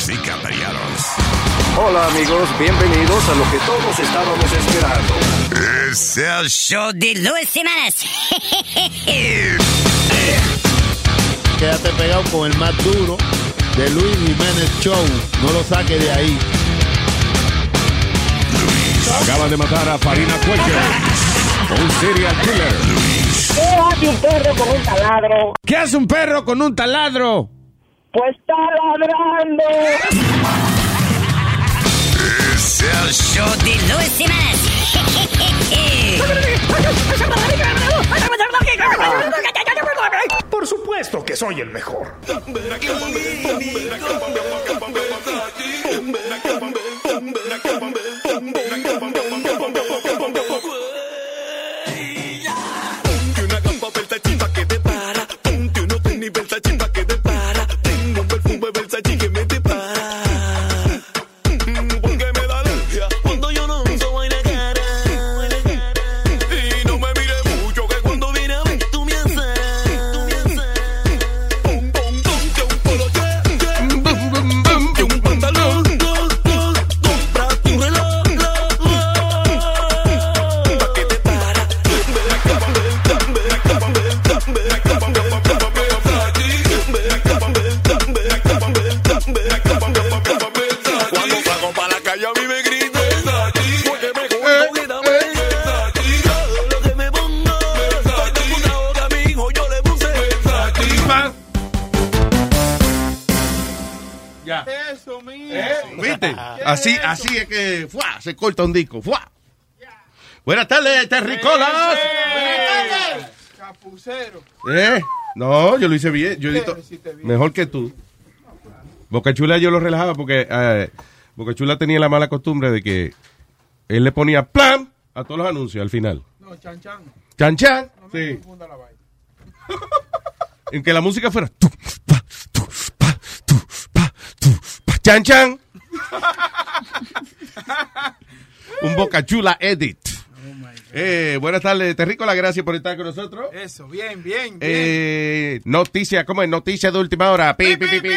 Damas y caballeros. Hola amigos, bienvenidos a lo que todos estábamos esperando. Es el show de Luis Jiménez. Quédate pegado con el más duro de Luis Jiménez Show. No lo saques de ahí. Acaban de matar a Farina Cuellar, un serial killer. ¿Qué hace un perro con un taladro? ¿Qué hace un perro con un taladro? Pues está ladrando. Es el show de Luis Jiménez. Por supuesto que soy el mejor. Así es que se corta un disco. Buenas tardes, Terricolas. Buenas tardes. Chapucero. No, yo lo hice bien. Yo edito mejor que tú. Boca Chula yo lo relajaba porque Boca Chula tenía la mala costumbre de que él le ponía plan a todos los anuncios al final. No, chan chan. Chan chan. No sí. me confunda la vaina. En que la música fuera chan chan. Un Boca Chula edit. Buenas tardes, Terrícola, gracias por estar con nosotros. Eso, bien. Noticia, ¿cómo es? Noticia de última hora. Pi.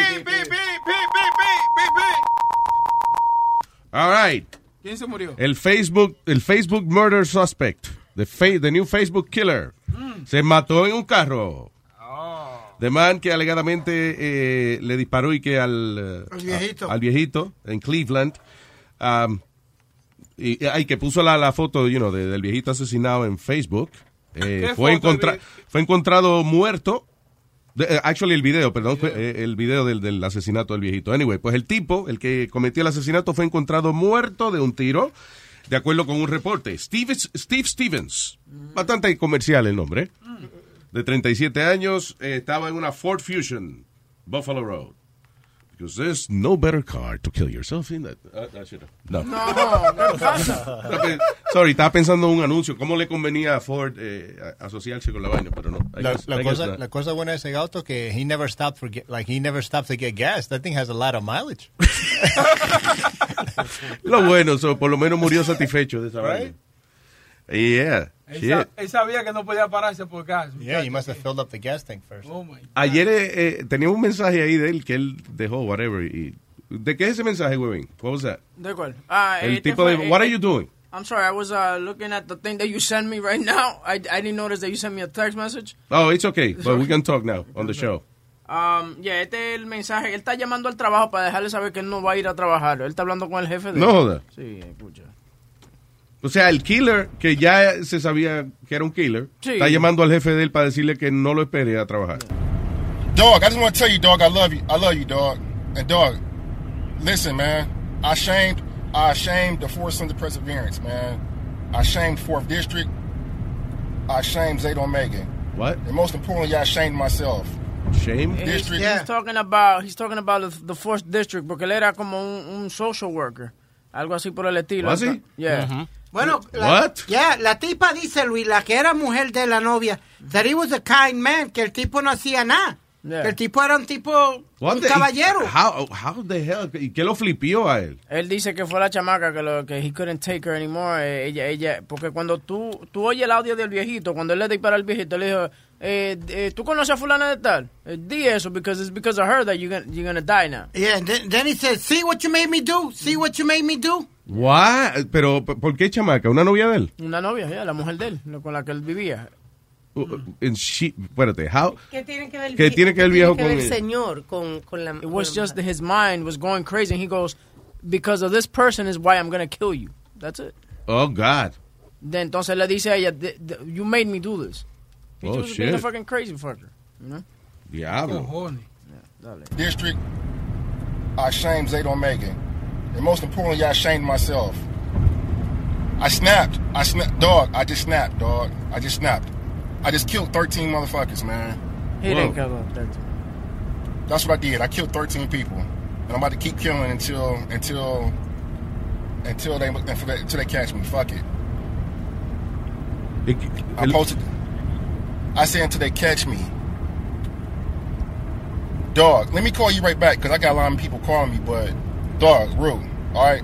All right. ¿Quién se murió? El Facebook murder suspect, the new Facebook killer, se mató en un carro. The man que alegadamente le disparó y que al viejito en Cleveland. Y que puso la foto del viejito asesinado en Facebook. Fue encontrado muerto. El video, perdón, fue el video del asesinato del viejito. Anyway, pues el tipo, el que cometió el asesinato, fue encontrado muerto de un tiro, de acuerdo con un reporte. Steve Stevens, bastante comercial el nombre, de 37 años, estaba en una Ford Fusion, Buffalo Road. Because there's no better car to kill yourself in that. No. Sorry, estaba pensando en un anuncio. ¿Cómo le convenía a Ford asociarse con la vaina? Pero no. La cosa buena de ese auto que he never stopped to get gas. That thing has a lot of mileage. Lo bueno, por lo menos murió satisfecho de esa vaina. Yeah. Él sabía que no podía pararse por gas. Yeah, you must have filled up the gas tank first. Oh my God. Ayer tenía un mensaje ahí de él que él dejó, whatever. ¿De qué es ese mensaje, Webin? What was that? ¿De cuál? El tipo de, what are you doing? I'm sorry, I was looking at the thing that you sent me right now. I didn't notice that you sent me a text message. Oh, it's okay, but we can talk now on the show. Este es el mensaje. Él está llamando al trabajo para dejarle saber que él no va a ir a trabajar. Él está hablando con el jefe de él. No joda. Sí, escucha. O sea, el killer, que ya se sabía que era un killer, está llamando al jefe de él para decirle que no lo espere a trabajar. Dog, I just want to tell you, dog, I love you. I love you, dog. And dog, listen, man. I shamed the Fourth Sons of Perseverance, man. I shamed 4th District. I shamed Zeta Omega. What? And most importantly, I shamed myself. Shame? District. He's talking about the 4th District, porque él era como un social worker. Algo así por el estilo. ¿Was he? Yeah. Uh-huh. Bueno, What? La tipa dice, Luis, la que era mujer de la novia, that he was a kind man, que el tipo no hacía nada. Yeah. Que el tipo era un tipo, un caballero. How the hell? ¿Y qué lo flipió a él? Él dice que fue la chamaca que he couldn't take her anymore. Ella, porque cuando tú oyes el audio del viejito, cuando él le dispara al viejito, le dijo, ¿tú conoces a fulana de tal? Di eso, because it's because of her that you're gonna die now. Yeah, and then he said, see what you made me do? See what you made me do? What? Pero, ¿por qué chamaca? ¿Una novia de él? Una novia, la mujer de él, con la que él vivía. Espérate, ¿Qué tiene que ver el viejo con el señor con la? It was just his mind was going crazy, and he goes, because of this person is why I'm gonna kill you. That's it. Oh God. Entonces le dice a ella, you made me do this. He Oh was shit. being a fucking crazy fucker, you know? Diablo. District, I shamed Zayto Omega. And most importantly, I shamed myself. I snapped. Dog, I just snapped, dog. I just snapped. I just killed 13 motherfuckers, man. He didn't kill 13. That's what I did. I killed 13 people. And I'm about to keep killing until they catch me. Fuck it. I posted. I said until they catch me. Dog, let me call you right back because I got a lot of people calling me, but dog, rude. All right.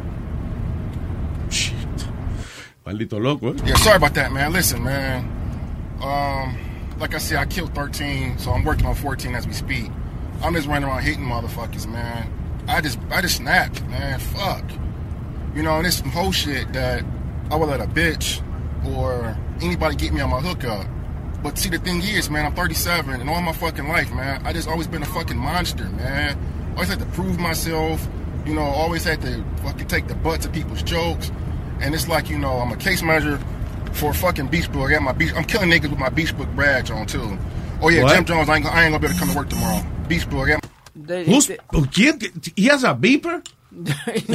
Shit. Maldito loco, eh? Yeah, sorry about that, man. Listen, man. Like I said, I killed 13, so I'm working on 14 as we speak. I'm just running around hitting motherfuckers, man. I just snapped, man. Fuck. You know, and it's some whole shit that I would let a bitch or anybody get me on my hookup. But see, the thing is, man, I'm 37, and all my fucking life, man, I just always been a fucking monster, man. Always had to prove myself, you know, always had to fucking take the butts of people's jokes. And it's like, you know, I'm a case manager for fucking Beach Book. I'm killing niggas with my Beach Book badge on, too. Oh, yeah, What? Jim Jones, I ain't gonna be able to come to work tomorrow. Beach Book. He has a beeper? No.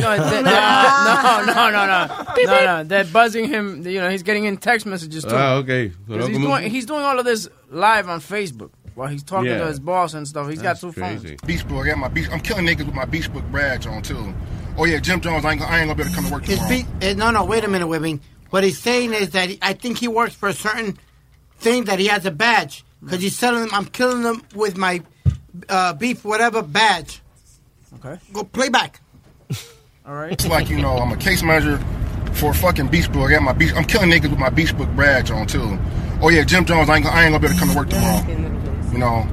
They're buzzing him. You know, he's getting in text messages too. Okay. 'Cause he's doing all of this live on Facebook while he's talking to his boss and stuff. He's got two phones. Beach Book. I'm killing niggas with my Beach Book badge on too. Oh yeah, Jim Jones, I ain't gonna be able to come to work tomorrow. No, wait a minute, Webin. What he's saying is that I think he works for a certain thing that he has a badge because he's telling them I'm killing them with my beef whatever badge. Okay. Go play back. All right. It's like, you know, I'm a case manager for fucking Beach Book. I'm killing niggas with my Beach Book badge on too. Oh yeah, Jim Jones, I ain't gonna be able to come to work tomorrow. You know,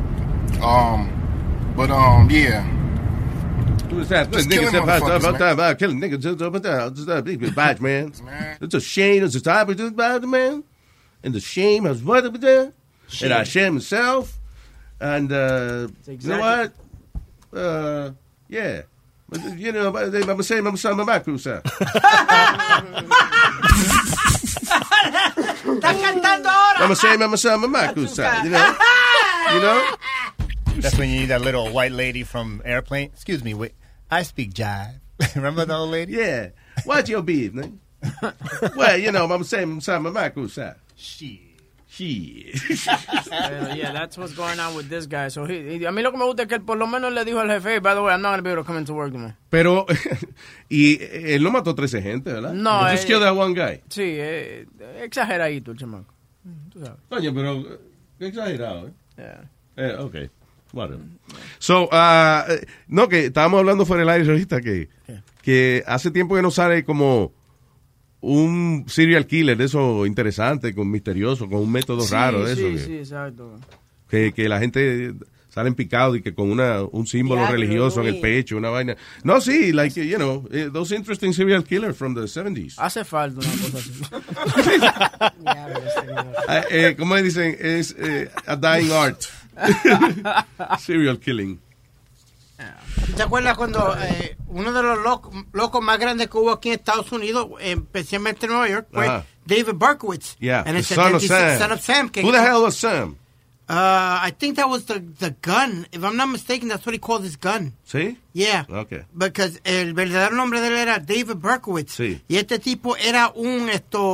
yeah. Who's that? Just killing motherfuckers, man. Killing niggas just over there. Just a big badge, man. It's a shame. It's a type of badge, man. And the shame has what over there. And I shame myself. And you know what? Yeah. You know, I'm saying I'm son of my crew, sir. Está cantando ahora. I'm saying I'm son of my crew, sir. You know? That's when you need that little white lady from Airplane. Excuse me, wait. I speak jive. Remember the old lady? Yeah. What's your beef, man? Well, you know, I'm saying I'm son of my crew, sir. Shit. Yeah, that's what's going on with this guy. So a mí lo que me gusta es que él por lo menos le dijo al jefe, by the way, I'm not going to be able to come into work tomorrow. Pero, y él no mató 13 gente, ¿verdad? No. He just killed that one guy. Sí, exageradito el chamaco. Tú sabes. Coño, pero qué exagerado, Yeah. Okay. Whatever. So, no, que estábamos hablando fuera del aire ahorita que hace tiempo que no sale como un serial killer de eso interesante, con misterioso, con un método raro de eso. Sí, exacto. Que la gente salen picados y que con un símbolo religioso en el pecho, una vaina. No, sí, like, you know, those interesting serial killers from the 70s. Hace falta una cosa así. ¿Cómo dicen? Es a dying art. Serial killing. ¿Te acuerdas cuando uno de los locos más grandes que hubo aquí en Estados Unidos, especialmente en Nueva York, fue David Berkowitz? Yeah, and the son of Sam. Son of Sam. Who the hell was Sam? I think that was the gun. If I'm not mistaken, that's what he called his gun. ¿Sí? Yeah. Okay. Because el verdadero nombre de él era David Berkowitz. Sí. Y este tipo era un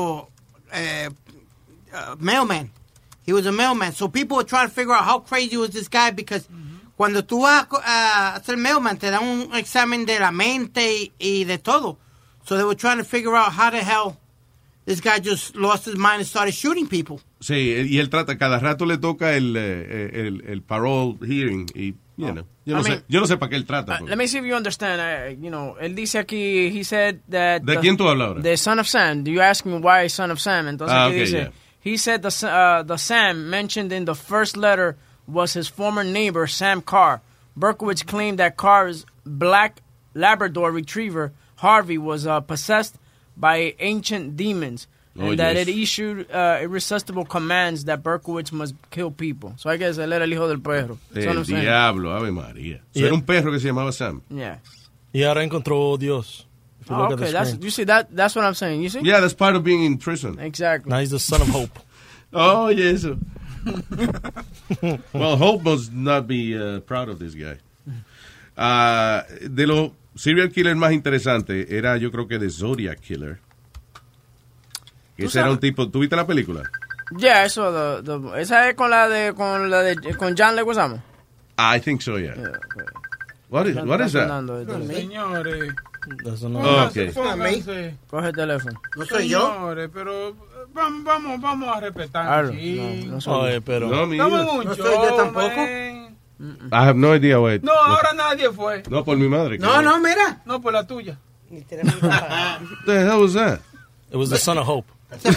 mailman. He was a mailman. So people were trying to figure out how crazy was this guy because cuando tú vas a hacer mailman te dan un examen de la mente y de todo. So they were trying to figure out how the hell this guy just lost his mind and started shooting people. Sí, y él trata, cada rato le toca el parole hearing y, you know, yo no sé para qué él trata. Let me see if you understand. You know, él dice aquí, he said that... ¿De quién tú hablas ahora? The Son of Sam. You ask me why Son of Sam. Entonces aquí okay, dice... yeah. he said the Sam mentioned in the first letter was his former neighbor, Sam Carr. Berkowitz claimed that Carr's black Labrador retriever, Harvey, was possessed by ancient demons. And that it issued irresistible commands that Berkowitz must kill people. So I guess él era el hijo del perro. El diablo, Ave María. So era un perro que se llamaba Sam. Yeah. Y ahora encontró Dios. Oh, okay, that's what I'm saying. You see? Yeah, that's part of being in prison. Exactly. Now he's the son of Hope. Oh, yes. Well, Hope must not be proud of this guy. De los serial killers más interesantes era, yo creo que, The Zodiac Killer. Ese era un tipo. ¿Tú viste la película? Yeah, eso. Esa es con John Leguizamo. I think so, yeah. What is that? Señores. Okay. Coge el teléfono. ¿No soy yo? Señores, pero vamos a respetar. No soy yo. Pero no, no soy yo tampoco. I have no idea, wait. No, ahora nadie fue. No, por mi madre. No, mira. No, por la tuya. What the hell was that? It was the son of Hope.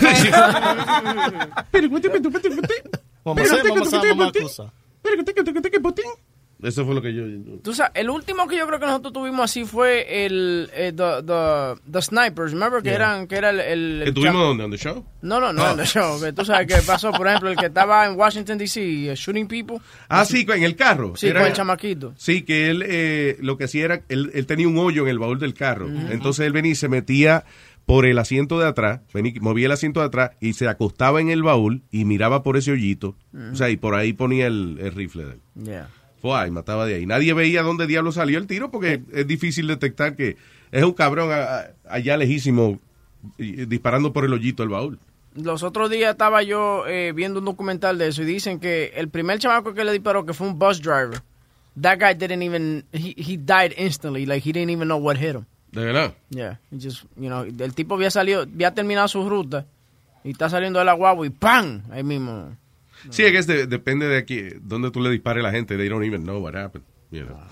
Eso fue lo que yo... Tú sabes, el último que yo creo que nosotros tuvimos así fue the Snipers. Remember que era el ¿Que tuvimos dónde? ¿On the show? No, en the show. Que tú sabes que pasó, por ejemplo, el que estaba en Washington, D.C., shooting people. Ah, sí, en el carro. Sí, con el chamaquito. Sí, que él lo que hacía era, él tenía un hoyo en el baúl del carro. Entonces él venía y se metía por el asiento de atrás, movía el asiento de atrás y se acostaba en el baúl y miraba por ese hoyito. O sea, y por ahí ponía el rifle de él. Yeah. Fue y mataba de ahí. Nadie veía dónde diablo salió el tiro porque es difícil detectar que es un cabrón allá lejísimo disparando por el hoyito del baúl. Los otros días estaba yo viendo un documental de eso y dicen que el primer chamaco que le disparó, que fue un bus driver, that guy didn't even, he died instantly, like he didn't even know what hit him. ¿De verdad? Yeah, he just, el tipo había terminado su ruta y está saliendo de la guagua y ¡pam! Ahí mismo. Sí, es que depende de aquí, donde tú le dispares a la gente. They don't even know what happened. You know.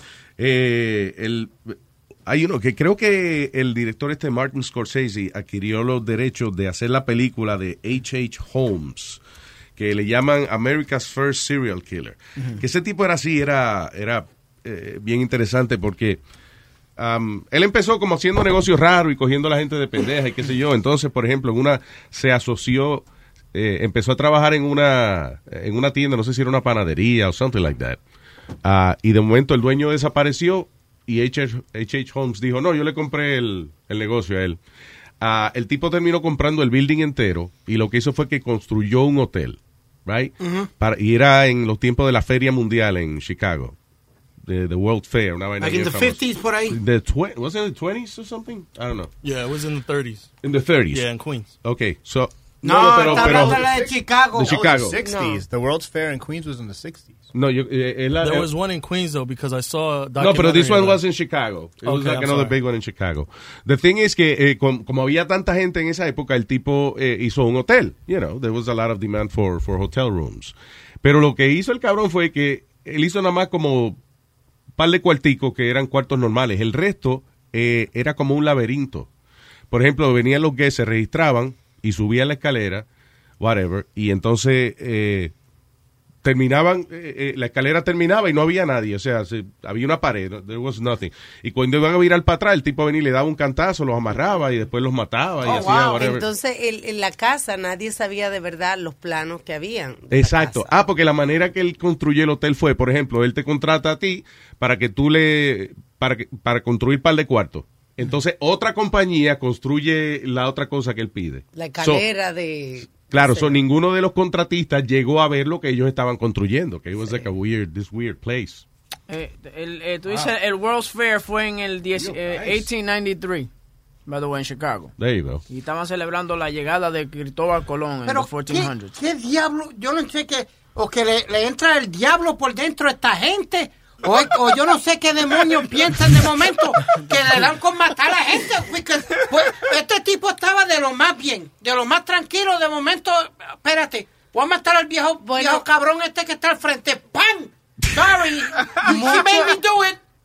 Hay uno que creo que el director Martin Scorsese adquirió los derechos de hacer la película de H.H. Holmes, que le llaman America's First Serial Killer. Que ese tipo era así, era bien interesante porque él empezó como haciendo negocios raros y cogiendo a la gente de pendeja y qué sé yo. Entonces, por ejemplo, se asoció... empezó a trabajar en una tienda, no sé si era una panadería o something like that. Y de momento el dueño desapareció y H.H. Holmes dijo, no, yo le compré el negocio a él. El tipo terminó comprando el building entero y lo que hizo fue que construyó un hotel, right? Y era en los tiempos de la Feria Mundial en Chicago. The World Fair, una vaina. Like in the 50s por ahí. Was it in the 20s or something? I don't know. Yeah, it was in the 30s. In the 30s? Yeah, in Queens. Okay, so... No, está hablando de Chicago. De Chicago. The 60s. The World's Fair in Queens was in the 60s. No, there was one in Queens, though, because I saw a documentary. No, but this one was in Chicago. It was like another big one in Chicago. The thing is que como había tanta gente en esa época, el tipo hizo un hotel. You know, there was a lot of demand for hotel rooms. Pero lo que hizo el cabrón fue que él hizo nada más como un par de cuarticos que eran cuartos normales. El resto era como un laberinto. Por ejemplo, venían los guests, se registraban y subían la escalera, whatever, y entonces terminaban, la escalera terminaba y no había nadie, o sea, había una pared, there was nothing. Y cuando iban a virar para atrás, el tipo venía y le daba un cantazo, los amarraba y después los mataba y hacía whatever. Entonces, en la casa nadie sabía de verdad los planos que habían. Exacto. Porque la manera que él construyó el hotel fue, por ejemplo, él te contrata a ti para que tú para construir un par de cuartos. Entonces, otra compañía construye la otra cosa que él pide. La escalera de... Claro, ninguno de los contratistas llegó a ver lo que ellos estaban construyendo, que it was like this weird place. Tú dices, el World's Fair fue en el 1893, by the way, en Chicago. There you go. Y estaban celebrando la llegada de Cristóbal Colón en los 1400s. ¿Qué diablo? Yo no sé qué... O que le entra el diablo por dentro a esta gente... O yo no sé qué demonios piensan de momento que le dan con matar a la gente. Pues, este tipo estaba de lo más bien, de lo más tranquilo. De momento, espérate, voy a matar al viejo cabrón este que está al frente. ¡Pam! Sorry, he made me do it.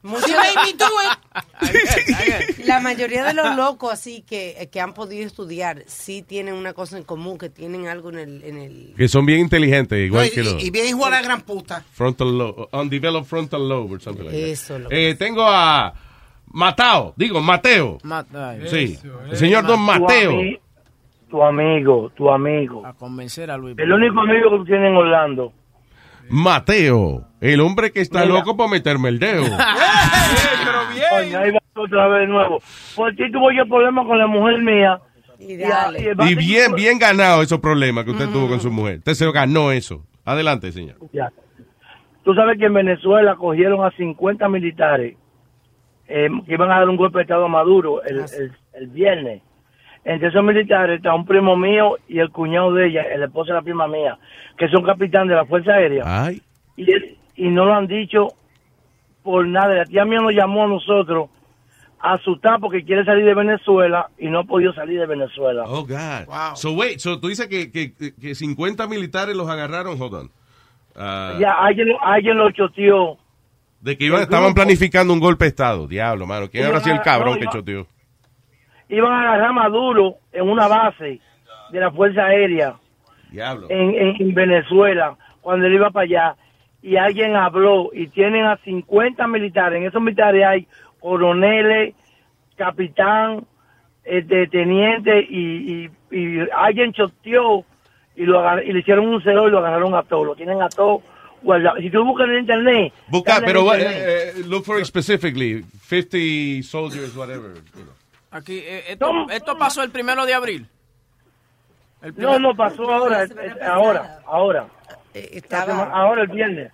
La mayoría de los locos así que han podido estudiar sí tienen una cosa en común, que tienen algo en el... Que son bien inteligentes, igual que los... Y bien hijo de la gran puta. Frontal lobe, undeveloped frontal lobe or something like that. Eso. Tengo a Mateo. Sí, el señor Don Mateo. Tu amigo. A convencer a Luis. El único amigo que tú tienes en Orlando. Mateo, el hombre que está loco por meterme el dedo. Pero bien. Coño, ahí va otra vez de nuevo. Por ti tuvo yo problemas con la mujer mía. Y bien ganado esos problemas que usted tuvo con su mujer. Usted se ganó eso. Adelante, señor. Ya. Tú sabes que en Venezuela cogieron a 50 militares que iban a dar un golpe de Estado a Maduro el viernes. Entre esos militares está un primo mío y el cuñado de ella, el esposo de la prima mía, que son capitán de la Fuerza Aérea. Ay. Y no lo han dicho por nada. La tía mía nos llamó a nosotros asustada porque quiere salir de Venezuela y no ha podido salir de Venezuela. Oh, God. Wow. So tú dices que 50 militares los agarraron, hold on. Ya, alguien lo choteó. De que estaban planificando un golpe de Estado. Diablo, mano. ¿Quién habrá sido el cabrón que choteó? Iban a agarrar a Maduro en una base de la Fuerza Aérea. Diablo. En Venezuela, cuando él iba para allá. Y alguien habló y tienen a 50 militares. En esos militares hay coroneles, capitán, teniente y alguien choteó y le hicieron un cero y lo agarraron a todos. Lo tienen a todos guardados. Si tú buscas en internet... Busca, pero look for it specifically. 50 soldiers, whatever. You know. Aquí, esto pasó el 1 de abril. No, pasó ahora. Ahora el viernes.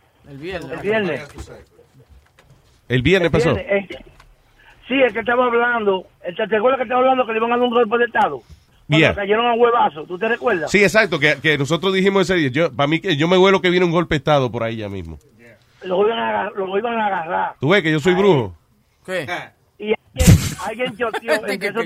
¿El viernes pasó? Sí, el que estaba hablando. ¿Te acuerdas que estaba hablando que le iban a dar un golpe de Estado? Cuando cayeron a huevazo, ¿tú te recuerdas? Sí, exacto, que nosotros dijimos ese día. Para mí, yo me huelo que viene un golpe de Estado por ahí ya mismo. Lo iban a agarrar. ¿Tú ves que yo soy brujo? ¿Qué? Y alguien choteó, entre eso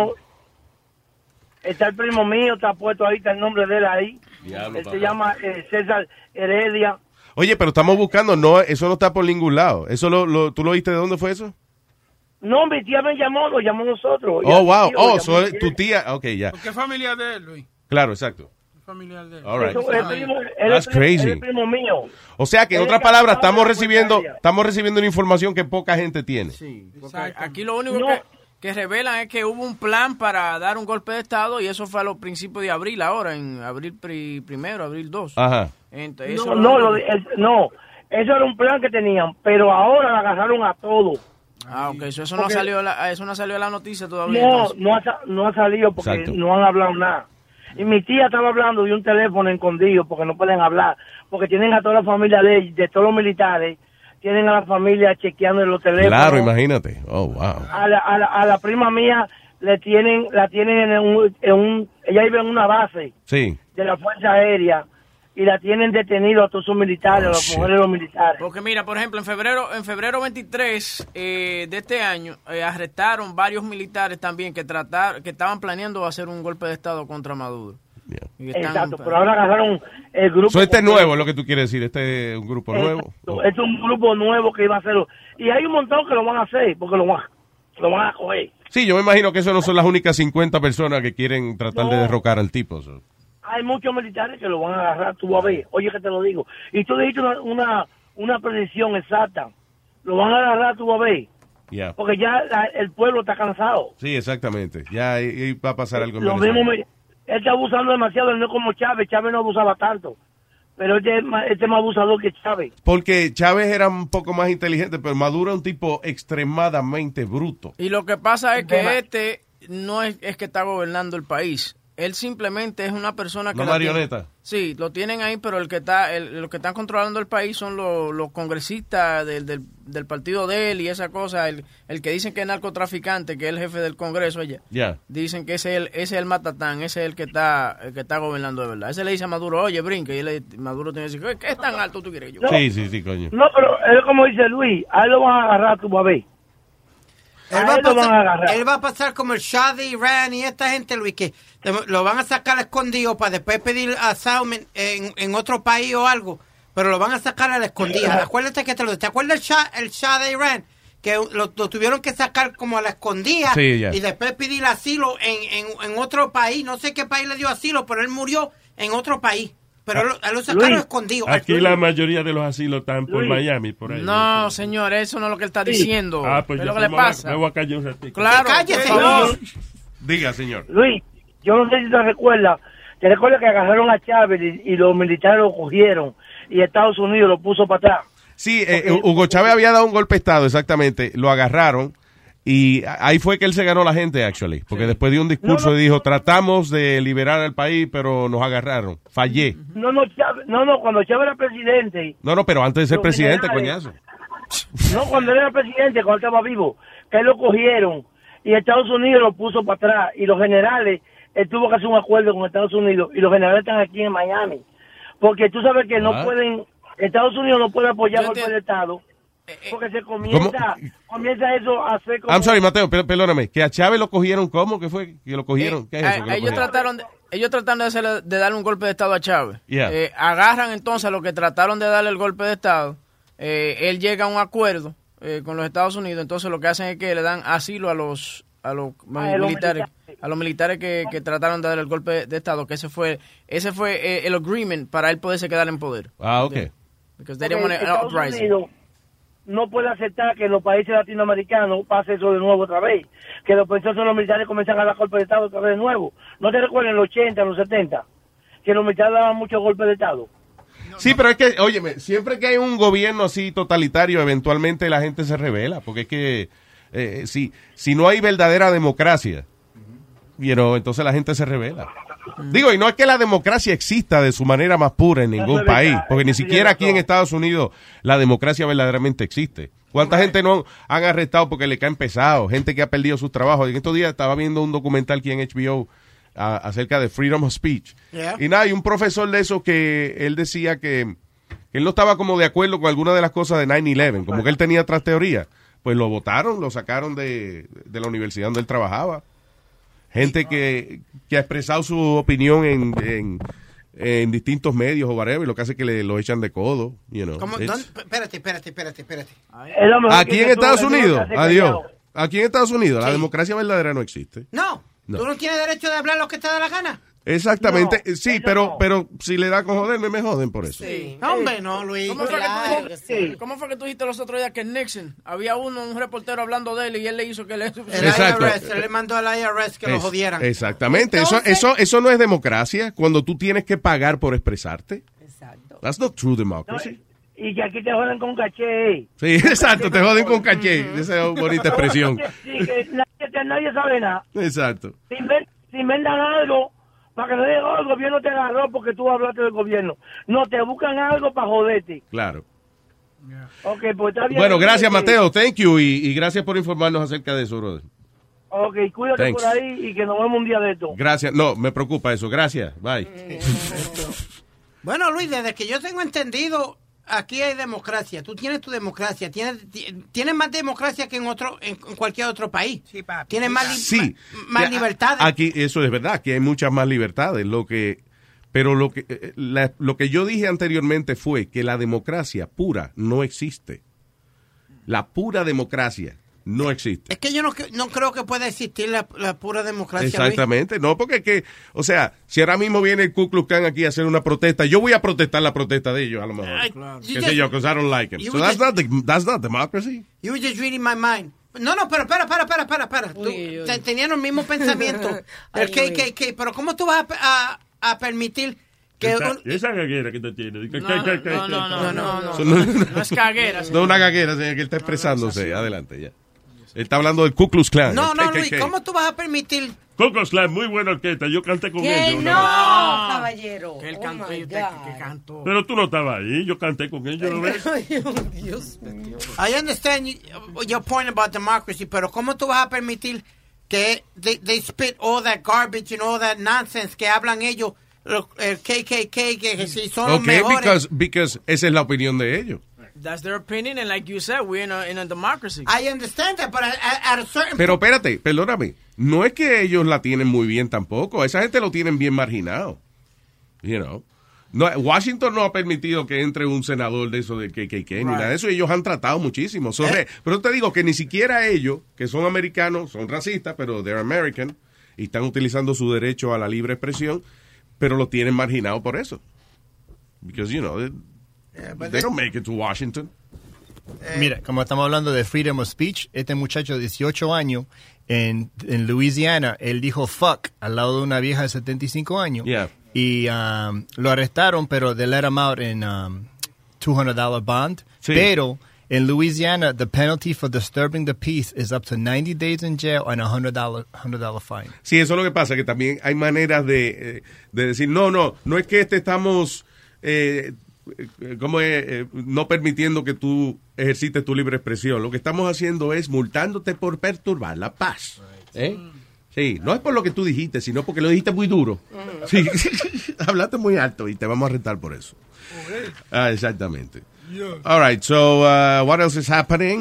está el primo mío, está puesto ahí, está el nombre de él ahí. Diablo, él se llama César Heredia. Oye, pero estamos buscando, eso no está por ningún lado. ¿Eso tú lo oíste de dónde fue eso? No, mi tía lo llamó nosotros. Oh, wow, tu tía, ok, ya. ¿Qué familia de él, Luis? Claro, exacto. Familiar de él. All right. That's crazy. El primo mío. O sea que en otras palabras estamos recibiendo una información que poca gente tiene. Sí, aquí lo único que revelan es que hubo un plan para dar un golpe de Estado y eso fue a los principios de abril ahora, en abril primero, abril 2. Ajá. Entonces, eso era un plan que tenían, pero ahora la agarraron a todos. Ok, eso no salió a la noticia todavía. No ha salido porque Exacto. no han hablado nada. Y mi tía estaba hablando de un teléfono escondido porque no pueden hablar, porque tienen a toda la familia de todos los militares, tienen a la familia chequeando en los teléfonos. Claro, imagínate. Oh, wow. A la prima mía la tienen ella vive en una base de la Fuerza Aérea y la tienen detenido a todos sus militares, a las mujeres de los militares. Porque mira, por ejemplo, en febrero 23 de este año arrestaron varios militares también que estaban planeando hacer un golpe de Estado contra Maduro. Exacto, pero ahora agarraron el grupo. Este es nuevo, es lo que tú quieres decir, este es un grupo nuevo. Es un grupo nuevo que iba a hacerlo. Y hay un montón que lo van a hacer, porque lo van a coger. Sí, yo me imagino que eso no son las únicas 50 personas que quieren tratar de derrocar al tipo. Hay muchos militares que lo van a agarrar, tú vas a ver. Oye, que te lo digo. Y tú dijiste una predicción exacta. Lo van a agarrar, tú vas a ver. Yeah. Porque ya el pueblo está cansado. Sí, exactamente. Ya ahí va a pasar algo. Lo mismo, él está abusando demasiado, él no es como Chávez. Chávez no abusaba tanto. Pero este es más abusador que Chávez. Porque Chávez era un poco más inteligente, pero Maduro es un tipo extremadamente bruto. Y lo que pasa es que no es que está gobernando el país. Él simplemente es una persona que... ¿Una marioneta? Sí, lo tienen ahí, pero los que están controlando el país son los congresistas del partido de él y esa cosa. El que dicen que es narcotraficante, que es el jefe del Congreso allá. Yeah. Dicen que ese es el matatán, ese es el que está gobernando de verdad. Ese le dice a Maduro, oye, brinca. Y Maduro tiene que decir, ¿qué es tan alto tú quieres yo? No, sí, coño. No, pero es como dice Luis, a él lo van a agarrar, tú vas a ver. Él va a pasar como el Shah de Irán y esta gente, Luis, que lo van a sacar escondido para después pedir asylum en otro país o algo, pero lo van a sacar a la escondida. Acuérdate que ¿te acuerdas el Shah de Irán? que lo tuvieron que sacar como a la escondida Sí, ya. y después pedir asilo en otro país. No sé qué país le dio asilo, pero él murió en otro país. Pero él lo sacaron Luis, escondido. Aquí la mayoría de los asilos están por Luis. Miami, por ahí. No, señor, eso no es lo que él está diciendo. Pues ¿Qué es yo lo que le pasa? me voy a callar un ratito. Claro, cállese, por favor. Diga, señor. Luis, yo no sé si te recuerdas. Te recuerdas que agarraron a Chávez y los militares lo cogieron y Estados Unidos lo puso para atrás. Sí, Hugo Chávez había dado un golpe de estado, exactamente. Lo agarraron y ahí fue que él se ganó la gente, actually. Porque después dio un discurso y dijo, tratamos de liberar al país, pero nos agarraron. Fallé. No, cuando Chávez era presidente. No, pero antes de ser Los presidente, generales. coñazo. No, cuando él era presidente, cuando estaba vivo, que lo cogieron y Estados Unidos lo puso para atrás y los generales, él tuvo que hacer un acuerdo con Estados Unidos y los generales están aquí en Miami. Porque tú sabes que no pueden, Estados Unidos no puede apoyar golpe de Estado porque se comienza eso a hacer como... I'm sorry, Mateo, perdóname. Que a Chávez lo cogieron, ¿cómo? ¿Qué fue? Que lo cogieron. ¿Qué es eso? que lo Ellos cogieron? trataron de darle un golpe de Estado a Chávez. Yeah. Agarran entonces a los que trataron de darle el golpe de Estado. Él llega a un acuerdo con los Estados Unidos. Entonces lo que hacen es que le dan asilo a los militares que trataron de dar el golpe de Estado. Que ese fue el agreement para él poderse quedar en poder. Ah, ok. Because they didn't want an Estados uprising. Unidos no puede aceptar que en los países latinoamericanos pase eso de nuevo otra vez. Que los militares comienzan a dar golpes de Estado otra vez de nuevo. ¿No te recuerdas en los 80, en los 70? Que los militares daban muchos golpes de Estado. Sí, pero es que, óyeme, siempre que hay un gobierno así totalitario, eventualmente la gente se rebela, porque es que si no hay verdadera democracia, entonces la gente se rebela. Digo, y no es que la democracia exista de su manera más pura en ningún país, porque ni siquiera aquí en Estados Unidos la democracia verdaderamente existe. ¿Cuánta gente no han arrestado porque le caen pesados? Gente que ha perdido sus trabajos. En estos días estaba viendo un documental aquí en HBO acerca de freedom of speech. Yeah. Y nada, hay un profesor de eso que él decía que él no estaba como de acuerdo con alguna de las cosas de 9/11, como que él tenía otras teorías. Pues lo votaron, lo sacaron de la universidad donde él trabajaba. Gente que ha expresado su opinión en distintos medios o whatever, y lo que hace es que lo echan de codo. Espérate. Aquí en Estados Unidos, adiós. Aquí en Estados Unidos, la democracia verdadera no existe. No, tú no tienes derecho de hablar lo que te da la gana. Exactamente, sí, pero si le da con joderme, me joden por eso. Sí. Hombre, no, Luis. ¿Cómo fue que tú dijiste los otros días que Nixon, había un reportero hablando de él y él le hizo que le... Exacto. Él le mandó al IRS que lo jodieran. Exactamente, Entonces, eso no es democracia, cuando tú tienes que pagar por expresarte. Exacto. That's not true democracy. Y que aquí te joden con caché. Sí, exacto, te joden con caché, esa es una bonita expresión. Sí, que nadie sabe nada. Exacto. Si inventan algo para que no digan, el gobierno te agarró porque tú hablaste del gobierno. No, te buscan algo para joderte. Claro. Okay, pues está bien. Bueno, gracias, Mateo. Thank you. Y gracias por informarnos acerca de eso, brother. Ok, cuídate. Thanks. Por ahí y que nos vemos un día de esto. Gracias. No, me preocupa eso. Gracias. Bye. Bueno, Luis, desde que yo tengo entendido, aquí hay democracia. Tú tienes tu democracia. Tienes más democracia que en cualquier otro país. Sí, papi. Tienes más libertades. Aquí, eso es verdad, que hay muchas más libertades. Pero lo que yo dije anteriormente fue que la democracia pura no existe. La pura democracia no existe. Es que yo no creo que pueda existir la pura democracia. Exactamente, no, porque es que, o sea, si ahora mismo viene el Ku Klux Klan aquí a hacer una protesta, yo voy a protestar la protesta de ellos, a lo mejor. Claro. Qué sé yo, because I don't like them. So that's not democracy. You were just reading my mind. No, pero para. Tenían el mismo pensamiento. El KKK, pero ¿cómo tú vas a permitir que... Esa gaguera que te tiene. No es caguera. No, una gaguera, señor, que él está expresándose. Adelante, ya. Él está hablando del Ku Klux Klan. No, Luis, ¿cómo tú vas a permitir? Ku Klux Klan, muy buena orquesta. Yo canté con ellos. No, caballero. Que él cantó, que cantó. Pero tú no estabas ahí. Yo canté con ellos, ¿no ves? Dios. I understand your point about democracy, pero ¿cómo tú vas a permitir que they spit all that garbage and all that nonsense que hablan ellos, el KKK, que si son los mejores? Because esa es la opinión de ellos. That's their opinion, and like you said, we're in a democracy. I understand that, but at a certain... Pero espérate, perdóname. No es que ellos la tienen muy bien tampoco. Esa gente lo tienen bien marginado. You know. No, Washington no ha permitido que entre un senador de eso de KKK ni nada de eso. Ellos han tratado muchísimo. Pero te digo que ni siquiera ellos, que son americanos, son racistas, pero they're American, y están utilizando su derecho a la libre expresión, pero lo tienen marginado por eso. Because, you know, they don't make it to Washington. Mira, como estamos hablando de freedom of speech, este muchacho de 18 años en Louisiana, él dijo fuck al lado de una vieja de 75 años. Yeah. Y lo arrestaron, pero they let him out in $200 bond. Sí. Pero en Louisiana, the penalty for disturbing the peace is up to 90 days in jail and $100 fine. Sí, eso es lo que pasa, que también hay maneras de decir, no es que estamos no permitiendo que tú ejercites tu libre expresión. Lo que estamos haciendo es multándote por perturbar la paz. Sí, no es por lo que tú dijiste, sino porque lo dijiste muy duro. Sí, hablaste muy alto y te vamos a arrestar por eso. Exactamente. All right, so what else is happening?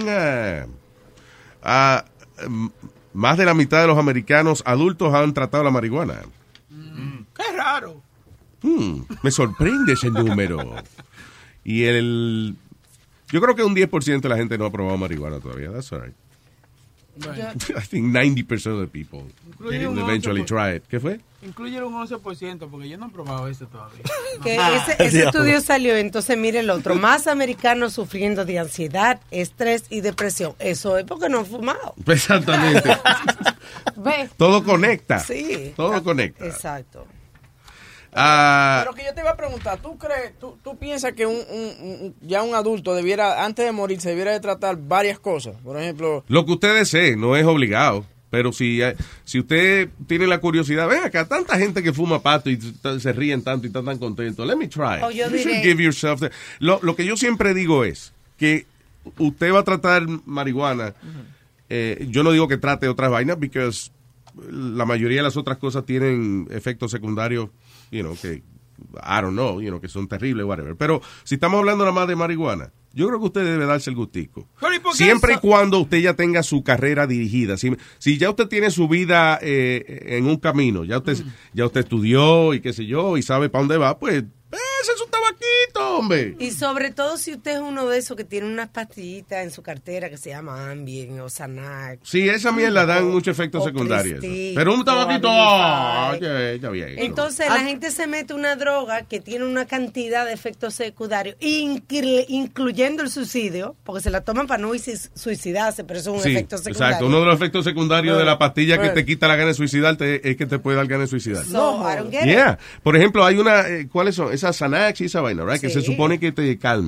Más de la mitad de los americanos adultos han tratado la marihuana. Qué raro. Me sorprende ese número. Y yo creo que un 10% de la gente no ha probado marihuana todavía. That's all right. Bueno. I think 90% of the people will eventually try it. ¿Qué fue? Incluye un 11%, porque yo no he probado ese todavía. Que ese estudio salió, entonces mire el otro. Más americanos sufriendo de ansiedad, estrés y depresión. Eso es porque no han fumado. Exactamente. ¿Ves? Todo conecta. Sí. Todo conecta. Exacto. Pero que yo te iba a preguntar, ¿tú piensas que ya un adulto debiera, antes de morir, se debiera de tratar varias cosas? Por ejemplo... Lo que usted desee, no es obligado. Pero si usted tiene la curiosidad, ven acá, tanta gente que fuma pato y se ríen tanto y están tan contentos. Let me try. Yo you should give yourself lo que yo siempre digo es que usted va a tratar marihuana. Yo no digo que trate otras vainas, porque la mayoría de las otras cosas tienen efectos secundarios, que I don't know, que son terribles, whatever. Pero si estamos hablando nada más de marihuana, yo creo que usted debe darse el gustico. Siempre y cuando usted ya tenga su carrera dirigida. Si ya usted tiene su vida en un camino, ya usted estudió y qué sé yo, y sabe para dónde va, pues ese es un tabaquito, hombre. Y sobre todo si usted es uno de esos que tiene unas pastillitas en su cartera que se llama Ambien o Xanax. Sí, esa mierda dan muchos efectos secundarios. Pero un tabaquito, ya bien. Entonces la gente se mete una droga que tiene una cantidad de efectos secundarios, incluyendo el suicidio, porque se la toman para no suicidarse, pero eso es un efecto secundario. Exacto, uno de los efectos secundarios de la pastilla que te quita la gana de suicidarte es que te puede dar gana de suicidarte. Por ejemplo, hay una, ¿cuáles son? Esa Xanax y esa vaina, ¿right? Sí. Que se supone que te calme.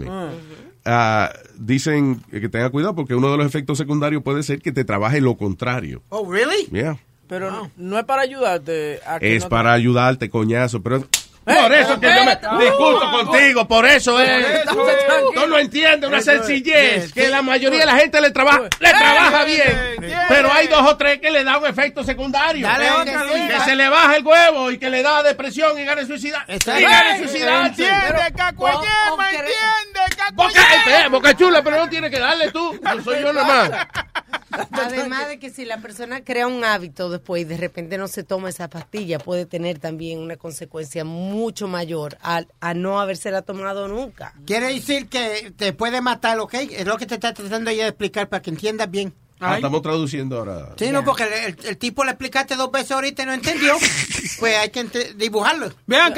Dicen que tenga cuidado porque uno de los efectos secundarios puede ser que te trabaje lo contrario. Oh, really? Yeah. Pero no es para ayudarte. Es para ayudarte, coñazo, pero... Por eso que yo me discuto contigo, por eso es. Tú no entiendes una sencillez, que la mayoría de la gente le trabaja bien, pero hay 2 o 3 que le da un efecto secundario. Que se le baja el huevo y que le da depresión y gana suicidar. Entiende, Cacuayema, entiende, Boca Chula, pero no tiene que darle tú, no soy yo nada más. Además de que si la persona crea un hábito después y de repente no se toma esa pastilla, puede tener también una consecuencia mucho mayor a no habérsela tomado nunca. Quiere decir que te puede matar, ¿ok? Es lo que te está tratando ella de explicar para que entiendas bien. Estamos traduciendo ahora. Sí, no, porque el tipo le explicaste 2 veces ahorita y no entendió. Pues hay que dibujarlo. Vean,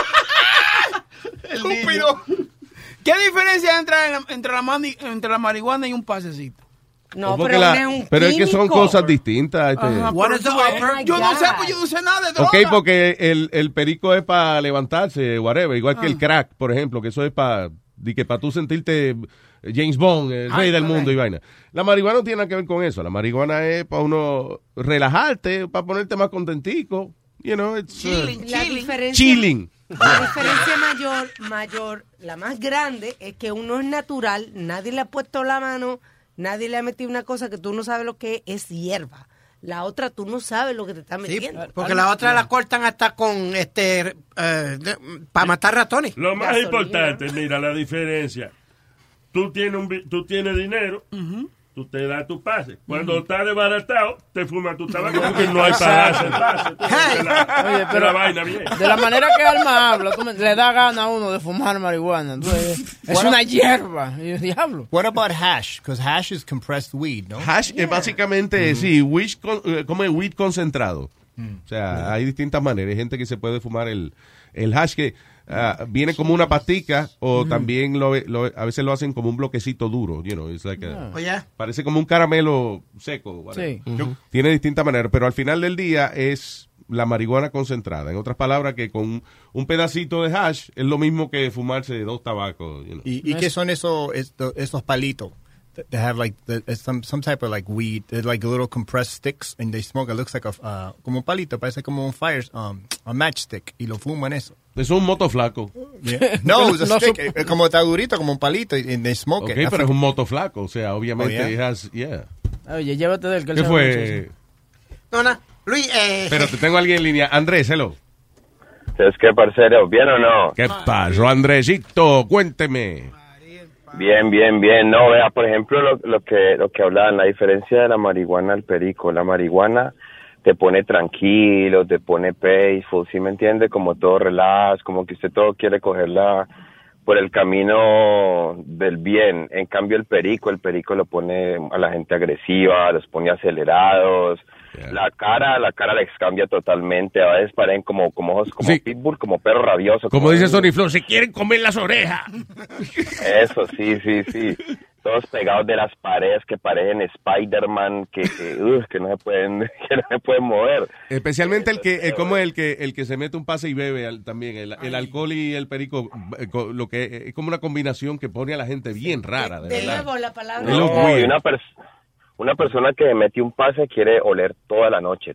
estúpido. ¿Qué diferencia entre la marihuana y un pasecito? No, pero es un pero es que son cosas distintas. Yo no sé nada de droga. Ok, porque el perico es para levantarse, whatever, igual que el crack, por ejemplo, que eso es para tú sentirte James Bond, el rey del mundo y vaina. La marihuana no tiene nada que ver con eso. La marihuana es para uno relajarte, para ponerte más contentico. Chilling. La diferencia mayor, la más grande, es que uno es natural, nadie le ha puesto la mano, nadie le ha metido una cosa que tú no sabes lo que es hierba. La otra tú no sabes lo que te está metiendo. Sí, porque la otra la cortan hasta con para matar ratones. Lo más importante, mira la diferencia. Tú tienes dinero, tú te das tu pase. Cuando está desbaratado, te fumas tu tabaco porque no hay para darse el pase. Oye, pero la vaina bien. De la manera que Alma habla, le da gana a uno de fumar marihuana. Es una hierba. Y el diablo. What about hash? Because hash is compressed weed, ¿no? Hash es básicamente, sí, como el weed concentrado. O sea, hay distintas maneras. Hay gente que se puede fumar el hash que viene como una pastica o también a veces lo hacen como un bloquecito duro. You know, it's like parece como un caramelo seco. Sí. Tiene distintas maneras, pero al final del día es la marihuana concentrada. En otras palabras, que con un pedacito de hash es lo mismo que fumarse 2 tabacos. You know. ¿Y qué son esos palitos? They have like some type of like weed. They're like little compressed sticks, and they smoke. It looks like como un palito, parece como un a matchstick, y lo fuman eso. Eso es un moto flaco. Yeah. No, it's a stick. Como está durito, como un palito, y they smoke it. Pero es un moto flaco, o sea, obviamente. Oye, llévate del que ¿Qué fue? No, Luis, Pero te tengo a alguien en línea. Andrés, hello. ¿Es que, parcero? ¿Bien o no? ¿Qué pasó, Andresito? Cuénteme. Bien. No, vea, por ejemplo, lo que hablaban, la diferencia de la marihuana al perico. La marihuana te pone tranquilo, te pone peaceful, ¿sí me entiende? Como todo relax, como que usted todo quiere cogerla por el camino del bien. En cambio, el perico lo pone a la gente agresiva, los pone acelerados. Yeah. La cara les cambia totalmente. A veces parecen como ojos, como pitbull, como perro rabioso. Como dice Sony Flow, se quieren comer las orejas. Eso, sí. Todos pegados de las paredes que parecen Spider-Man, que no se pueden mover. Especialmente el que se mete un pase y bebe también. El alcohol y el perico, lo que es como una combinación que pone a la gente bien rara. De nuevo la palabra. No, y una persona que mete un pase quiere oler toda la noche.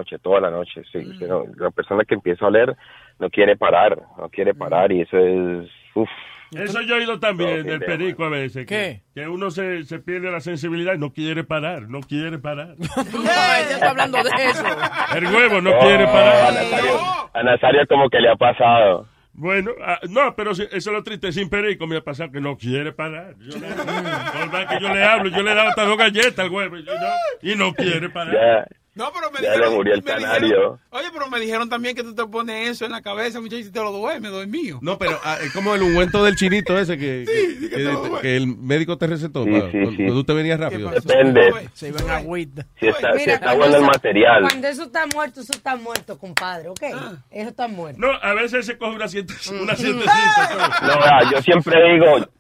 Sí. Pero la persona que empieza a oler no quiere parar, y eso es... Eso yo he oído también del perico a veces. ¿Qué? Que uno se pierde la sensibilidad y no quiere parar. No, ya está hablando de eso. El huevo no quiere parar. A Nazario como que le ha pasado. Bueno, no, pero eso es lo triste. Sin perico me ha pasado que no quiere parar. Yo le hablo, yo le he dado hasta 2 galletas al huevo y no quiere parar. Yeah. No, pero me ya dijeron, le murió el canario. Oye, pero me dijeron también que tú te pones eso en la cabeza, muchachos, y te lo duermes, mío. No, pero es como el ungüento del chinito ese que el médico te recetó. Sí. Cuando tú te venías rápido. Depende. Se iban agüita. Si está bueno el material. Cuando eso está muerto, compadre, ¿ok? Eso está muerto. No, a veces se coge una sietecita. No, yo siempre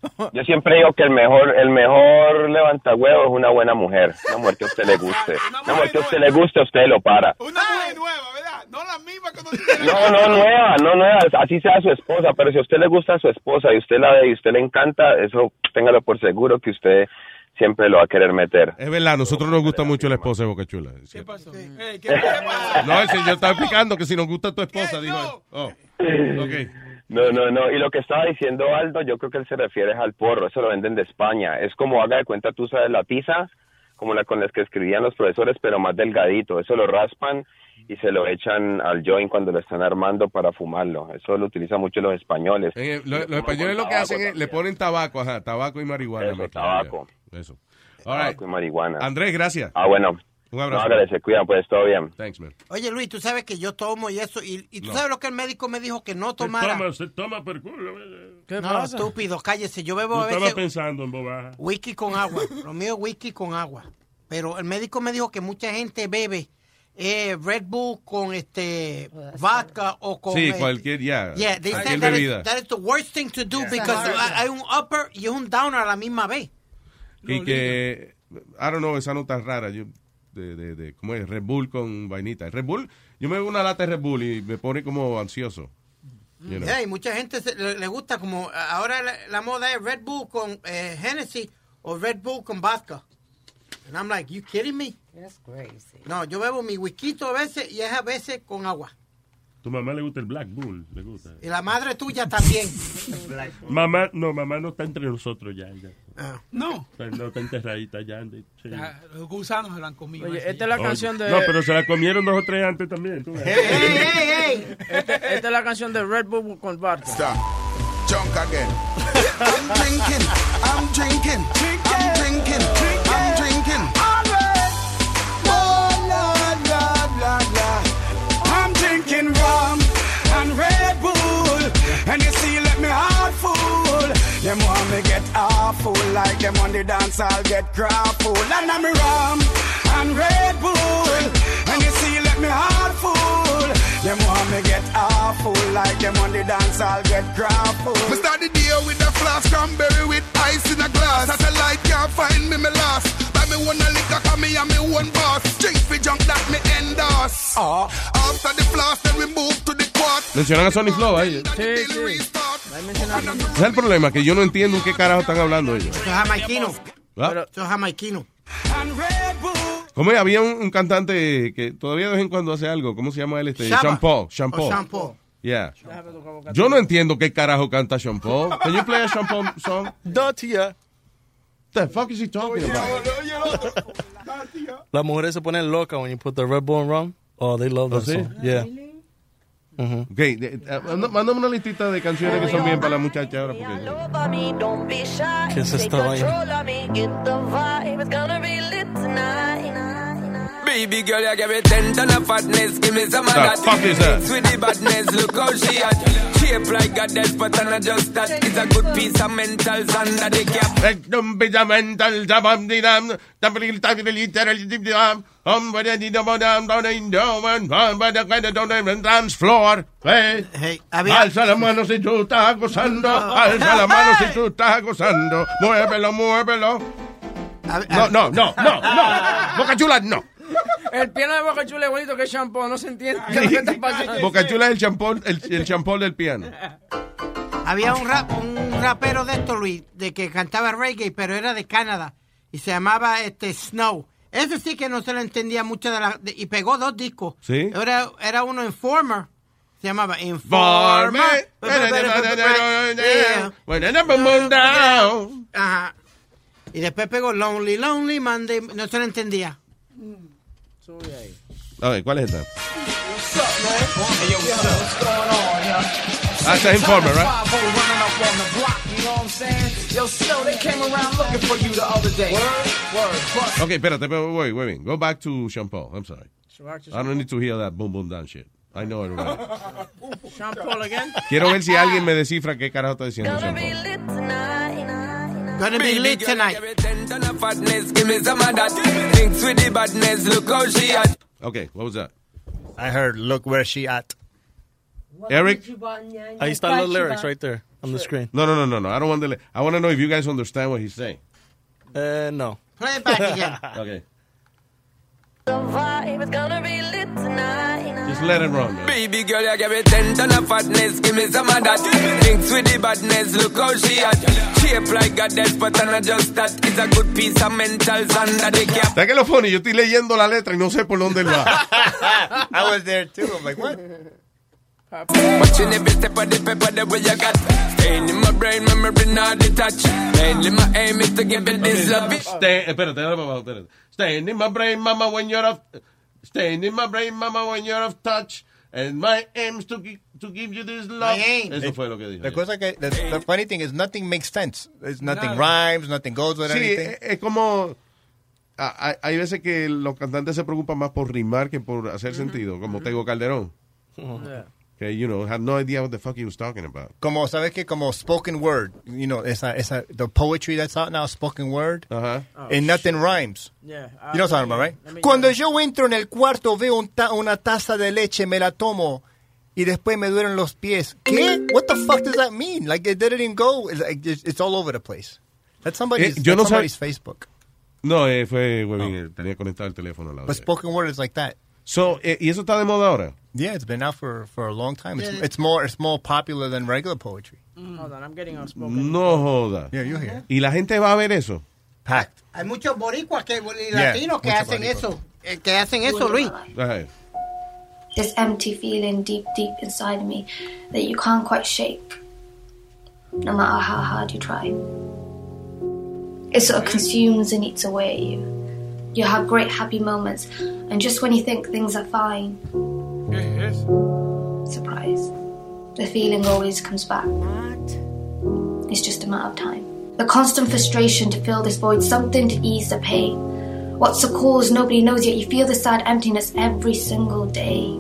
digo que el mejor levantahuevos es una buena mujer. Una mujer que a usted le guste. Una mujer que a usted le guste, usted lo para. Una mujer nueva, ¿verdad? No la misma que no nueva, así sea su esposa, pero si a usted le gusta a su esposa y usted la ve y usted le encanta, eso téngalo por seguro que usted siempre lo va a querer meter. Es verdad, a nosotros nos gusta mucho la esposa de Boca Chula. ¿Qué pasó? ¿Qué pasa? No, el señor estaba explicando que si nos gusta tu esposa, dijo. Okay. No, y lo que estaba diciendo Aldo, yo creo que él se refiere al porro, eso lo venden de España, es como, haga de cuenta, tú sabes, la tiza, como la con las que escribían los profesores, pero más delgadito. Eso lo raspan y se lo echan al joint cuando lo están armando para fumarlo. Eso lo utilizan mucho los españoles. Los españoles lo que hacen es, le ponen tabaco y marihuana. Eso, tabaco. Eso. Tabaco y marihuana. Andrés, gracias. Bueno. Un abrazo. No, se cuidan, pues, todo bien. Thanks, man. Oye, Luis, tú sabes que yo tomo y eso, y tú sabes lo que el médico me dijo que no tomara. Se toma por culo. ¿Qué pasa? Estúpido, cállese. Yo bebo a veces. Estaba pensando en bobaja. Whisky con agua. Lo mío es whisky con agua. Pero el médico me dijo que mucha gente bebe Red Bull con vodka o con... Sí, cualquier, Yeah, they said that is the worst thing to do because hay un upper y un downer a la misma vez. Y que, I don't know, esa nota rara, ¿cómo es? Red Bull con vainita. Red Bull, yo me bebo una lata de Red Bull y me pone como ansioso. You know? Y mucha gente le gusta como, ahora la moda es Red Bull con Hennessy o Red Bull con vodka. And I'm like, you kidding me? That's crazy. No, yo bebo mi whisky a veces y es a veces con agua. Tu mamá le gusta el Black Bull, le gusta. Y la madre tuya también. Mamá no está entre nosotros ya. No. No está enterradita ya. Sí. Los gusanos se la han comido. Oye, esta es la canción de... No, pero se la comieron 2 o 3 antes también. Hey. Esta es la canción de Red Bull con vodka. Stop. Junk again. I'm drinking. me get awful like them on the dance, I'll get grappled. And I'm rum and Red Bull, and you see, let me heart full. Them want me get awful like them on the dance, I'll get grappled. We start the day with a flask, cranberry with ice in a glass. Satellite can't find me lost. Buy me one a liquor, cause me and me one boss. Drink for junk that me endorse. After the flask, then we move to the quad. Mencionan a Sonic Flow ahí. Sí. Es el problema, que yo no entiendo en qué carajo están hablando ellos. Eso es jamaiquino. ¿Ah? Eso es jamaiquino. ¿Cómo es? Había un cantante que todavía de vez en cuando hace algo. ¿Cómo se llama él? Sean Paul. Sean Paul. Yeah. Yo no entiendo qué carajo canta Sean Paul. Can you play a Sean Paul song? Datia. The fuck is he talking about? Las mujeres se ponen locas when you put the Red Bull and rum. Oh, they love that song. Yeah. Okay, mándame una listita de canciones que son bien para la muchacha ahora. Porque... ¿Qué es esta vaina? Baby girl, you give me 10 ton of fatness. Give me some of that. Fuck is that? With the badness, look how she at. Shape like a death, but not just that. It's a good piece of mentals under the cap. Dance floor. Alza la mano si tú estás gozando. Alza la mano si tú estás gozando. Muévelo, muévelo. No. Boca Chula, no. El piano de Boca Chula es bonito que es shampoo, no se entiende qué es lo que está pasando. Boca Chula es el champón del piano. Había un rapero de esto, Luis, de que cantaba reggae, pero era de Canadá y se llamaba Snow. Ese sí que no se lo entendía mucho y pegó 2 discos. ¿Sí? Era uno Informer. Se llamaba Informer. Ajá. Y después pegó Lonely Monday. No se lo entendía. A ver, ¿cuál es esta? That's Informer, right? Okay, espérate, wait. Go back to Sean Paul. I'm sorry. I don't need to hear that boom boom down shit. I know it already. Sean Paul again? Quiero ver si alguien me descifra qué carajo está diciendo Sean Paul. Gonna be lit tonight. Give me some of that. Thinks with the badness, look how she at. Okay, what was that? I heard, look where she at. Eric? Ahí están los lyrics right there on the screen. No. I don't want the. I want to know if you guys understand what he's saying. No. Play it back again. Okay. Just let it run, man. Baby girl, you give me 10 ton of fatness. Give me some of that. Thinks with the badness, look how she at. Shape like a death, but not just that. It's a good piece of mentals under the cap. ¿Sabes qué es lo funny? Yo estoy leyendo la letra y no sé por dónde él va. I was there too. I'm like, what? Watching every step of the paper the way you got. Staying in my brain, memory not detached. Mainly my aim is to give it this love. Espérate. Staying in my brain, mama, when you're off. Staying in my brain, mama, when you're off touch. And my aim is to give you this love. Eso fue lo que dije. La cosa que, the funny thing is, nothing makes sense. There's nothing rhymes, nothing goes with anything. Sí, es como... Hay veces que los cantantes se preocupan más por rimar que por hacer sentido, como Tego Calderón. Que, had no idea what the fuck he was talking about. Como, ¿sabes qué? Como spoken word. The poetry that's out now, spoken word. And nothing rhymes. Yeah. You know what I'm talking about, right? Cuando yo entro en el cuarto, veo una taza de leche, me la tomo, y después me duelen los pies. ¿Qué? What the fuck does that mean? Like, it didn't even go. It's all over the place. That's somebody's Facebook. No, fue Webin, tenía conectado el teléfono al lado. But spoken word is like that. So, ¿y eso está de moda ahora? Yeah, it's been out for a long time. It's more popular than regular poetry. Hold on, I'm getting outspoken. No joda. Yeah, you're here. ¿Y la gente va a ver eso? Packed. Hay muchos boricuas y latinos que hacen eso. Que hacen eso, Luis. This empty feeling deep inside me that you can't quite shake, no matter how hard you try. It sort of consumes and eats away at you. You have great happy moments, and just when you think things are fine, surprise, the feeling always comes back. It's just a matter of time. The constant frustration to fill this void, something to ease the pain. What's the cause, nobody knows, yet you feel the sad emptiness every single day.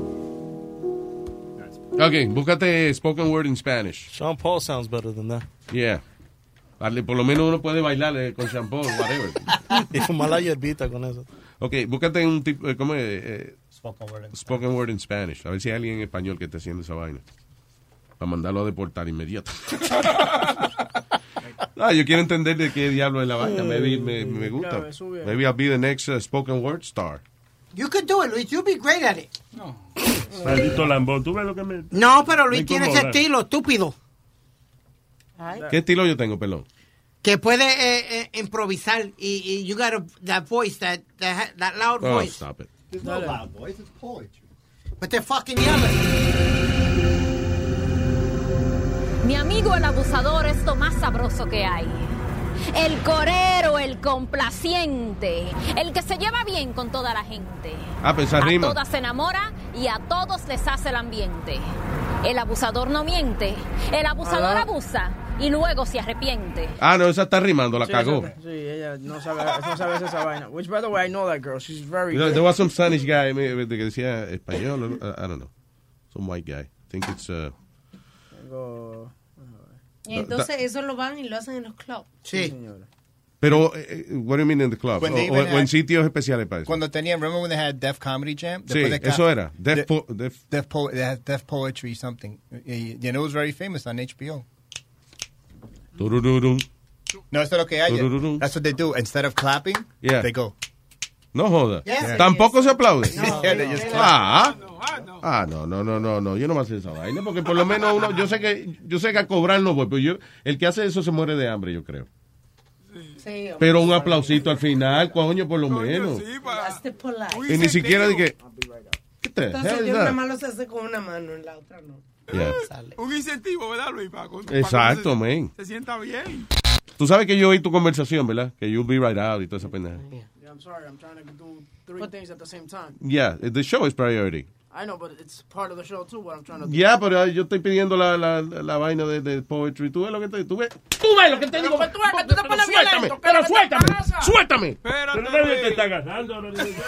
Okay, búscate spoken word in Spanish. Sean Paul sounds better than that. Yeah. Vale, por lo menos uno puede bailar con shampoo, whatever. Y fumar la hierbita con eso. Ok, búscate un tipo, ¿cómo es? Spoken word in Spanish. A ver si hay alguien en español que esté haciendo esa vaina. Para mandarlo a deportar inmediato. Yo quiero entender de qué diablo es la vaina. Me gusta. Maybe I'll be the next spoken word star. You could do it, Luis. You'll be great at it. No. Maldito lambón. ¿Tú ves lo que me... No, pero Luis tiene ese estilo, estúpido. ¿Qué estilo yo tengo, pelón? Que puede improvisar y you got that voice, that loud voice. Stop it. There's no loud voice, it's poetry. But they're fucking yelling. Mi amigo el abusador es lo más sabroso que hay. El corero, el complaciente, el que se lleva bien con toda la gente. Pues esa rima. A todas se enamora y a todos les hace el ambiente. El abusador no miente, el abusador abusa y luego se arrepiente. No, esa está rimando, la cagó. Sí, ella no sabe esa vaina. Which, by the way, I know that girl. She's very good. There was some Spanish guy que decía español. I don't know. Some white guy. I think it's... Y entonces eso lo van y lo hacen en los clubs. Sí. Pero, what do you mean in the club? O en sitios especiales para eso. Cuando tenían, remember when they had Def Comedy Jam? Sí, eso era. Def Poetry something. And it was very famous on HBO. Turururum. No, esto es lo que hay. That's what they do. Instead of clapping, they go. No joda. Yes. ¿Tampoco se aplaude? No, they just No. Yo no me hace esa vaina porque por lo menos uno, yo sé que a cobrar no voy, pero el que hace eso se muere de hambre, yo creo. Sí, pero un aplausito al final, coño, por lo menos. Y ni siquiera de que... ¿Qué te? Entonces yo nada más lo sé con una mano, en la otra no. Yeah. Un incentivo, ¿verdad, Luis? Exacto, man. Se sienta bien. Tú sabes que yo oí tu conversación, ¿verdad? Que you'll be right out y toda esa pendeja. Yeah, I'm sorry. I'm trying to do 3 things at the same time. Yeah, the show is priority. I know, but it's part of the show, too, what I'm trying to do. Yeah, pero yo estoy pidiendo la vaina de poetry. ¿Tú ves lo que te digo? ¡Suéltame! Pero nadie te está agarrando.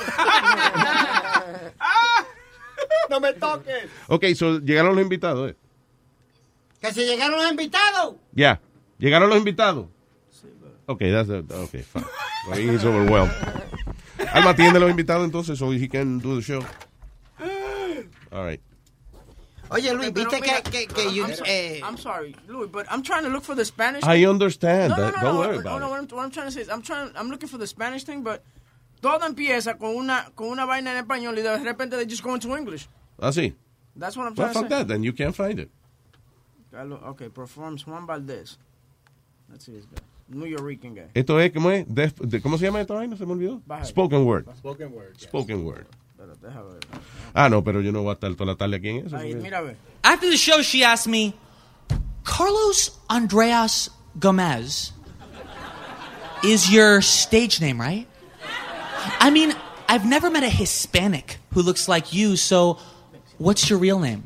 No me toques. Ok, so llegaron los invitados, Que si llegaron los invitados. Yeah. ¿Llegaron los invitados? Okay, fine. He's overwhelmed. Alma, atiende a los invitados entonces, so he can do the show. All right. Oye, Luis, viste que you... I'm sorry, Louis, but I'm trying to look for the Spanish I thing. understand. No, Don't worry about it. What I'm trying to say is, I'm looking for the Spanish thing, but todo empieza con una vaina en español y de repente they just go into English. Ah, sí. That's what I'm trying to say. Fuck that, then you can't find it. Okay, performs Juan Valdez. Let's see this guy. New Yorkican guy. Esto es, ¿cómo es? ¿Cómo se llama esta vaina? ¿Se me olvidó? Spoken word. Spoken word. Yes. Spoken word. No, pero yo no voy a estar toda la tarde aquí en eso. Ay, mira, ve. After the show, she asked me, Carlos Andreas Gomez is your stage name, right? I mean, I've never met a Hispanic who looks like you, so what's your real name?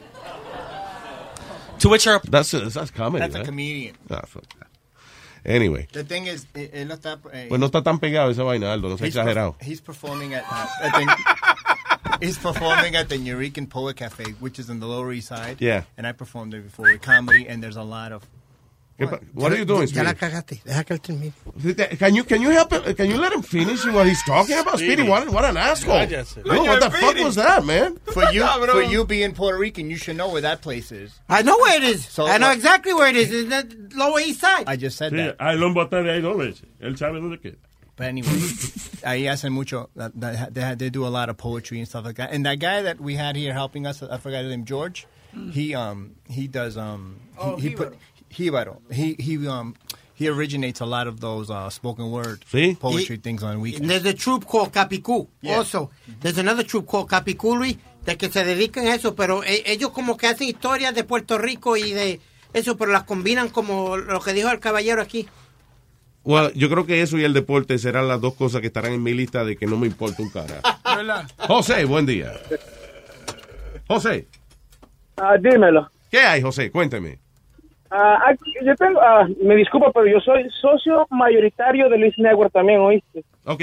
To which our... That's comedy, That's a comedian. Fuck that. Anyway. The thing is, él no está... Pues no está tan pegado esa vaina, Aldo, no sea exagerado. He's performing at the Eureka Poet Cafe, which is in the Lower East Side. Yeah. And I performed there before with comedy, and there's a lot of... What are you doing, Ya Speedy? la cagaste. Deja que él termine. Can you help him? Can you let him finish what he's talking about? Speedy, what an asshole. No, what the fuck was that, man? For you being Puerto Rican, you should know where that place is. I know where it is. I know exactly where it is. It's the Lower East Side. I just said Sí, that. lo han botado de ahí 2 veces. Él sabe dónde queda. But anyway, ahí hacen mucho. They do a lot of poetry and stuff like that. And that guy that we had here helping us, I forgot his name, George. He does he originates a lot of those spoken word poetry things on weekends. There's a troupe called Capicú. Yeah. Also, there's another troupe called Capicú, Luis, de que se dedican a eso, pero ellos como que hacen historias de Puerto Rico y de eso, pero las combinan como lo que dijo el caballero aquí. Well, yo creo que eso y el deporte serán las 2 cosas que estarán en mi lista de que no me importa un carajo. José, buen día. José. Dímelo. ¿Qué hay, José? Cuéntame. Yo tengo, me disculpa, pero yo soy socio mayoritario de Luis Network también, ¿oíste? Ok.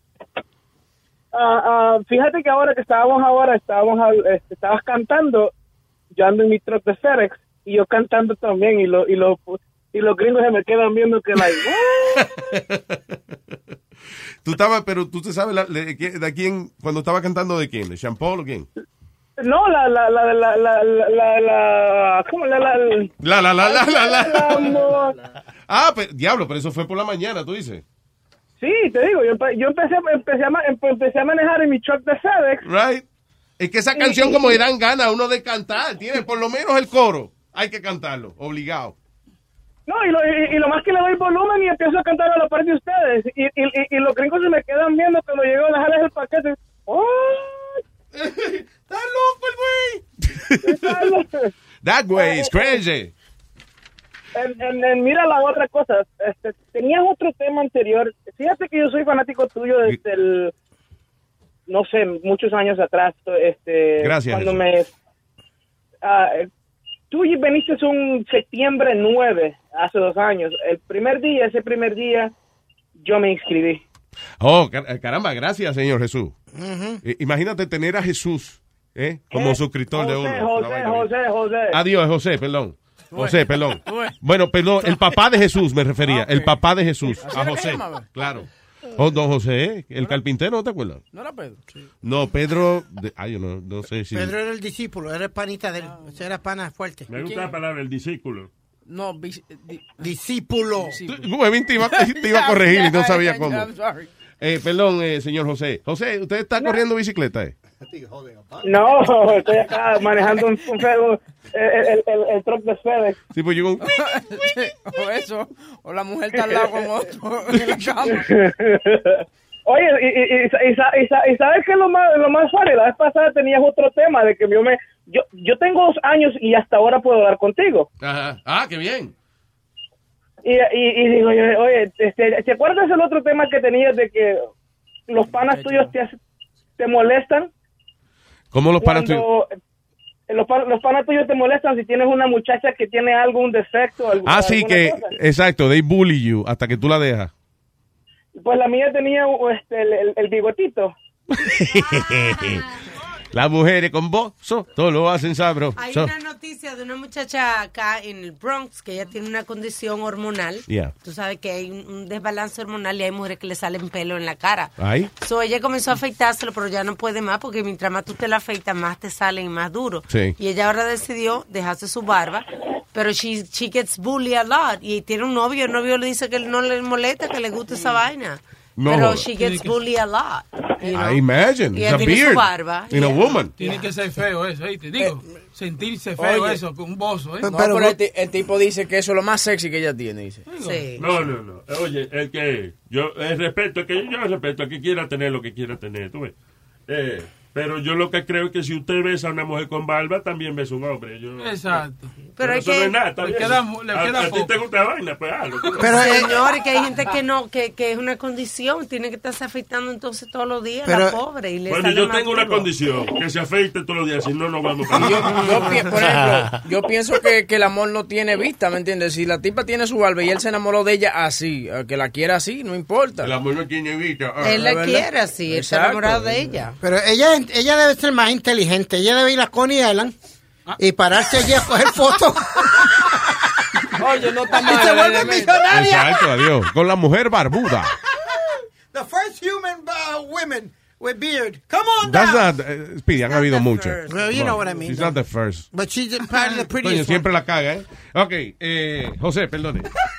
Fíjate que ahora que estabas cantando, yo ando en mi truck de FedEx y yo cantando también y y los gringos se me quedan viendo que like, Pero tú te sabes de quién, cuando estaba cantando de quién, de Sean Paul o quién? no, ¿cómo Diablo, pero eso fue por la mañana, tú dices. Sí, te digo, yo empecé a manejar en mi truck de FedEx. Right. Es que esa canción como le dan ganas a uno de cantar, tiene por lo menos el coro, hay que cantarlo, obligado. No, y lo más que le doy volumen y empiezo a cantar a la parte de ustedes. Y los gringos se me quedan viendo cuando llego a dejarles el paquete. ¡Oh! ¡Está loco el güey! That way is crazy. Mira la otra cosa. Tenías otro tema anterior. Fíjate que yo soy fanático tuyo desde el... No sé, muchos años atrás. Gracias. Cuando tú viniste un septiembre 9, hace 2 años. Ese primer día, yo me inscribí. Oh, caramba, gracias, Señor Jesús. Imagínate tener a Jesús como suscriptor de uno. José. Adiós, José, perdón. José, perdón. Bueno, perdón, el papá de Jesús me refería. Okay. El papá de Jesús, a José. Claro. Don José, el carpintero, ¿no te acuerdas? No era Pedro. Sí. No, Pedro. Yo no sé si. Pedro era el discípulo, era el panita de él. Era pana fuerte. Me gusta la palabra, el discípulo. No, discípulo. Te iba a corregir y no sabía cómo. Perdón, señor José. José, ¿usted está corriendo bicicleta? No, estoy acá manejando un el truck de FedEx. Sí, pues yo... o eso, o la mujer está al lado con otro en la cama. Oye, y ¿sabes qué es lo más funny? La vez pasada tenías otro tema de que yo tengo 2 años y hasta ahora puedo hablar contigo. Ajá. Ah, qué bien. Y digo, oye, ¿te acuerdas el otro tema que tenías de que los panas tuyos te molestan? ¿Cómo los panas tuyos? Los panas tuyos te molestan si tienes una muchacha que tiene algún defecto. Sí, que, cosa. Exacto, they bully you hasta que tú la dejas. Pues la mía tenía el bigotito. Las mujeres con vos, todo lo hacen sabroso. Hay una noticia de una muchacha acá en el Bronx que ella tiene una condición hormonal. Yeah. Tú sabes que hay un desbalance hormonal y hay mujeres que le salen pelo en la cara. ¿Ay? Ella comenzó a afeitárselo, pero ya no puede más porque mientras más tú te la afeitas, más te salen y más duro. Sí. Y ella ahora decidió dejarse su barba, pero she gets bullied a lot. Y tiene un novio, el novio le dice que no le molesta, que le gusta esa vaina. No. Pero she gets bullied a lot. You know? I imagine. Y It's a beard. Su barba. In a woman. Tiene que ser feo eso, te digo. Sentirse feo eso, con un bozo. No, pero el tipo dice que eso es lo más sexy que ella tiene, dice. Sí. No. Oye, el que yo respeto, a que quiera tener lo que quiera tener, tú ves. Pero yo lo que creo es que si usted besa a una mujer con barba, también besa a un hombre. Exacto. Pero eso no es nada, le queda a ti te gusta la vaina, pues hazlo. Pero señores, que hay gente que no, que es una condición, tiene que estarse afeitando entonces todos los días, la pobre. Y le bueno, yo tengo una condición, que se afeite todos los días, si no, no vamos a por ejemplo, yo pienso que el amor no tiene vista, ¿me entiendes? Si la tipa tiene su barba y él se enamoró de ella así, que la quiera así, no importa. El amor no tiene vista. Él la quiere así, él está enamorado de ella. Pero ella debe ser más inteligente. Ella debe ir a Coney Island y pararse allí a coger fotos. Oye, no está mal. Y se vuelve millonaria. Exacto, adiós. Con la mujer barbuda. The first human women with beard. Come on That's down. not, Speedy, han habido muchas. Well, you know what I mean. She's not the first. But she's part of the prettiest one. Siempre la caga, Ok, José, perdone.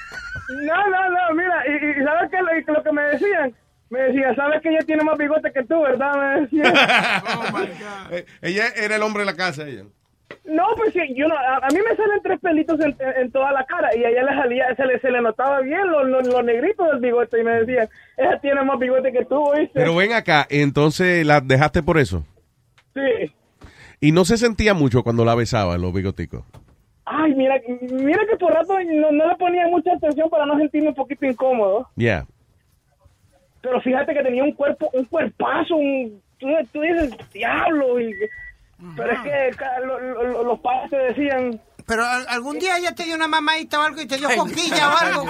No, mira, y ¿sabes qué? Lo que me decían, sabes que ella tiene más bigote que tú, ¿verdad? Me decían. Oh my God. Ella era el hombre de la casa, ella. No, pues sí, a mí me salen 3 pelitos en toda la cara y a ella se le notaba bien los negritos del bigote y me decía, ella tiene más bigote que tú, ¿oíste? Pero ven acá, entonces la dejaste por eso. Sí. Y no se sentía mucho cuando la besaban los bigoticos. Ay, mira que por rato no le ponía mucha atención para no sentirme un poquito incómodo. Yeah. Pero fíjate que tenía un cuerpazo, tú dices, diablo, pero es que los padres te decían... Pero algún día ella te dio una mamadita o algo y te dio cosquilla o algo.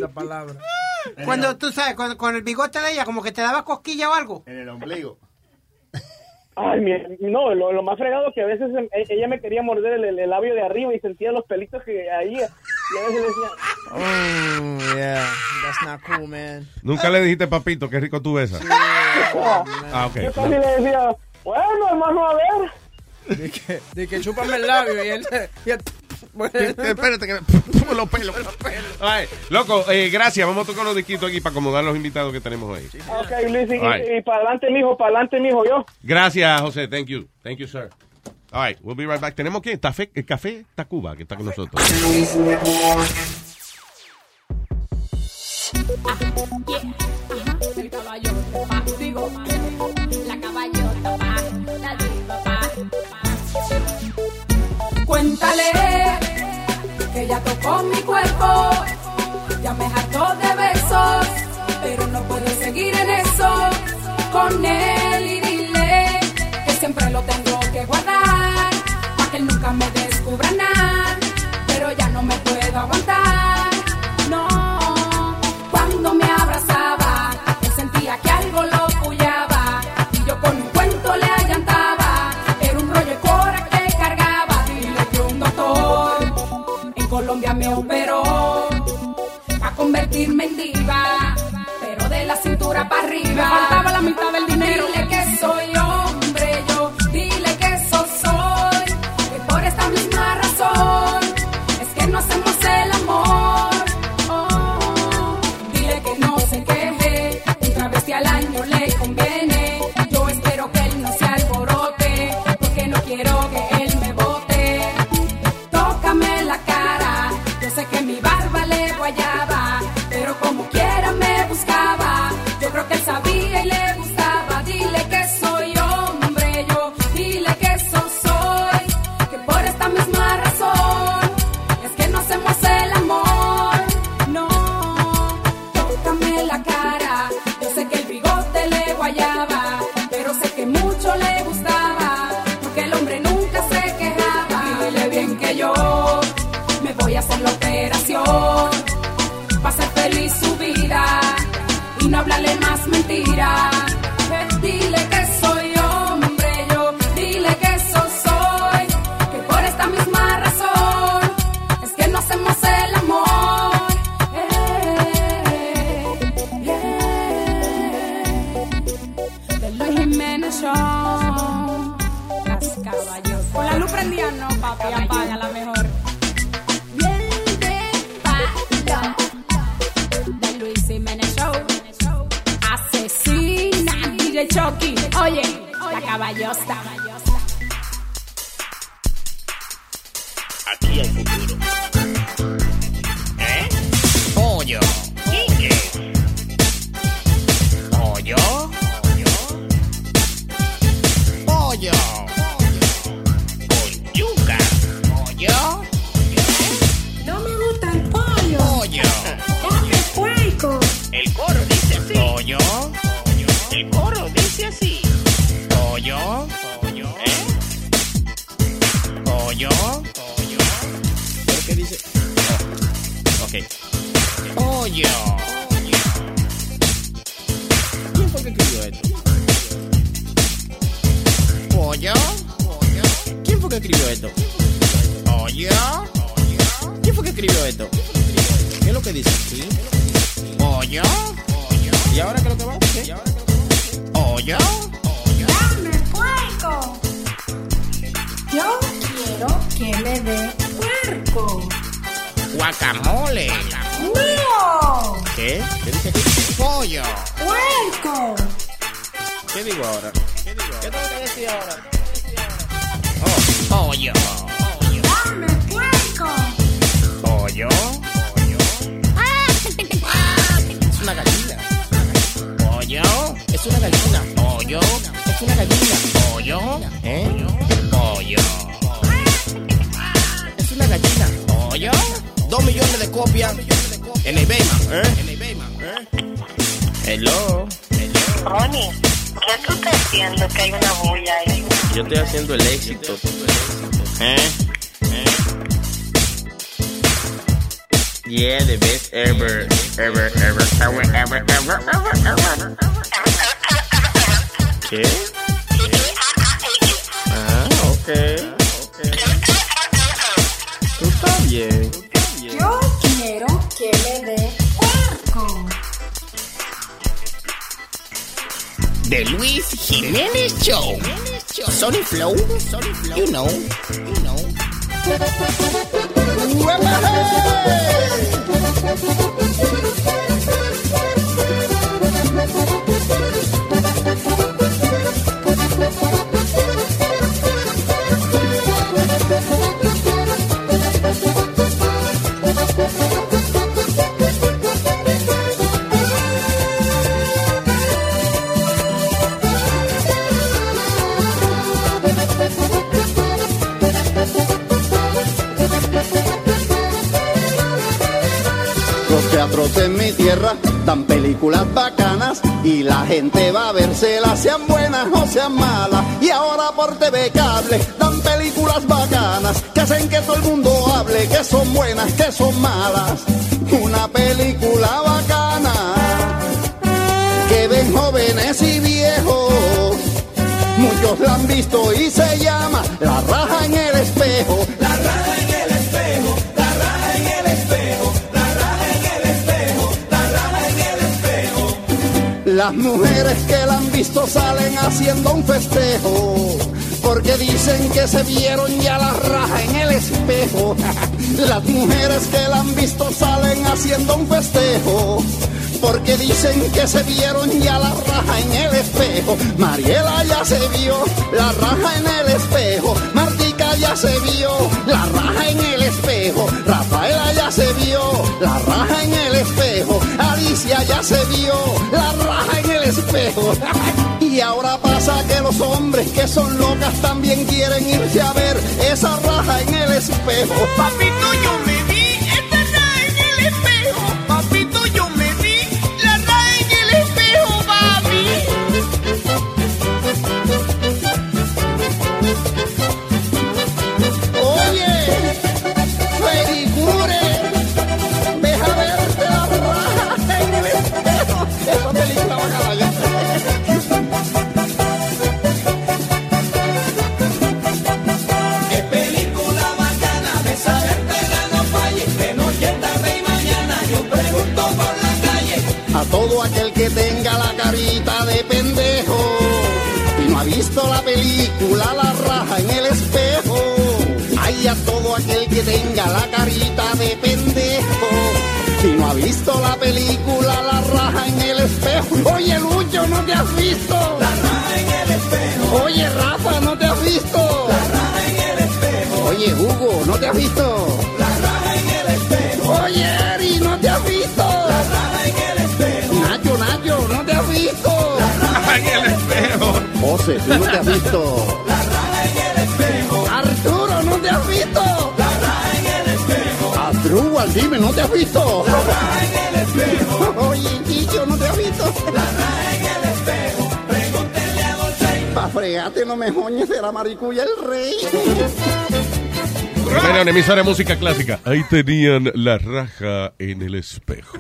Cuando tú sabes, con el bigote de ella, como que te daba cosquilla o algo. En el ombligo. Ay, no, lo más fregado es que a veces ella me quería morder el labio de arriba y sentía los pelitos que ahí, y a veces le decía, Yeah, that's not cool, man. Nunca le dijiste, papito, qué rico tú besas. Ok. Yo casi le decía, bueno, hermano, a ver. De que chúpame el labio y él... Espérate que me los pelos. Ay, loco, gracias. Vamos a tocar unos disquitos aquí para acomodar los invitados que tenemos ahí. Ok, Luis, y para adelante, mijo, yo. Gracias, José. Thank you, sir. All right, we'll be right back. ¿Tenemos quién? El Café Tacuba, que está con nosotros. El caballo digo, la caballota la diva Cuéntale que ya tocó mi cuerpo, ya me hartó de besos, pero no puedo seguir en eso con él y dile que siempre lo tengo que guardar, para que él nunca me descubra nada, pero ya no me puedo aguantar, no. Cuando me abrazaba, él sentía que algo lo pullaba, y yo con un cuento le allantaba, era un rollo de cora que cargaba, dile que un doctor en Colombia me operó, a convertirme en diva, pero de la cintura para arriba, me faltaba la mitad del dinero, dile que soy hombre yo, dile que eso soy, que por esta misma razón, es que no hacemos el amor. Al año le conviene, yo espero que él no se alborote, porque no quiero que él me bote. Tócame la cara, yo sé que mi barba le guayaba, pero como quiera me buscaba, yo creo que él sabía y le gustaba. Dile que soy hombre yo, dile que eso soy, que por esta misma razón, es que no hacemos el amor, no. Tócame la cara, le guayaba, pero sé que mucho le gustaba, porque el hombre nunca se quejaba. Dile bien que yo me voy a hacer la operación, para hacer feliz su vida y no hablarle más mentira. Dile que soy hombre yo, dile que eso soy, que por esta misma razón, es que no hacemos el amor. Con la luz prendida no, papi, apaga la mejor. Bien de Luis Jiménez Show. Asesina, DJ Chucky. Oye, la caballosta. Aquí hay futuro. Pollo. Quique. Pollo. Pollo. Con yuca. Pollo. No me gusta el pollo. Pollo. ¡Qué puerco! El coro dice así. Pollo. El coro dice así. Pollo. Pollo. ¿Pero qué dice? Oh. Ok. Pollo. ¿Quién fue que escribió esto? Pollo. ¿Quién fue que escribió esto? Pollo. ¿Quién fue que escribió esto? ¿Qué es lo que dice aquí? Pollo. ¿Y ahora qué es lo que va? ¿Qué? Pollo. ¡Dame puerco! Yo quiero que me dé puerco. Guacamole. ¡No! ¿Qué? ¿Qué dice aquí? Pollo. ¡Puerco! ¿Qué digo ahora? ¿Qué tengo que decir ahora? Oh, pollo. ¡Dame puerco! Pollo. Es una gallina. Pollo. Es una gallina. Pollo. Es una gallina. Pollo. Pollo. Es una gallina. Pollo. 2 millones de copias en eBay, Hello. Ronnie, ¿qué tú estás haciendo? Que hay una bulla ahí. Yo estoy haciendo el éxito. Yeah, the best ever. ¿Qué? Ok. Tú estás bien. Yo quiero que The Luis Jiménez Show. Sony Flow, you know. Los teatros en mi tierra dan películas bacanas y la gente va a verselas, sean buenas o sean malas. Y ahora por TV Cable dan películas bacanas que hacen que todo el mundo hable, que son buenas, que son malas. Una película bacana que ven jóvenes y viejos, muchos la han visto y se llama La Raja en el Espejo. La Raja en el Espejo, la Raja en el Espejo, la Raja en el Espejo, la Raja en el Espejo. Las mujeres que la han visto salen haciendo un festejo, porque dicen que se vieron ya la raja en el espejo. Las mujeres que la han visto salen haciendo un festejo, porque dicen que se vieron ya la raja en el espejo. Mariela ya se vio la raja en el espejo. Martica ya se vio la raja en el espejo. Rafaela ya se vio la raja en el espejo. Alicia ya se vio la raja en el espejo. Y ahora pasa que los hombres que son locas también quieren irse a ver esa raja en el espejo. Papito, yo me vi esta raja en el espejo. Papito, yo me vi la raja en el espejo, papi. Oye, Fericure, deja verte la raja en el espejo. Esa película va a cagar. Es película bacana, de saber pega no falle, de noche, tarde y mañana yo pregunto por la calle. A todo aquel que tenga la carita de pendejo y no ha visto la película La Raja en el Espejo. Ay, a todo aquel que tenga la carita de pendejo y no ha visto la película La Raja en el Espejo. Oye, Lucho, ¿no te has visto? La Raja en el Espejo. Oye, Rafa, ¿no te has visto? La Raja en el Espejo. Oye, Hugo, ¿no te has visto? La Raja en el Espejo. Oye, Eri, ¿no te has visto? La Raja en el Espejo. Nacho, ¿no te has visto? La Raja en el Espejo. José, ¿tú no te has visto? La Raja en el Espejo. Arturo, ¿no te has visto? La Raja en el Espejo. Asdrúbal, dime, ¿no te has visto? La Raja en el Espejo. Oye, Chicho, ¿no te has visto? La Raja en el Espejo. Pregúntenle a Dolce. Pa' fregate, no me joñes de la maricuya el rey. Era una emisora de música clásica. Ahí tenían La Raja en el Espejo.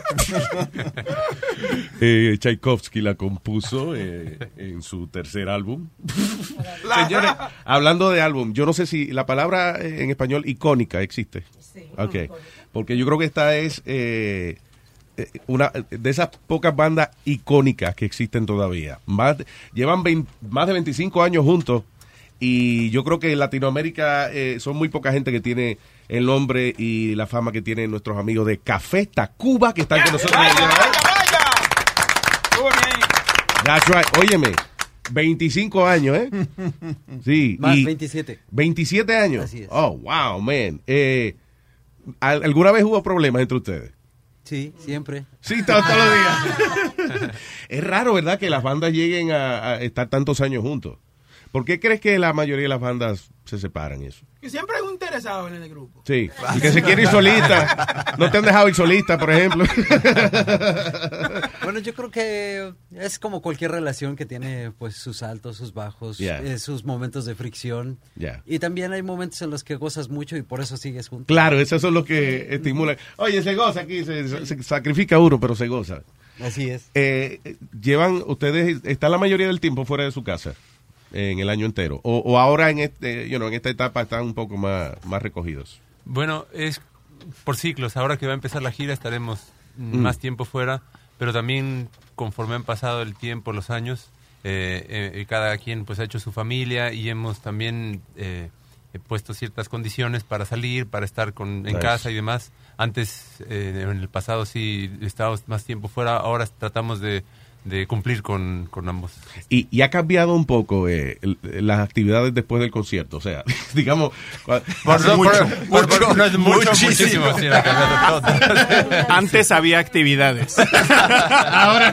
Tchaikovsky la compuso en su tercer álbum. Señores, hablando de álbum, yo no sé si la palabra en español icónica existe. Sí. Okay. Porque yo creo que esta es una de esas pocas bandas icónicas que existen todavía. Llevan más de 25 años juntos. Y yo creo que en Latinoamérica son muy poca gente que tiene el nombre y la fama que tienen nuestros amigos de Café Tacuba, que están con nosotros. Vaya. That's right. Óyeme, 25 años, ¿eh? Sí. Más y 27. 27 años. Así es. Oh, wow, man. ¿Alguna vez hubo problemas entre ustedes? Sí, siempre. Sí, todos los días. Es raro, ¿verdad? Que las bandas lleguen a estar tantos años juntos. ¿Por qué crees que la mayoría de las bandas se separan y eso? Que siempre hay un interesado en el grupo. Sí, y que se quiere ir solista. No te han dejado ir solista, por ejemplo. Bueno, yo creo que es como cualquier relación que tiene pues sus altos, sus bajos, sus momentos de fricción. Y también hay momentos en los que gozas mucho y por eso sigues juntos. Claro, esos son los que estimulan. Oye, se goza aquí, se sacrifica uno, pero se goza. Así es. Ustedes están la mayoría del tiempo fuera de su casa en el año entero, o ahora en en esta etapa están un poco más recogidos. Bueno, es por ciclos. Ahora que va a empezar la gira estaremos más tiempo fuera, pero también conforme han pasado el tiempo, los años, y cada quien pues ha hecho su familia y hemos también puesto ciertas condiciones para salir, para estar en casa y demás. Antes, en el pasado sí estábamos más tiempo fuera, ahora tratamos de cumplir con ambos. Y ha cambiado un poco las actividades después del concierto, o sea, digamos... Muchísimo. Sí, ha cambiado todo. Antes había actividades. Ahora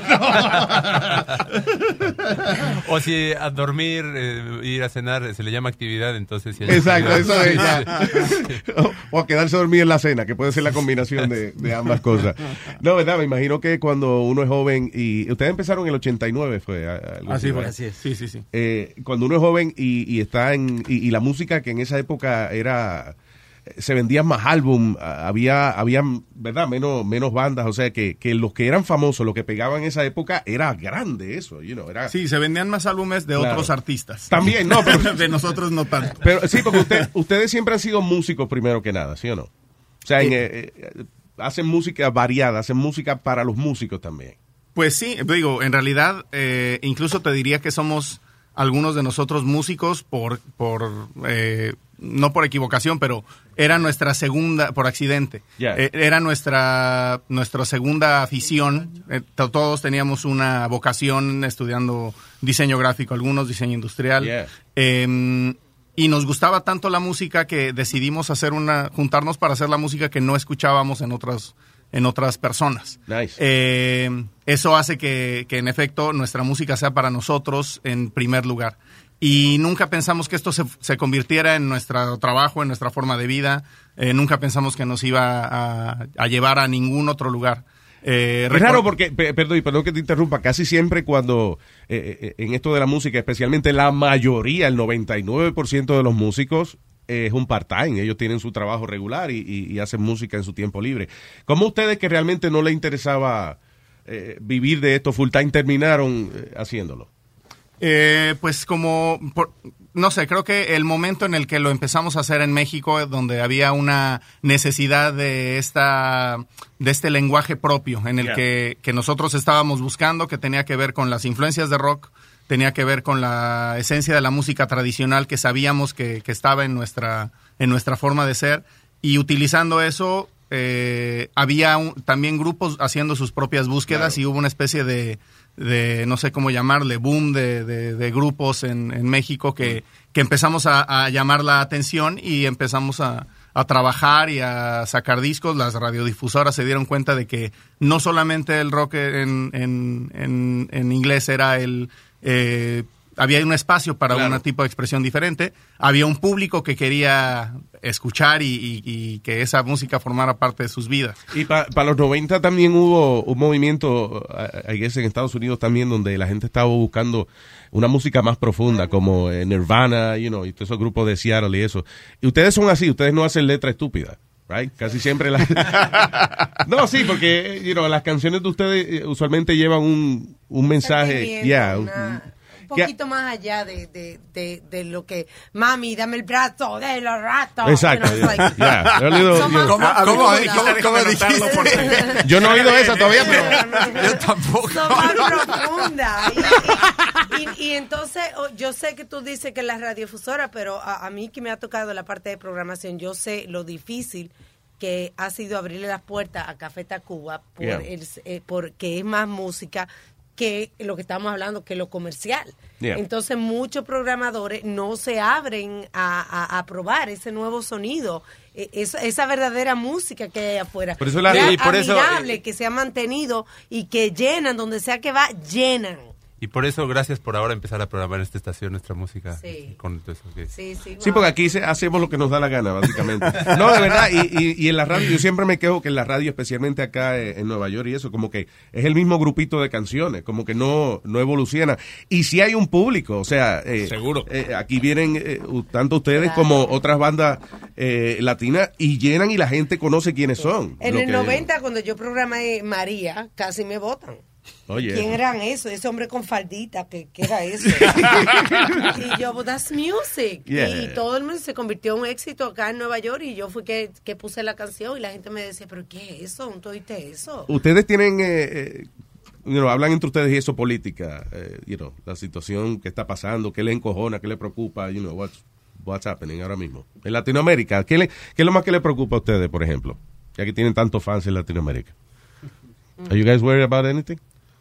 no. O si a dormir, ir a cenar, se le llama actividad, entonces... Exacto, eso es ya. O a quedarse a dormir en la cena, que puede ser la combinación de ambas cosas. No, ¿verdad? Me imagino que cuando uno es joven y... Ustedes empezaron en el 89, fue algo así. Así es. Sí. Cuando uno es joven y está y la música que en esa época se vendían más álbum, había ¿verdad? Menos bandas, o sea que los que eran famosos, los que pegaban en esa época, era grande eso, era... Sí, se vendían más álbumes de otros artistas. También, no, pero... de nosotros no tanto. Pero sí, porque ustedes siempre han sido músicos primero que nada, ¿sí o no? O sea, hacen música variada, hacen música para los músicos también. Pues sí, digo, en realidad incluso te diría que somos algunos de nosotros músicos no por equivocación, pero era nuestra segunda, por accidente. Yeah. Era nuestra segunda afición. Todos teníamos una vocación estudiando diseño gráfico, algunos diseño industrial. Yeah. Y nos gustaba tanto la música que decidimos juntarnos para hacer la música que no escuchábamos en otras personas. Nice. Eso hace que en efecto nuestra música sea para nosotros en primer lugar. Y nunca pensamos que esto se convirtiera en nuestro trabajo, en nuestra forma de vida. Nunca pensamos que nos iba a llevar a ningún otro lugar. Es raro porque, perdón que te interrumpa, casi siempre cuando en esto de la música, especialmente la mayoría, el 99% de los músicos es un part-time, ellos tienen su trabajo regular y hacen música en su tiempo libre. ¿Cómo ustedes que realmente no les interesaba vivir de esto full-time terminaron haciéndolo? Pues no sé, creo que el momento en el que lo empezamos a hacer en México, donde había una necesidad de este lenguaje propio, en el que nosotros estábamos buscando, que tenía que ver con las influencias de rock, tenía que ver con la esencia de la música tradicional que sabíamos que estaba en nuestra forma de ser, y utilizando eso había también grupos haciendo sus propias búsquedas, y hubo una especie de no sé cómo llamarle, boom de grupos en México que empezamos a llamar la atención y empezamos a trabajar y a sacar discos. Las radiodifusoras se dieron cuenta de que no solamente el rock en inglés era había un espacio para un tipo de expresión diferente, había un público que quería escuchar y que esa música formara parte de sus vidas. Y para los 90 también hubo un movimiento, I guess, en Estados Unidos también, donde la gente estaba buscando una música más profunda, como Nirvana, y todos esos grupos de Seattle y eso. Y ustedes son así, ustedes no hacen letra estúpida. Right? Casi siempre No, sí, porque las canciones de ustedes usualmente llevan un mensaje, un poquito más allá de lo que, mami, dame el brazo de los ratos. Exacto. ¿Cómo dijiste? Yo no he oído esa todavía, pero yo tampoco. Son más profundas. Y entonces, yo sé que tú dices que es la radiodifusora, pero a mí que me ha tocado la parte de programación, yo sé lo difícil que ha sido abrirle las puertas a Café Tacuba porque es más música que lo que estamos hablando, que lo comercial. Entonces muchos programadores no se abren a probar ese nuevo sonido, esa verdadera música que hay afuera. Por eso admirable que se ha mantenido y que llenan, donde sea que va, llenan. Y por eso, gracias por ahora empezar a programar en esta estación nuestra música. Sí. Con todo eso que... Sí, porque aquí hacemos lo que nos da la gana, básicamente. No, de verdad, y en la radio, yo siempre me quejo que en la radio, especialmente acá en Nueva York y eso, como que es el mismo grupito de canciones, como que no evoluciona. Y sí hay un público, o sea... seguro. Aquí vienen tanto ustedes como otras bandas latinas y llenan y la gente conoce quiénes son. En el 90, cuando yo programé María, casi me votan. Oye. ¿Quién eran eso? Ese hombre con faldita, ¿qué era eso? Y yo, that's music. Yeah. Y todo el mundo se convirtió en un éxito acá en Nueva York y yo fui que puse la canción y la gente me decía, ¿pero qué es eso? ¿Tú oíste eso? Ustedes tienen hablan entre ustedes y eso política, la situación que está pasando, qué les encojona, qué les preocupa, what's happening ahora mismo. En Latinoamérica, ¿qué es lo más que les preocupa a ustedes, por ejemplo? Ya que tienen tantos fans en Latinoamérica. Are you guys worried about anything?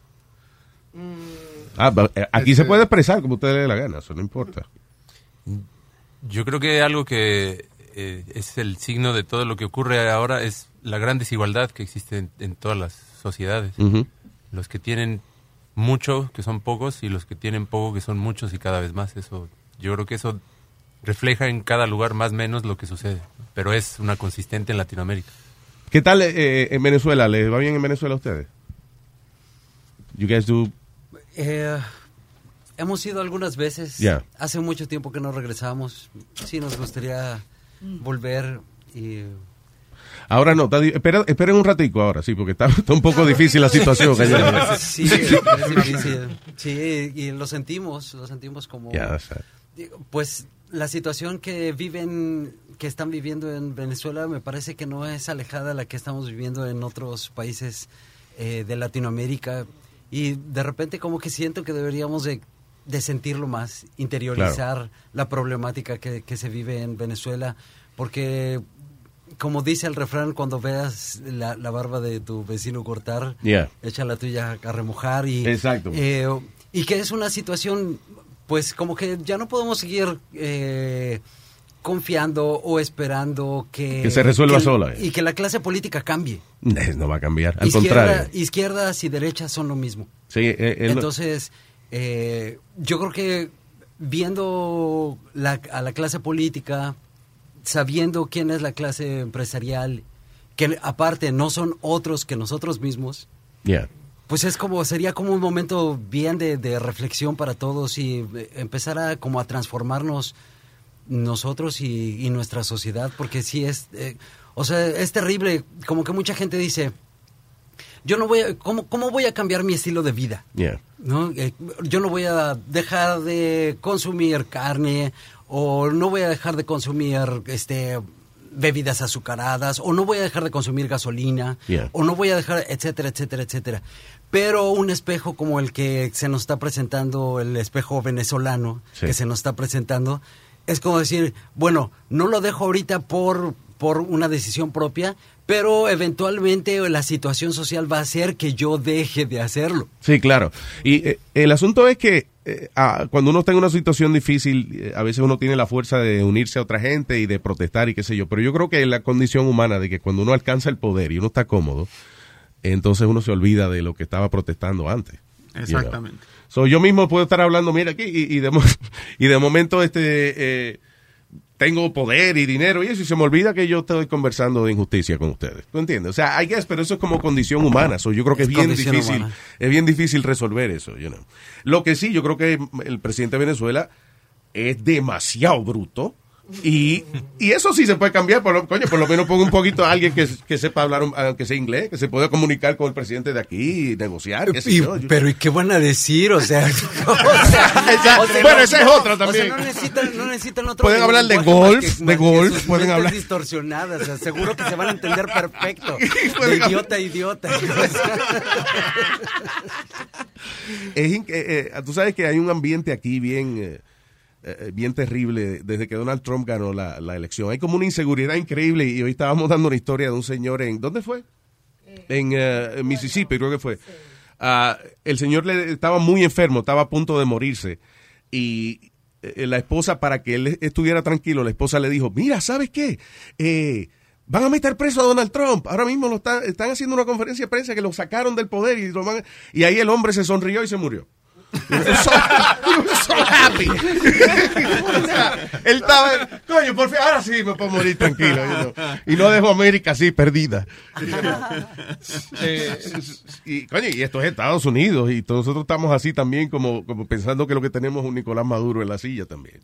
Aquí se puede expresar como ustedes les dé la gana, eso no importa. Yo creo que algo que es el signo de todo lo que ocurre ahora es la gran desigualdad que existe en todas las sociedades. Uh-huh. Los que tienen mucho, que son pocos, y los que tienen poco, que son muchos y cada vez más. Eso, yo creo que eso refleja en cada lugar más o menos lo que sucede, pero es una consistente en Latinoamérica. ¿Qué tal en Venezuela? ¿Les va bien en Venezuela a ustedes? You guys do... Hemos ido algunas veces. Yeah. Hace mucho tiempo que no regresamos. Sí, nos gustaría volver y... Ahora no, esperen un ratico ahora, sí, porque está un poco difícil la situación. Sí, es difícil. Sí, y lo sentimos como... Yeah, pues la situación que están viviendo en Venezuela me parece que no es alejada de la que estamos viviendo en otros países de Latinoamérica, y de repente como que siento que deberíamos de sentirlo más, interiorizar la problemática que se vive en Venezuela, porque como dice el refrán, cuando veas la barba de tu vecino cortar, echa la tuya a remojar. Exacto. Y que es una situación, pues como que ya no podemos seguir confiando o esperando que se resuelva sola. Y que la clase política cambie. No va a cambiar, al contrario. Izquierdas y derechas son lo mismo. Sí, entonces, yo creo que viendo a la clase política, sabiendo quién es la clase empresarial, que aparte no son otros que nosotros mismos, pues sería como un momento bien de reflexión para todos y empezar a transformarnos nosotros y nuestra sociedad, porque sí es, es terrible, como que mucha gente dice, yo no voy a, ¿cómo voy a cambiar mi estilo de vida? ¿No? Yo no voy a dejar de consumir carne, o no voy a dejar de consumir bebidas azucaradas, o no voy a dejar de consumir gasolina, o no voy a dejar, etcétera, etcétera, etcétera. Pero un espejo como el que se nos está presentando, el espejo venezolano que se nos está presentando, es como decir, bueno, no lo dejo ahorita por una decisión propia, pero eventualmente la situación social va a hacer que yo deje de hacerlo. Sí, claro. Y el asunto es que cuando uno está en una situación difícil, a veces uno tiene la fuerza de unirse a otra gente y de protestar y qué sé yo, pero yo creo que es la condición humana de que cuando uno alcanza el poder y uno está cómodo, entonces uno se olvida de lo que estaba protestando antes. Exactamente. So, yo mismo puedo estar hablando, mira aquí, y de momento tengo poder y dinero y eso, y se me olvida que yo estoy conversando de injusticia con ustedes. ¿Tú entiendes? O sea, pero eso es como condición humana. So, yo creo que es bien difícil resolver eso. Lo que sí, yo creo que el presidente de Venezuela es demasiado bruto. Y eso sí se puede cambiar, por lo menos ponga un poquito a alguien que sepa hablar, aunque sea inglés, que se pueda comunicar con el presidente de aquí y negociar. Pero ¿y qué van a decir? Bueno, esa es otra también. O sea, no necesitan otro. Pueden hablar de golf, pueden hablar distorsionadas, o sea, seguro que se van a entender perfecto. De idiota a idiota. Tú sabes que hay un ambiente aquí bien terrible desde que Donald Trump ganó la elección. Hay como una inseguridad increíble, y hoy estábamos dando una historia de un señor ¿dónde fue? En Mississippi, creo que fue. El señor estaba muy enfermo, estaba a punto de morirse, y la esposa, para que él estuviera tranquilo, la esposa le dijo, mira, ¿sabes qué? Van a meter preso a Donald Trump. Ahora mismo están haciendo una conferencia de prensa que lo sacaron del poder, y ahí el hombre se sonrió y se murió. So happy. Él estaba, coño, por fin, ahora sí me puedo morir tranquilo, y no dejo a América así perdida. Y coño, y esto es Estados Unidos, y nosotros estamos así también, como pensando que lo que tenemos es un Nicolás Maduro en la silla también,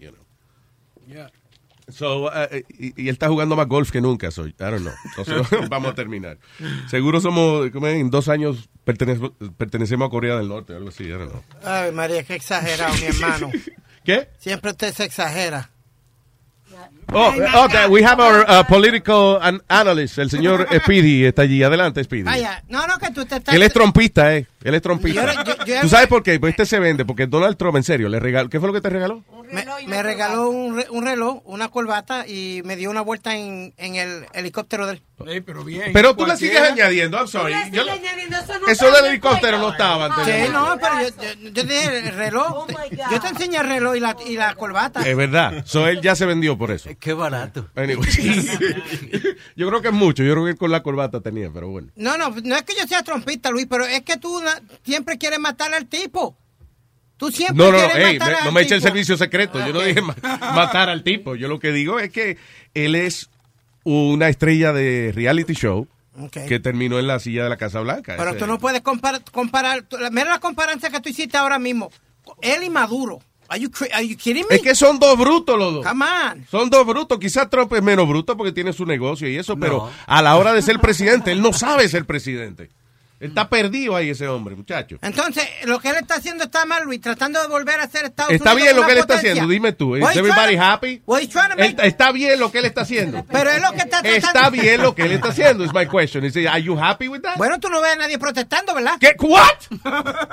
So, y él está jugando más golf que nunca. I don't know. Entonces, vamos a terminar. Seguro en 2 años pertenecemos a Corea del Norte, algo así. I don't know. Ay, María, qué exagerado, mi hermano. ¿Qué? Siempre usted se exagera. We have our political analyst, el señor Speedy está allí. Adelante, Speedy. Vaya, no, que tú te estás... Él es trompista, Él es trompista. Yo- ¿Tú sabes por qué? Pues se vende, porque Donald Trump, en serio, le regaló. ¿Qué fue lo que te regaló? Me regaló un reloj, una corbata y me dio una vuelta en el helicóptero de él. Pero bien. Pero tú le sigues añadiendo, I'm sorry. Eso del helicóptero no estaba antes. Sí, no, pero yo te dije el reloj. Yo te enseñé el reloj y la corbata. Es verdad. Él ya se vendió por eso. Qué barato. Anyway, yo creo que es mucho. Yo creo que con la corbata tenía, pero bueno. No es que yo sea trompista, Luis, pero es que tú siempre quieres matar al tipo. Tú siempre quieres matar al no me eche el tipo. servicio secreto. Yo no dije matar al tipo. Yo lo que digo es que él es una estrella de reality show que terminó en la silla de la Casa Blanca. Pero tú no puedes comparar. Mira la comparancia que tú hiciste ahora mismo. Él y Maduro. Are you kidding me? Es que son dos brutos los dos. Come on. Son dos brutos. Quizás Trump es menos bruto porque tiene su negocio y eso, pero a la hora de ser presidente, él no sabe ser presidente. Él está perdido ahí ese hombre, muchacho. Entonces, lo que él está haciendo está mal, Luis, tratando de volver a ser Estados Unidos. Está bien lo que él está potencia. haciendo, dime tú. ¿Is What he's everybody trying to- happy? what he's trying to make- Está bien lo que él está haciendo. Pero es lo que está tratando. Está bien lo que él está haciendo, is my question. Are you happy with that? Bueno, tú no ves a nadie protestando, ¿verdad? ¿Qué? What?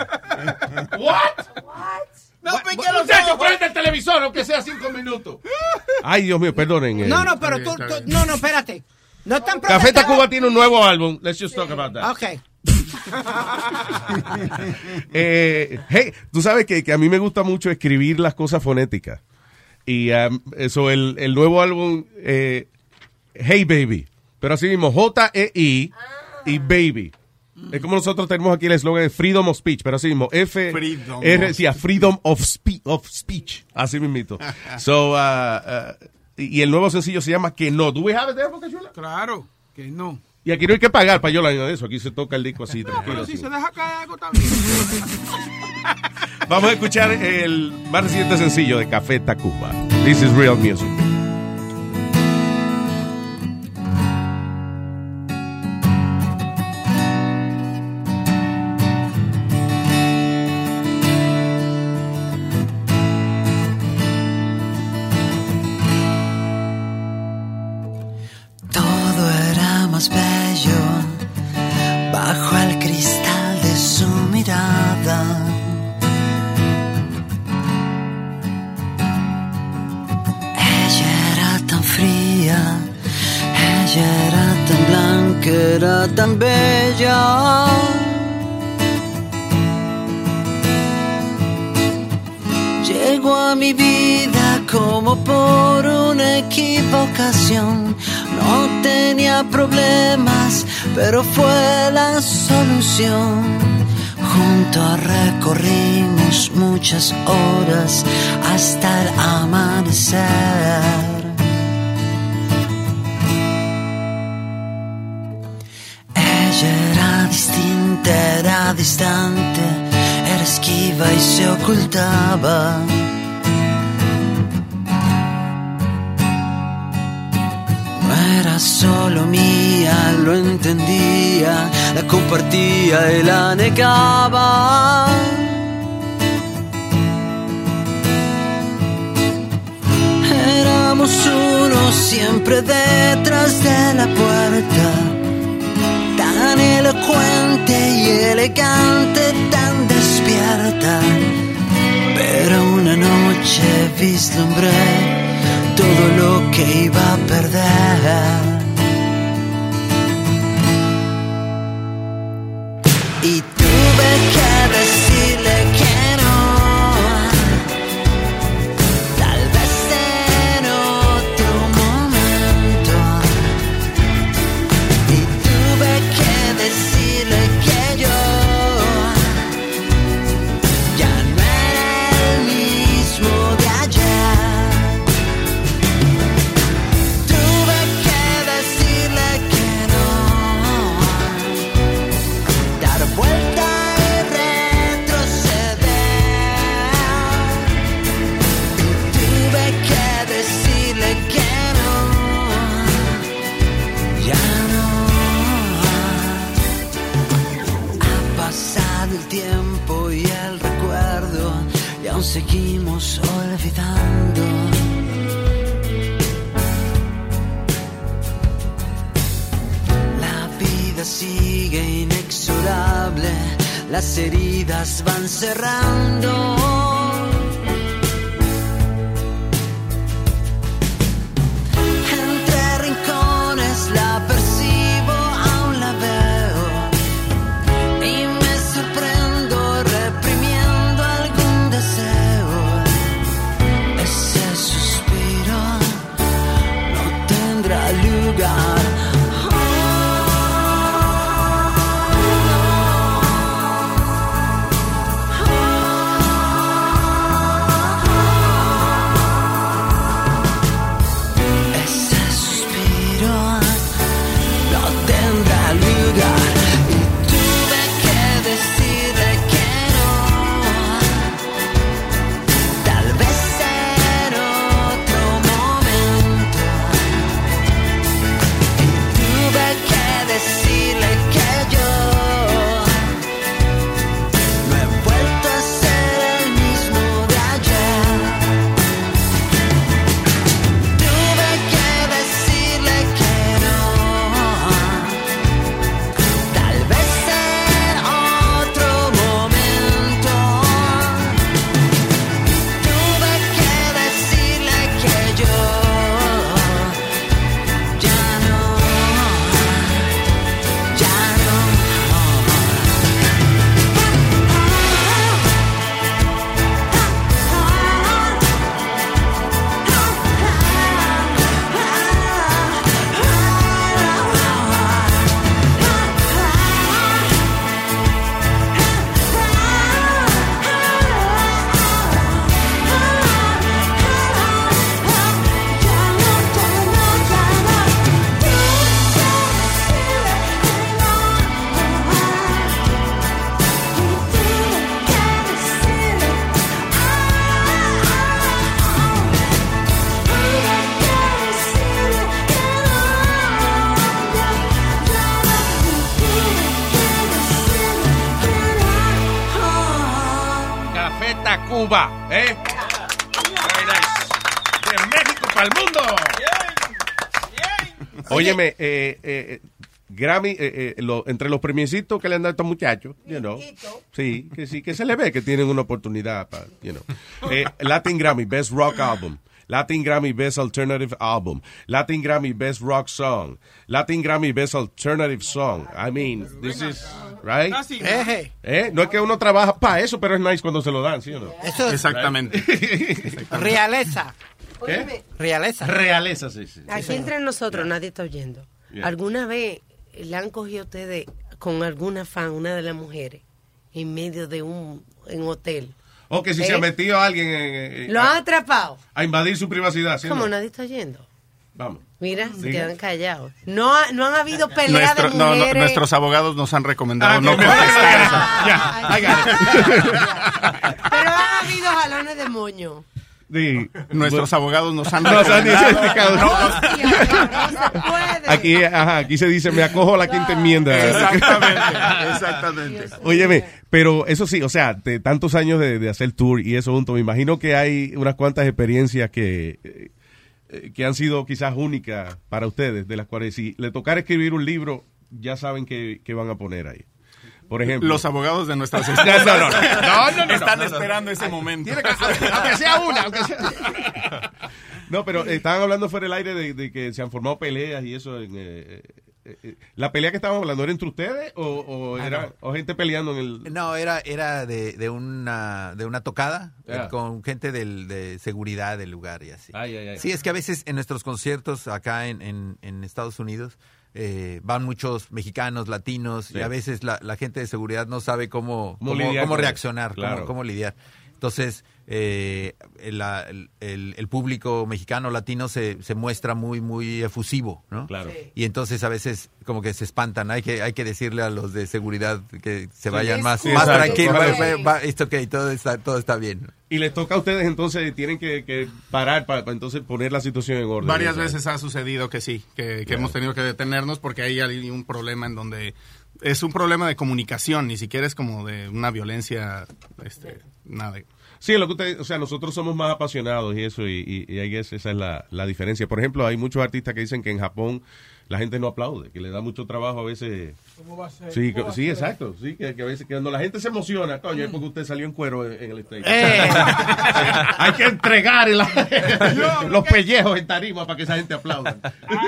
No, Muchacho, prende el televisor, aunque sea 5 minutos. Ay, Dios mío, perdonen. No, pero tú, no, espérate. No están Café protestando. Tacuba tiene un nuevo álbum. Let's just talk about that. Ok. Hey, tú sabes que a mí me gusta mucho escribir las cosas fonéticas. Y eso, el nuevo álbum, Hey Baby. Pero así mismo, J-E-I y Baby. Es como nosotros tenemos aquí el eslogan de Freedom of Speech, pero así mismo, Freedom of Speech. Así mismito. So, y el nuevo sencillo se llama Que No. ¿Do we have it there, Boca Chula? Claro, que no. Y aquí no hay que pagar para yo la de eso. Aquí se toca el disco así, tranquilo. Pero si así. se deja caer algo también. Vamos a escuchar el más reciente sencillo de Café Tacuba. This is real music. Todo era más bello bajo el cristal de su mirada. Ella era tan fría, ella era tan blanca, era tan bella. Llegó a mi vida como por una equivocación. No tenía problemas, pero fue la solución. Juntos recorrimos muchas horas hasta el amanecer. Ella era distinta, era distante, era esquiva y se ocultaba. No era solo mía, lo entendía, la compartía y la negaba. Éramos uno siempre detrás de la puerta, tan elocuente y elegante, tan despierta. Pero una noche vislumbré todo lo que iba a perder. Y tuve que decirle que no, tal vez en otro momento. Y tuve que decirle que yo ya no era el mismo de ayer. Tuve que decirle que no, dar vuelta y las heridas van cerrando. Entre rincones la percibo, aún la veo, y me sorprendo reprimiendo algún deseo. Ese suspiro no tendrá lugar. Cuba, ¿eh? Very nice. De México para el mundo. Óyeme, Grammy, entre los premiecitos que le han dado a estos muchachos, sí, que se le ve que tienen una oportunidad para, Latin Grammy, Best Rock Album. Latin Grammy Best Alternative Album, Latin Grammy Best Rock Song, Latin Grammy Best Alternative Song. I mean, this is, right? No es que uno trabaja para eso, pero es nice cuando se lo dan, ¿sí o no? Eso, exactamente. Realeza. ¿Qué? Realeza, sí. Aquí entre nosotros, nadie está oyendo. ¿Alguna vez le han cogido ustedes con alguna fan, una de las mujeres, en medio de un hotel? O que si se ha metido alguien... ¿Lo han atrapado? A invadir su privacidad. ¿Sí? ¿Cómo nadie está oyendo? Vamos. Mira, se quedan callados. No han habido peleas de mujeres. Nuestros abogados nos han recomendado no contestar. Pero han habido jalones de moño. Sí. Nuestros abogados nos han explicado. No se puede. Aquí se dice, me acojo a la quinta enmienda. Exactamente. Óyeme, pero eso sí, o sea, de tantos años de hacer tour y eso junto, me imagino que hay unas cuantas experiencias que han sido quizás únicas para ustedes, de las cuales si le tocara escribir un libro, ya saben que van a poner ahí. Por ejemplo, los abogados de nuestras esposas están esperando ese momento. Aunque sea una, No, pero estaban hablando fuera del aire de que se han formado peleas y eso. ¿La pelea que estaban hablando era entre ustedes o gente peleando en el...? No, era de una tocada con gente de seguridad del lugar y así. Sí, es que a veces en nuestros conciertos acá en Estados Unidos van muchos mexicanos, latinos, y a veces la gente de seguridad no sabe cómo reaccionar, claro. cómo lidiar. Entonces, el público mexicano, latino se muestra muy, muy efusivo, ¿no? Claro. Y entonces a veces como que se espantan. Hay que decirle a los de seguridad que se vayan más tranquilos. Todo está bien. Y les toca a ustedes entonces, tienen que parar para entonces poner la situación en orden. Varias veces ha sucedido que sí, que hemos tenido que detenernos porque ahí hay un problema en donde es un problema de comunicación, ni siquiera es como de una violencia, nada. Sí, lo que usted, o sea, nosotros somos más apasionados y eso, y I guess esa es la diferencia. Por ejemplo, hay muchos artistas que dicen que en Japón la gente no aplaude, que le da mucho trabajo a veces. ¿Cómo va a ser? Sí, ¿Cómo va a sí, ser? exacto. Sí, que a veces cuando la gente se emociona, coño, es porque usted salió en cuero en el stage. Hay que entregar los pellejos en tarima para que esa gente aplauda.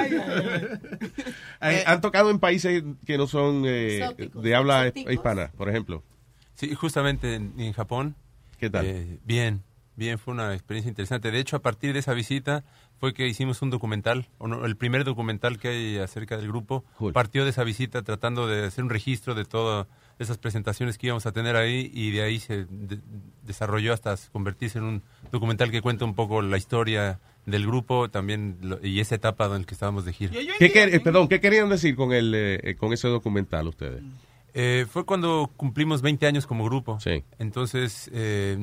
Han tocado en países que no son de habla hispana, por ejemplo. Sí, justamente en Japón. ¿Qué tal? Bien, fue una experiencia interesante. De hecho, a partir de esa visita fue que hicimos un documental, el primer documental que hay acerca del grupo. Cool. Partió de esa visita tratando de hacer un registro de todas esas presentaciones que íbamos a tener ahí, y de ahí se desarrolló hasta convertirse en un documental que cuenta un poco la historia del grupo también y esa etapa en la que estábamos de gira. ¿Qué querían decir con ese documental ustedes? Fue cuando cumplimos 20 años como grupo. Sí. Entonces,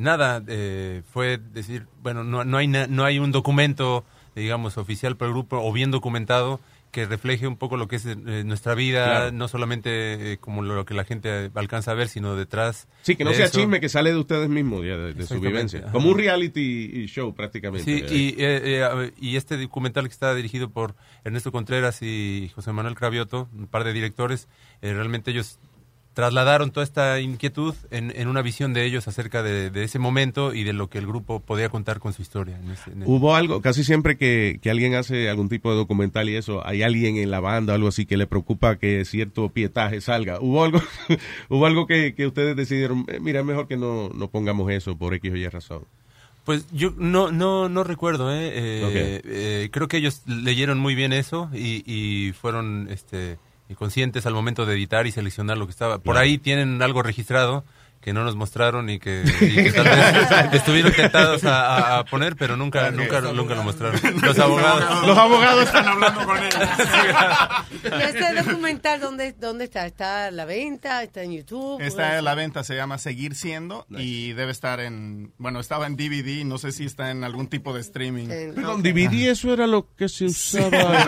fue decir, bueno, no hay un documento, digamos, oficial para el grupo o bien documentado que refleje un poco lo que es nuestra vida, claro. No solamente como lo que la gente alcanza a ver, sino detrás. Sí, que no sea eso. Chisme, que sale de ustedes mismos, de su vivencia. Ajá. Como un reality show prácticamente. Sí, y este documental que está dirigido por Ernesto Contreras y José Manuel Cravioto, un par de directores, realmente ellos trasladaron toda esta inquietud en una visión de ellos acerca de ese momento y de lo que el grupo podía contar con su historia. Hubo algo, casi siempre que alguien hace algún tipo de documental y eso, hay alguien en la banda o algo así que le preocupa que cierto pietaje salga. ¿Hubo algo que ustedes decidieron, mira, es mejor que no pongamos eso por X o Y razón? Pues yo no recuerdo, Okay. Creo que ellos leyeron muy bien eso y fueron y conscientes al momento de editar y seleccionar lo que estaba. Por ahí tienen algo registrado que no nos mostraron y que tal vez estuvieron tentados a poner, pero nunca lo mostraron. Los abogados están hablando con ellos. ¿Y este documental dónde está? ¿Está a la venta? ¿Está en YouTube? Está a la venta, se llama Seguir Siendo, y debe estar estaba en DVD, no sé si está en algún tipo de streaming. Con DVD eso era lo que se usaba.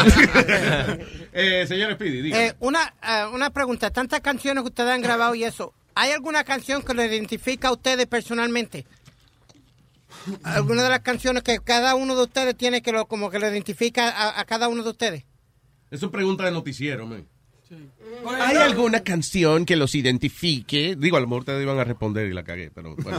Señor Speedy, dígame. Una pregunta, tantas canciones que ustedes han grabado y eso, ¿hay alguna canción que lo identifica a ustedes personalmente? ¿Alguna de las canciones que cada uno de ustedes tiene como que lo identifica a cada uno de ustedes? Eso es pregunta de noticiero, man. Sí. ¿Hay alguna canción que los identifique? Digo, a lo mejor ustedes iban a responder y la cagué, pero bueno.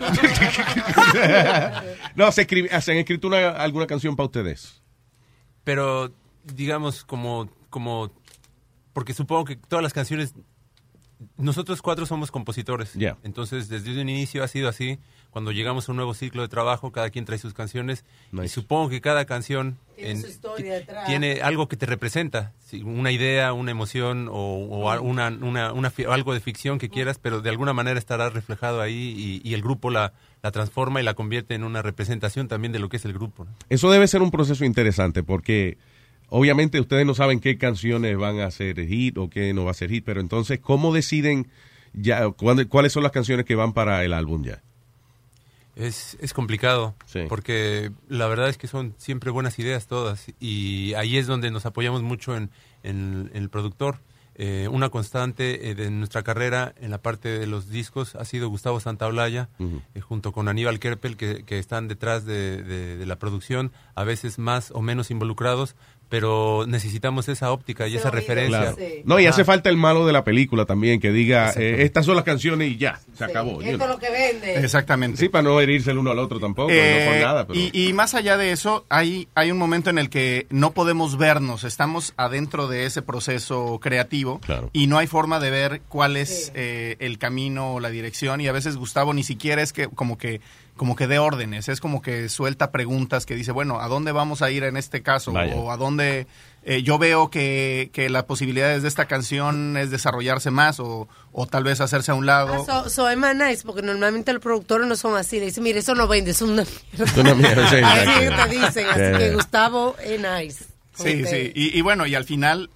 No, se han escrito alguna canción para ustedes. Pero, digamos, como porque supongo que todas las canciones, nosotros cuatro somos compositores. Yeah. Entonces, desde un inicio ha sido así. Cuando llegamos a un nuevo ciclo de trabajo, cada quien trae sus canciones. Nice. Y supongo que cada canción tiene algo que te representa. ¿Sí? Una idea, una emoción o algo de ficción que quieras, pero de alguna manera estará reflejado ahí y el grupo la transforma y la convierte en una representación también de lo que es el grupo, ¿no? Eso debe ser un proceso interesante porque obviamente ustedes no saben qué canciones van a ser hit o qué no va a ser hit, pero entonces, ¿cómo deciden ya cuáles son las canciones que van para el álbum ya? Es complicado, sí. Porque la verdad es que son siempre buenas ideas todas y ahí es donde nos apoyamos mucho en el productor. Una constante de nuestra carrera en la parte de los discos ha sido Gustavo Santaolalla, junto con Aníbal Kerpel, que están detrás de la producción, a veces más o menos involucrados, pero necesitamos esa óptica y esa referencia. Claro. Sí. No, y hace falta el malo de la película también, que diga, estas son las canciones y ya, se acabó. Esto es lo que vende. Exactamente. Sí, para no herirse el uno al otro tampoco, no por nada. Pero... Y más allá de eso, hay un momento en el que no podemos vernos, estamos adentro de ese proceso creativo, claro. Y no hay forma de ver cuál es el camino o la dirección, y a veces Gustavo ni siquiera es que como que dé órdenes, es como que suelta preguntas que dice, bueno, ¿a dónde vamos a ir en este caso? Vaya. O ¿a dónde yo veo que las posibilidades de esta canción es desarrollarse más o tal vez hacerse a un lado? Es más nice, porque normalmente los productores no son así, le dicen, mire, eso no vende, es una mierda. Es una mierda, sí, así te dicen, así que Gustavo es nice. Sí, sí, y bueno, y al final,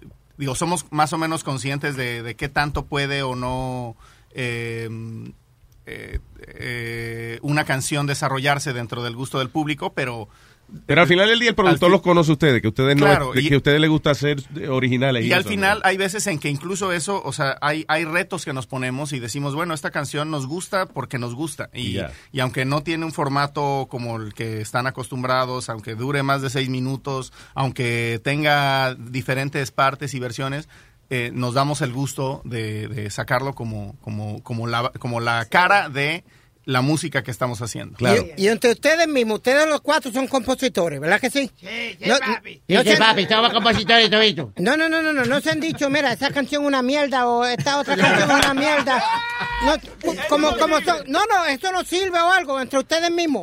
somos más o menos conscientes de qué tanto puede o no una canción desarrollarse dentro del gusto del público, pero al final del día el productor los conoce a ustedes, que ustedes claro, que a ustedes les gusta ser originales. Y al final hay veces en que incluso eso, o sea, hay retos que nos ponemos y decimos, bueno, esta canción nos gusta porque nos gusta. Y aunque no tiene un formato como el que están acostumbrados, aunque dure más de 6 minutos, aunque tenga diferentes partes y versiones, nos damos el gusto de sacarlo como la cara de la música que estamos haciendo. Claro. Y entre ustedes mismos, ustedes los 4 son compositores, ¿verdad que sí? Sí, papi. Papi, estamos compositores y todito. No se han dicho, mira, esa canción es una mierda o esta otra canción es una mierda. No, eso no sirve o algo entre ustedes mismos.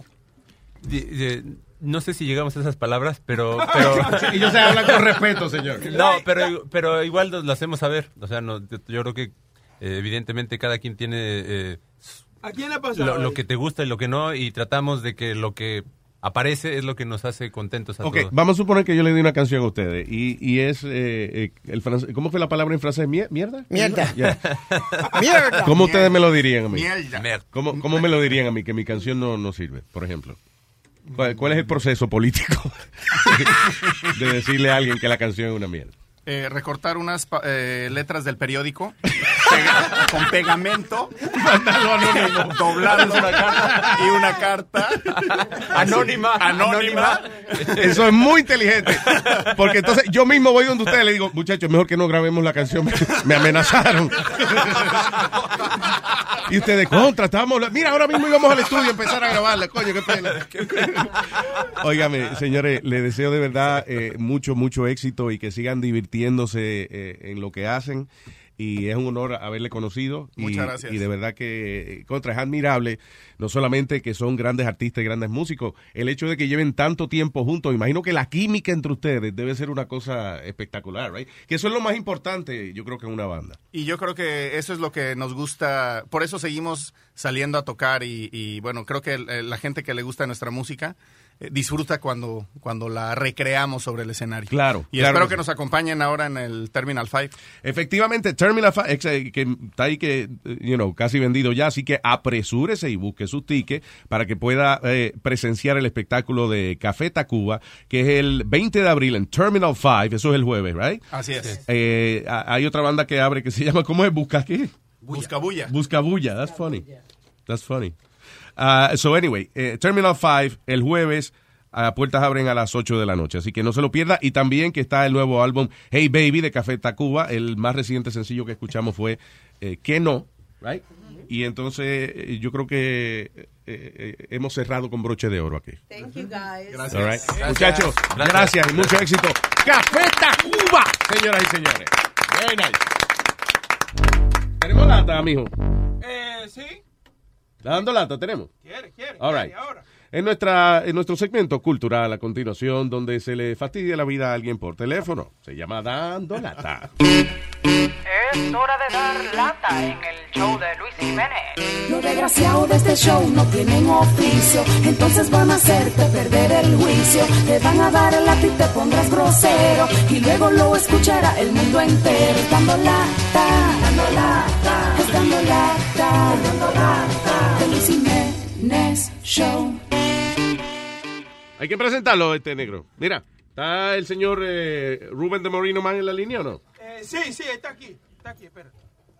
No sé si llegamos a esas palabras, pero ellos se hablan con respeto, señor. No, pero igual lo hacemos saber. O sea, yo creo que evidentemente cada quien tiene ¿a quién le pasa lo que te gusta y lo que no, y tratamos de que lo que aparece es lo que nos hace contentos a todos. Vamos a suponer que yo le di una canción a ustedes y es el francés. ¿Cómo fue la palabra en francés? ¿Mierda? Mierda. Yeah. Mierda. ¿Cómo ustedes me lo dirían a mí? Mierda. ¿Cómo me lo dirían a mí que mi canción no sirve, por ejemplo? ¿Cuál es el proceso político de decirle a alguien que la canción es una mierda? Recortar unas letras del periódico con pegamento, mandarlo anónimo, doblando y una carta anónima. Eso es muy inteligente, porque entonces yo mismo voy donde ustedes le digo, muchachos, mejor que no grabemos la canción, me amenazaron. Y ustedes, mira, ahora mismo íbamos al estudio a empezar a grabarla, coño, qué pena. Óigame, señores, les deseo de verdad mucho éxito y que sigan divirtiéndose en lo que hacen, y es un honor haberle conocido. Muchas gracias. Y de verdad que es admirable, no solamente que son grandes artistas y grandes músicos, el hecho de que lleven tanto tiempo juntos. Imagino que la química entre ustedes debe ser una cosa espectacular, right? Que eso es lo más importante, yo creo, que en una banda. Y yo creo que eso es lo que nos gusta, por eso seguimos saliendo a tocar y bueno, creo que la gente que le gusta nuestra música disfruta cuando la recreamos sobre el escenario. Claro. Y espero que nos acompañen ahora en el Terminal 5. Efectivamente, Terminal 5, que está ahí casi vendido ya, así que apresúrese y busque su ticket para que pueda presenciar el espectáculo de Café Tacuba, que es el 20 de abril en Terminal 5, eso es el jueves, ¿right? Así es. Hay otra banda que abre que se llama, ¿cómo es? Buscabulla. Buscabulla, that's funny. So anyway, Terminal 5 el jueves, puertas abren a las 8 de la noche, así que no se lo pierda. Y también que está el nuevo álbum Hey Baby de Café Tacuba. El más reciente sencillo que escuchamos fue Que No, right? Y entonces yo creo que hemos cerrado con broche de oro aquí. Thank you, guys. Gracias. All right. Muchachos, gracias y mucho éxito. Café Tacuba, señoras y señores. Very nice. ¿Tenemos lata, mijo? Sí. ¿Está dando lata? ¿Tenemos? Quiere, All right. ahora. En nuestro segmento cultural a continuación, donde se le fastidia la vida a alguien por teléfono, se llama Dando Lata. Es hora de dar lata en el show de Luis Jiménez. Los desgraciados de este show no tienen oficio, entonces van a hacerte perder el juicio. Te van a dar el lata y te pondrás grosero, y luego lo escuchará el mundo entero. Dando lata, dando lata, es dando lata, dando lata, de Luis Jiménez Show. Hay que presentarlo, negro. Mira, ¿está el señor Rubén de Moreno Man en la línea o no? Sí, está aquí, espera.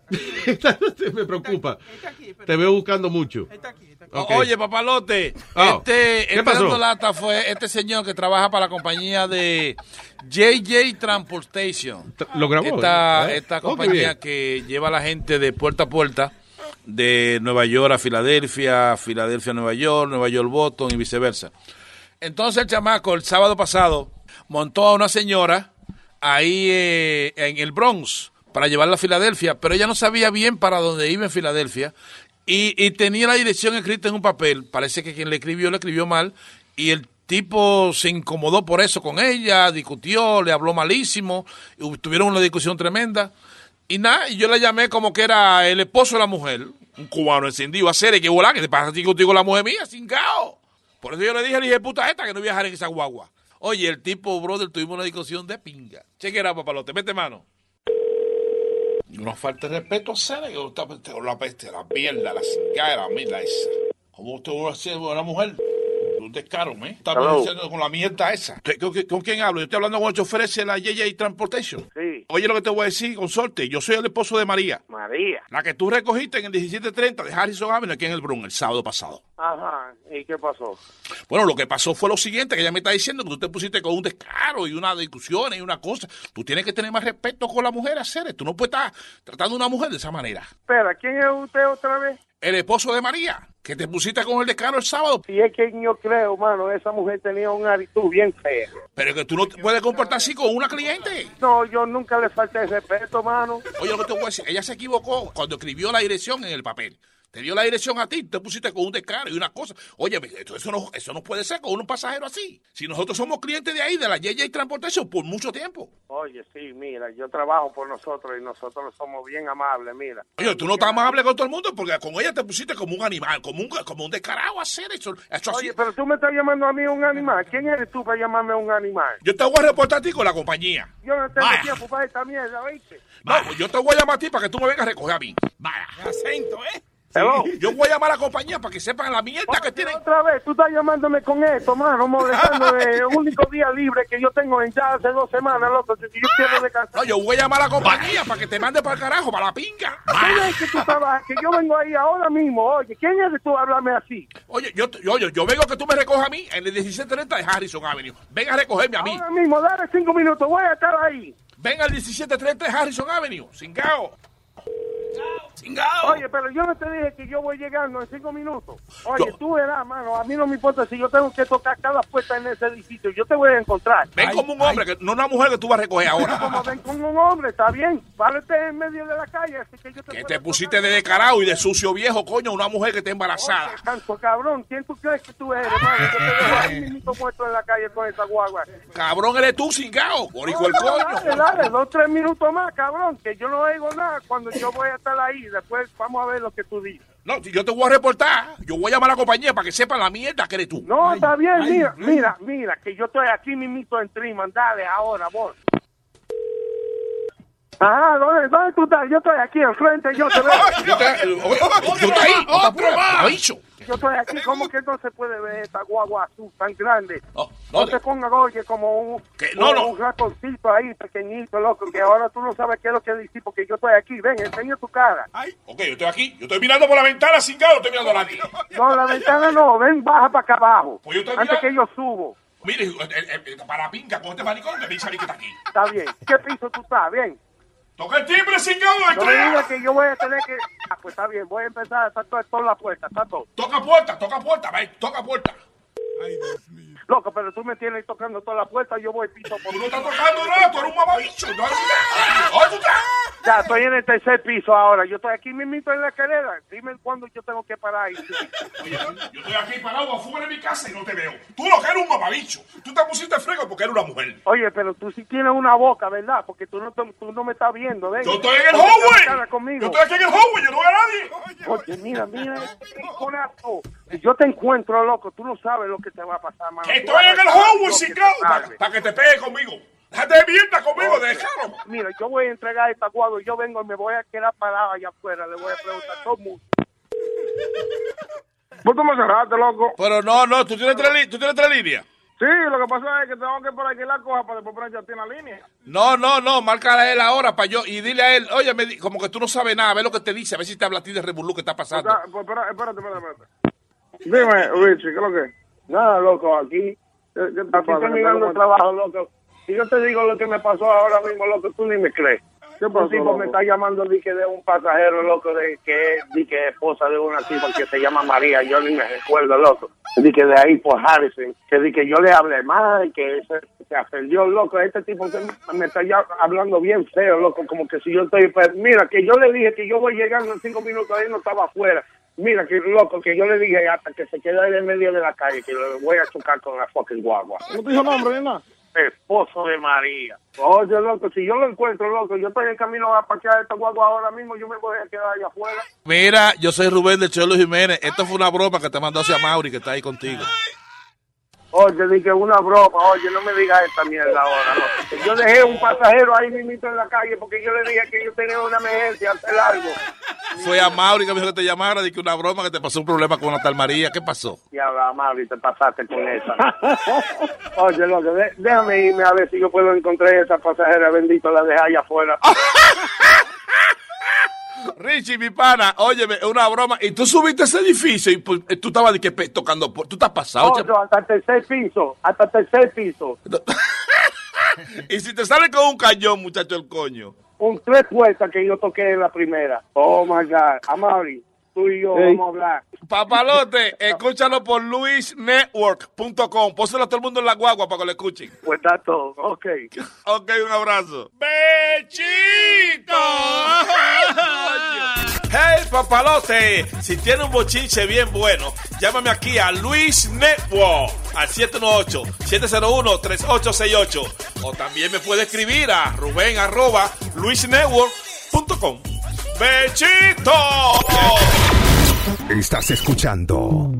Me preocupa. Está aquí, te veo buscando mucho. Está aquí. Okay. Oye, papalote, ¿Qué pasó? dando lata fue este señor que trabaja para la compañía de JJ Transportation. ¿Lo grabó? Esta compañía que lleva a la gente de puerta a puerta, de Nueva York a Filadelfia, Filadelfia a Nueva York Boston y viceversa. Entonces el chamaco el sábado pasado montó a una señora ahí en el Bronx para llevarla a Filadelfia, pero ella no sabía bien para dónde iba en Filadelfia y tenía la dirección escrita en un papel. Parece que quien le escribió mal, y el tipo se incomodó por eso con ella, discutió, le habló malísimo, y tuvieron una discusión tremenda. Y nada, y yo le llamé como que era el esposo de la mujer, un cubano encendido, a hacer que volá, que te pasa a ti contigo la mujer mía, cingao. Por eso yo le dije puta esta que no viajar en esa guagua. Oye, el tipo, brother, tuvimos una discusión de pinga. Chequera, papalote, mete mano. No falta de respeto a Cena, que usted la peste, la mierda, la cingada, la mierda esa. ¿Cómo usted va a ser una mujer? Un descaro, ¿eh? Está diciendo con la mierda esa. ¿Con quién hablo? Yo estoy hablando con el chofer de la JJ Transportation. Sí. Oye lo que te voy a decir, consorte. Yo soy el esposo de María. María. La que tú recogiste en el 1730 de Harrison Avenue aquí en el Bronx el sábado pasado. Ajá. ¿Y qué pasó? Bueno, lo que pasó fue lo siguiente, que ella me está diciendo que tú te pusiste con un descaro y una discusión y una cosa. Tú tienes que tener más respeto con la mujer, hacer. Tú no puedes estar tratando a una mujer de esa manera. Espera, ¿quién es usted otra vez? El esposo de María, que te pusiste con el descaro el sábado. Y es que yo creo, mano, esa mujer tenía una actitud bien fea. Pero que tú no te puedes comportar así con una cliente. No, yo nunca le falté el respeto, mano. Oye, lo que te voy a decir, ella se equivocó cuando escribió la dirección en el papel. Te dio la dirección a ti, te pusiste con un descaro y una cosa. Oye, eso no puede ser con un pasajero así. Si nosotros somos clientes de ahí, de la JJ Transportation, por mucho tiempo. Oye, sí, mira, yo trabajo por nosotros y nosotros somos bien amables, mira. Oye, tú no estás amable con todo el mundo porque con ella te pusiste como un animal, como un descarado a hacer eso así. Oye, pero tú me estás llamando a mí un animal. ¿Quién eres tú para llamarme un animal? Yo te voy a reportar a ti con la compañía. Yo no tengo tiempo para esta mierda, ¿viste? No, pues yo te voy a llamar a ti para que tú me vengas a recoger a mí. Vaya. Acento, ¿eh? Sí, yo voy a llamar a la compañía para que sepan la mierda que tienen. Otra vez, tú estás llamándome con esto, mano, molestándome. El único día libre que yo tengo en ya hace 2 semanas, loco, si yo quiero descansar. No, yo voy a llamar a la compañía para que te mande para el carajo, para la pinga. ¿Quién es que tú trabajas? Que yo vengo ahí ahora mismo, oye, ¿quién es que tú hablarme así? Oye, yo vengo que tú me recojas a mí en el 1730 de Harrison Avenue. Ven a recogerme a mí. Ahora mismo, dale 5 minutos, voy a estar ahí. Ven al 1730 de Harrison Avenue, cingao. Oye, pero yo no te dije que yo voy llegando en 5 minutos. Oye, tú verás, mano, a mí no me importa si yo tengo que tocar cada puerta en ese edificio. Yo te voy a encontrar. Ven como un hombre, que no una mujer que tú vas a recoger ahora. Como ven como un hombre, está bien. Párate en medio de la calle, así que yo te... Que te pusiste de descarado y de sucio viejo, coño, una mujer que está embarazada. Oye, tanto cabrón, ¿quién tú crees que tú eres, mano? Yo te dejo ahí mismo muerto en la calle con esa guagua. Cabrón, eres tú, cingao, borico el coño. Dale, 2 o 3 minutos más, cabrón, que yo no oigo nada cuando yo voy a estar ahí. Después vamos a ver lo que tú dices. No, si yo te voy a reportar, yo voy a llamar a la compañía para que sepan la mierda que eres tú. No, está bien, mira, que yo estoy aquí mismito en Triman, dale, ahora, vos. Ajá, ¿dónde tú estás? Yo estoy aquí enfrente, yo te veo. Yo estoy ahí, bicho. Yo estoy aquí, ¿cómo que no se puede ver esta guagua azul tan grande? No te pongas, oye, como un ratoncito ahí, pequeñito, loco, que ahora tú no sabes qué es lo que decir, porque yo estoy aquí. Ven, enseña tu cara. Ok, yo estoy aquí. Yo estoy mirando por la ventana, cingado, estoy mirando a nadie. No, la ventana no. Ven, baja para acá abajo. Pues yo estoy antes mirando. que yo subo. Mire, para la pinga, con este maricón, me dice a mí que está aquí. Está bien. ¿Qué piso tú estás? Bien. ¡Toca el timbre, cingado! No me digas que yo voy a tener que... pues está bien, voy a empezar a estar toda la puerta, está todo. Toca puerta, ve, toca puerta. Ay, Dios mío. Loco, pero tú me tienes tocando toda la puerta, yo voy piso por... Tú no estás tocando nada, tú eres un mamabicho. Ya, estoy en el 3er piso ahora, yo estoy aquí mismito en la escalera. Dime cuándo yo tengo que parar ahí. Oye, yo estoy aquí parado afuera de mi casa y no te veo. Tú lo que eres un mamabicho. Tú te pusiste frego porque eres una mujer. Oye, pero tú sí tienes una boca, ¿verdad? Porque tú no me estás viendo, ¿ven? Yo estoy en el hallway. Yo estoy aquí en el hallway, yo no veo a nadie. Oye, mira, corazón. Si yo te encuentro, loco, tú no sabes lo que te va a pasar, mano. Estoy en el hallway, cingado, para que te pegue conmigo. Déjate de mierda conmigo, déjalo. Mira, yo voy a entregar esta guagua y yo vengo y me voy a quedar parado allá afuera. Le voy a preguntar a todo el mundo. ¿Vos tú me cerraste, loco? Pero no, tú tienes 3 líneas. Sí, lo que pasa es que tengo que por aquí la coja para después poner a la línea. No, márcala a él ahora para yo y dile a él, oye, como que tú no sabes nada, ve lo que te dice, a ver si te habla a ti de revolú que está pasando. Pues, espérate. Dime, Richie, ¿qué es lo que? Nada, loco, aquí estoy terminando el trabajo, loco. Si yo te digo lo que me pasó ahora mismo, loco, tú ni me crees. ¿Qué pasó, un tipo me está llamando de un pasajero, loco, de que es esposa de una tipa que se llama María. Yo ni me recuerdo, loco. De que de ahí por Harrison. Que yo le hablé mal, que se ofendió, loco. Este tipo me está ya hablando bien feo, loco. Como que si yo estoy... Pues, mira, que yo le dije que yo voy llegando en 5 minutos, ahí no estaba afuera. Mira, que loco, que yo le dije hasta que se quede ahí en medio de la calle, que le voy a chocar con la fucking guagua. ¿No te dijo nombre ni nada? Esposo de María. Oye, loco, si yo lo encuentro, loco, yo estoy en camino a parquear esta guagua ahora mismo, yo me voy a quedar allá afuera. Mira, yo soy Rubén de Cholo Jiménez. Esto fue una broma que te mandó hacia Mauri, que está ahí contigo. Oye, dije una broma, oye, no me digas esta mierda ahora. No. Yo dejé un pasajero ahí mismito en la calle porque yo le dije que yo tenía una emergencia, hacer algo. Fue a Mauri que me dijo que te llamara, dije una broma, que te pasó un problema con una tal María. ¿Qué pasó? Ya, Mauri, te pasaste con esa. Oye, loco, déjame irme a ver si yo puedo encontrar esa pasajera, bendito, la dejé allá afuera. Richie, mi pana, óyeme, una broma. Y tú subiste ese edificio y pues, tú estabas de que tocando. ¿Tú estás pasado? No, hasta el tercer piso. Y si te sale con un cañón, muchacho, el coño. Un 3 puertas que yo toqué en la primera. Oh, my God. Amaury, tú y yo vamos a hablar. Papalote, escúchalo por luisnetwork.com. Póselo a todo el mundo en la guagua para que lo escuchen. Pues está todo, ok. Ok, un abrazo. ¡Bechito! Hey, papalote, si tiene un bochinche bien bueno, llámame aquí a Luis Network al 718-701-3868. O también me puede escribir a ruben@luisnetwork.com. ¡Bechito! Estás escuchando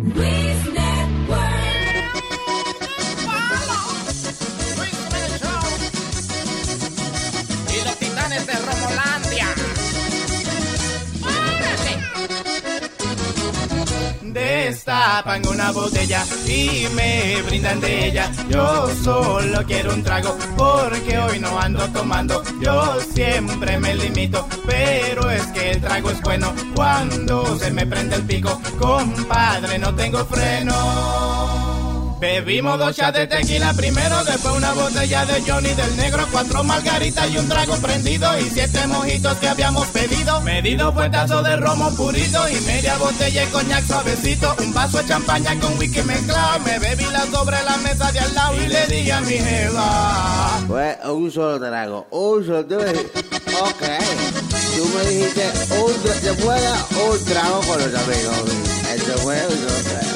Y los titanes de Romolandia. Destapan una botella y me brindan de ella. Yo solo quiero un trago porque hoy no ando tomando. Yo siempre me limito, pero es que el trago es bueno cuando se me prende el pico. Compadre, no tengo freno. Bebimos 2 shots de tequila primero, después una botella de Johnny del Negro, 4 margaritas y un trago prendido y 7 mojitos que habíamos pedido. Me di 2 puertazos de romo purito y media botella de coñac suavecito, un vaso de champaña con whisky mezclado. Me bebí la sobre la mesa de al lado y le dije a mi jeva: pues un solo trago, un solo. Ok, tú me dijiste después un trago con los amigos. Eso fue un solo trago.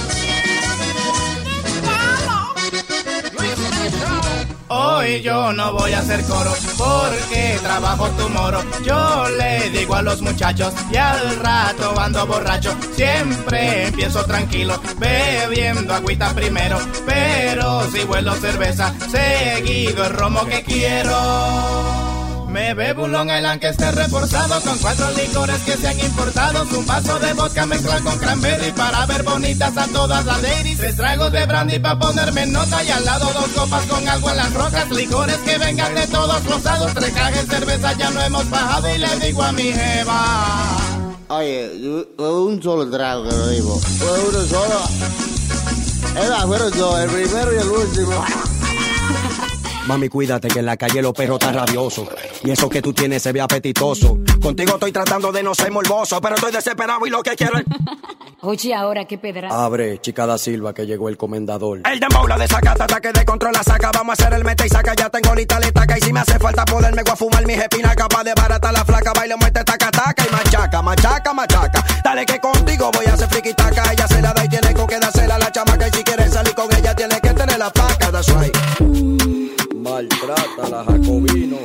Hoy yo no voy a hacer coro porque trabajo tu moro. Yo le digo a los muchachos y al rato ando borracho. Siempre empiezo tranquilo bebiendo agüita primero, pero si vuelo cerveza seguido el romo que quiero. Me bebo un Long Island que esté reforzado con 4 licores que se han importado, un vaso de vodka mezclado con cranberry para ver bonitas a todas las ladies, 3 tragos de brandy para ponerme en nota y al lado 2 copas con algo en las rocas, licores que vengan de todos los lados, 3 cajas de cerveza ya no hemos bajado y le digo a mi jeva: oye, un solo trago que lo digo, fue uno solo. Fueron 2, el primero y el último. Mami, cuídate que en la calle los perros están rabiosos. Y eso que tú tienes se ve apetitoso. Contigo estoy tratando de no ser morboso, pero estoy desesperado y lo que quiero es... Oye, ahora qué pedra. Abre, chica da Silva, que llegó el comendador. El dembow la desacata, ataque de control la saca. Vamos a hacer el mete y saca, ya tengo lista la estaca. Y si me hace falta poderme voy a fumar mis espinacas pa' desbaratar la flaca. Baile, muerte, taca, taca y machaca, machaca, machaca. Dale que contigo voy a hacer friquitaca. Ella se la da y tiene con que dársela a la chamaca. Y si quieres salir con ella tiene que tener la placa, that's right. Maltrata la Jacobino.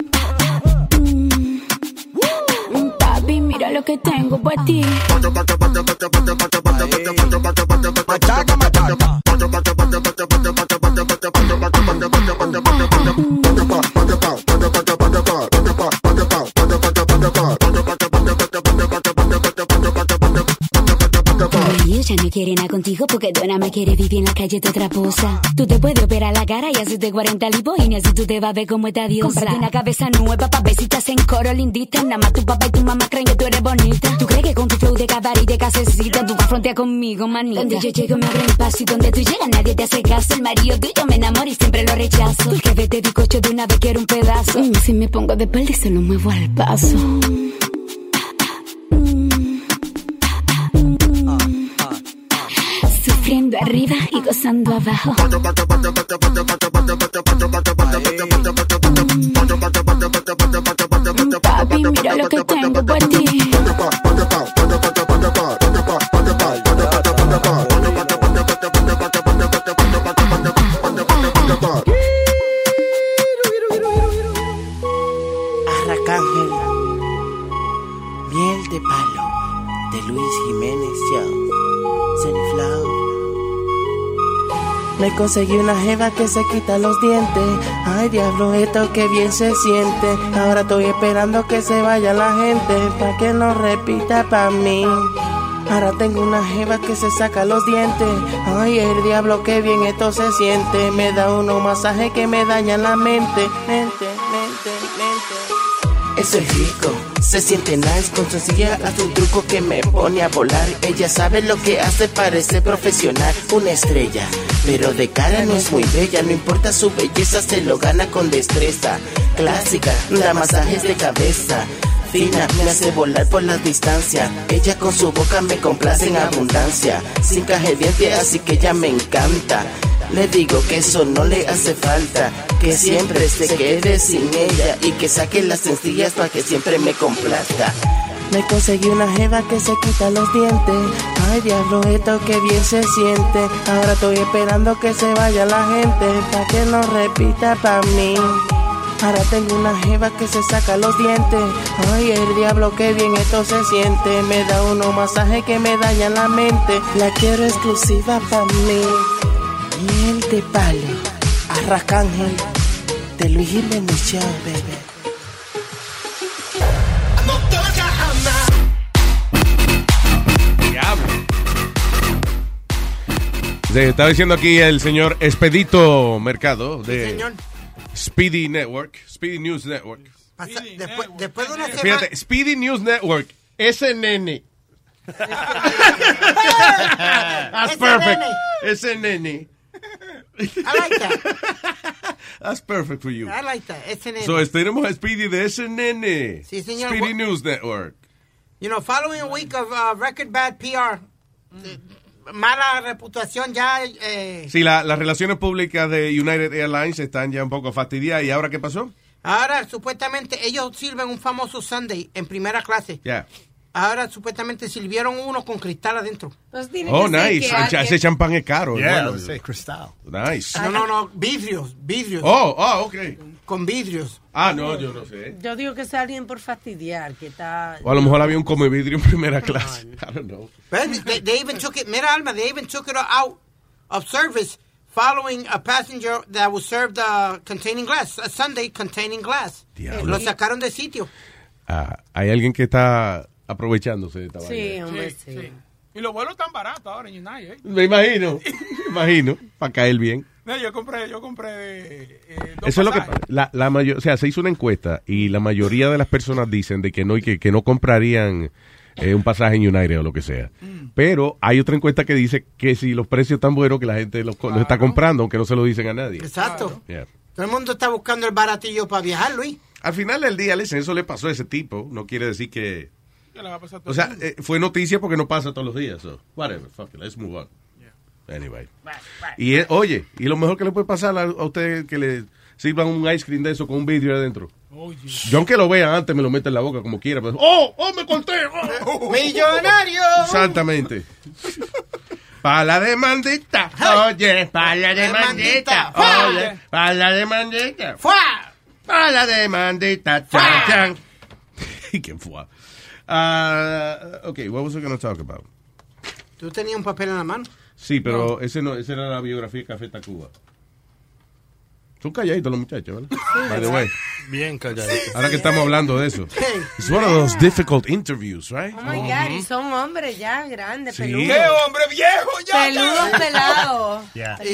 Papi, mira lo que tengo para ti. Machaca, machaca. Ellos ya no quieren nada contigo porque Donna me quiere vivir en la calle de otra posa. Tú te puedes operar la cara y hacerte 40 lipo y así tú te vas a ver como esta diosa. Cómprate una cabeza nueva pa' ver si te hacen coro lindita. Nada más tu papá y tu mamá creen que tú eres bonita. ¿Tú crees que con tu flow de cabaret y de casecita tú vas a frontear conmigo, manita? Donde yo llego me abren paso y donde tú llegas nadie te hace caso. El marido tuyo me enamora y siempre lo rechazo. Tú el que vete bizcocho de una vez quiero un pedazo. Si me pongo de espalda y se lo muevo al paso. Sufriendo arriba y gozando abajo. Papi, mira lo que tengo por ti. Arracángel, miel de palo, de Luis Jiménez Show. Sunflower. conseguí una jeva que se quita los dientes. Ay, diablo, esto que bien se siente. Ahora estoy esperando que se vaya la gente, pa' que no repita pa' mí. Ahora tengo una jeva que se saca los dientes. Ay, el diablo, que bien esto se siente. Me da unos masajes que me dañan la mente. Mente. Eso es rico, se siente nice. Con sencilla hace un truco que me pone a volar. Ella sabe lo que hace, parece profesional. Una estrella, pero de cara no es muy bella. No importa su belleza, se lo gana con destreza. Clásica, da masajes de cabeza. Fina, me hace volar por las distancias. Ella con su boca me complace en abundancia. Sin caje diente, así que ella me encanta. Le digo que eso no le hace falta, que siempre se quede sin ella y que saque las sencillas para que siempre me complazca. Me conseguí una jeva que se quita los dientes. Ay, diablo, esto que bien se siente. Ahora estoy esperando que se vaya la gente, pa' que no repita pa' mí. Ahora tengo una jeva que se saca los dientes. Ay, el diablo, que bien esto se siente. Me da unos masajes que me dañan la mente. La quiero exclusiva pa' mí. Miel de palo, Arcángel, de Luis Jiménez Show, baby. Diablo. Estaba diciendo aquí el señor Expedito Mercado de señor. Speedy Network, Speedy News Network. Después de una semana. Fíjate, Speedy News Network, SNN. That's perfect. SNN. I like that. That's perfect for you. I like that. SNN. So, tenemos a Speedy de SNN. Sí, señor. Speedy News Network. You know, following a week of record bad PR, mala reputación ya. Sí, las relaciones públicas de United Airlines están ya un poco fastidiadas. ¿Y ahora qué pasó? Ahora, supuestamente, ellos sirven un famoso Sunday en primera clase. Ya. Ahora, supuestamente, sirvieron uno con cristal adentro. Oh, nice. Ese champán es caro. Yeah, bueno. sí, cristal. Nice. No, vidrios. Oh, ok. Con vidrios. No, yo no sé. Yo digo que es alguien por fastidiar, que está... O a lo mejor había un come vidrio en primera clase. I don't know. They even took it, mira, Alma, they even took it out of service following a passenger that was served containing glass, a Sunday containing glass. Diablo. Lo sacaron de sitio. Hay alguien que está aprovechándose de esta vaina. Sí, hombre, sí. Y los vuelos están baratos ahora en United. Me imagino, para caer bien. No, yo compré dos Eso es lo que pasajes. la mayor, o sea, se hizo una encuesta y la mayoría de las personas dicen de que no comprarían un pasaje en United o lo que sea. Pero hay otra encuesta que dice que si los precios están buenos que la gente los está comprando, aunque no se lo dicen a nadie. Exacto. Yeah. Todo el mundo está buscando el baratillo para viajar, Luis. Al final del día, eso le pasó a ese tipo. No quiere decir que... ¿Qué le va a pasar a todo O sea, el mundo? fue noticia porque no pasa todos los días. So, whatever, fuck it, let's move on. Anyway. Y oye, y lo mejor que le puede pasar a usted que le sirvan un ice cream de eso con un vidrio adentro. Yo aunque lo vea antes me lo meto en la boca como quiera. Pero, me corté! ¡Millonario! Exactamente. Pa' la demandita. Oye, pa' la demandita. Oye, pa' la demandita. ¡Fua! Pa' la demandita. Chan, chan. ¿Quién fue? Okay, what was I going to talk about? ¿Tú tenías un papel en la mano? Sí, pero esa era la biografía de Café Tacuba. Son calladitos los muchachos, ¿verdad? By the way. Bien calladitos. Ahora que estamos hablando de eso. It's one of those difficult interviews, right? Oh my God, y son hombres ya grandes, Sí. peludos. ¡Qué hombre viejo ya! Peludos pelados.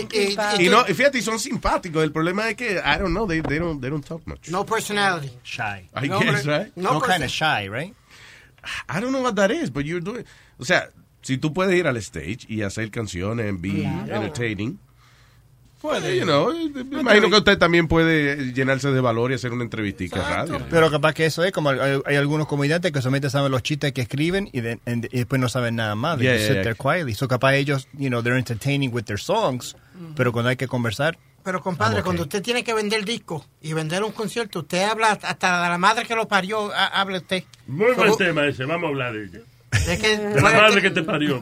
Y fíjate, son simpáticos. El problema es que, I don't know, they don't talk much. No personality. Shy. I guess, right? No kind of shy, right? I don't know what that is, but you're doing... O sea, si tú puedes ir al stage y hacer canciones and be entertaining... Puede, me imagino que usted también puede llenarse de valor y hacer una entrevistica en radio. Pero capaz que eso es como hay algunos comediantes que solamente saben los chistes que escriben y después no saben nada más. They just sit there quietly. So capaz ellos, they're entertaining with their songs, pero cuando hay que conversar. Pero compadre, cuando usted tiene que vender disco y vender un concierto, usted habla hasta de la madre que lo parió, habla usted. Muy buen tema ese, vamos a hablar de ella. De la madre que te parió.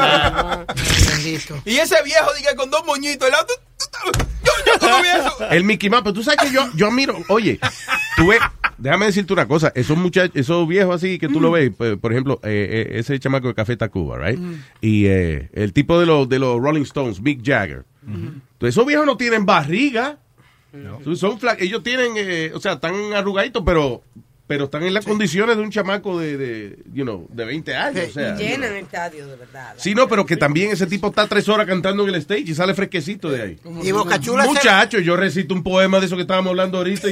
Y ese viejo, diga, con dos moñitos, el otro, yo no vi eso. El Mickey Mouse, pero tú sabes que yo admiro, oye, tú ves, déjame decirte una cosa, esos muchachos, esos viejos así que tú lo ves, por ejemplo, ese chamaco de Café Tacuba, right? Y el tipo de los Rolling Stones, Mick Jagger, Entonces, esos viejos no tienen barriga. Son ellos tienen, o sea, están arrugaditos, pero están en las condiciones de un chamaco de 20 años. O sea, llenan el estadio, de verdad. Sí, no, pero que también ese tipo está 3 horas cantando en el stage y sale fresquecito de ahí. Y Boca Chula... Muchacho, yo recito un poema de eso que estábamos hablando ahorita y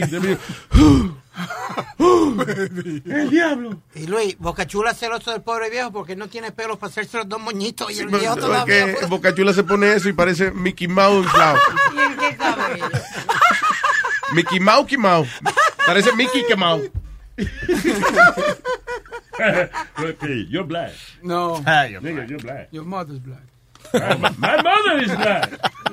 el diablo. Y Luis, Boca Chula celoso del pobre viejo porque no tiene pelos para hacerse los 2 moñitos y el viejo todavía... Boca Chula se pone eso y parece Mickey Mouse. ¿Y en qué cabello? Mickey Mouse. Parece Mickey Mouse. Okay, you're black. No. Nigga, you're black. Your mother's black. My mother is black.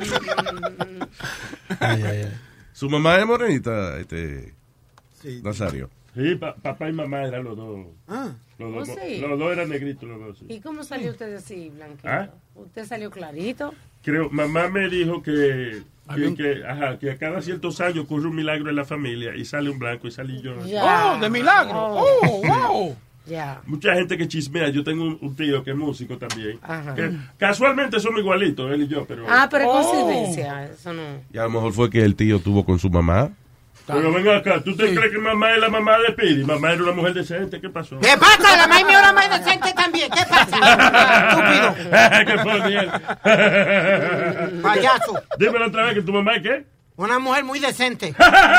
Su mamá es morenita, Sí. Nazario. Sí, papá y mamá eran los dos. Los dos eran negritos, los dos. Sí. ¿Y cómo salió usted así, blanquito? ¿Usted salió clarito? Creo, mamá me dijo que a cada ciertos años ocurre un milagro en la familia y sale un blanco y salí yo. ¡Oh, de milagro! ¡Oh, wow! Ya. Mucha gente que chismea. Yo tengo un tío que es músico también. Que casualmente somos igualitos, él y yo. Pero pero es coincidencia. Eso no. Y a lo mejor fue que el tío tuvo con su mamá. Pero venga acá, ¿tú te crees que mamá es la mamá de Piri? Mamá era una mujer decente, ¿qué pasó? ¿Qué pasa? La mamá mía era más decente también. ¿Qué pasa? Estúpido. ¿Qué Payaso. Dímelo otra vez, que tu mamá es ¿qué? Una mujer muy decente.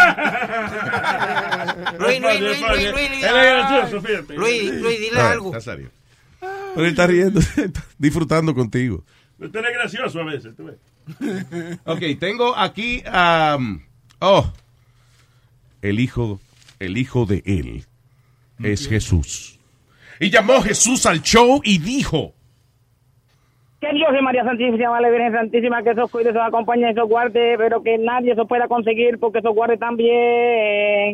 Luis, dile algo. Nazario. Pero él está riendo, está disfrutando contigo. Usted es gracioso a veces, tú ves. Ok, tengo aquí el hijo de él es Jesús. Y llamó Jesús al show y dijo: que Dios y María Santísima, la Virgen Santísima, que esos cuide, esos acompañe, esos guarde, pero que nadie se pueda conseguir porque esos guarde también.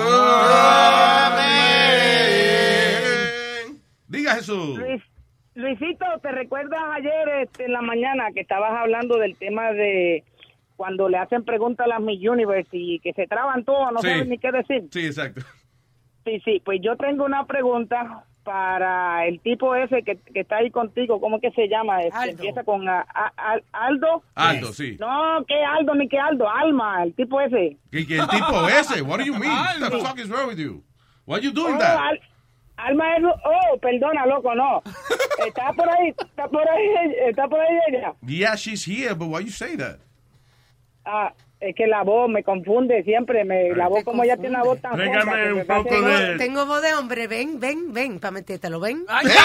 Amén. Diga Jesús. Luisito, ¿te recuerdas ayer en la mañana que estabas hablando del tema de cuando le hacen preguntas a las Miss Universe y que se traban todas, no saben ni qué decir? Sí, exacto. Sí, pues yo tengo una pregunta para el tipo ese que está ahí contigo. ¿Cómo que se llama? Empieza con Aldo. Aldo, sí. No, ¿qué Aldo ni qué Aldo? Alma, el tipo ese. ¿Qué el tipo ese? What do you mean? What the fuck is wrong with you? Why you doing that? Alma es... perdona, loco, no. Está por ahí ella. Yeah, she's here, but why you say that? Es que la voz me confunde siempre. La voz, como ella tiene una voz tan Tráigame un poco de... Tengo voz de hombre. Ven, para metértelo, ven.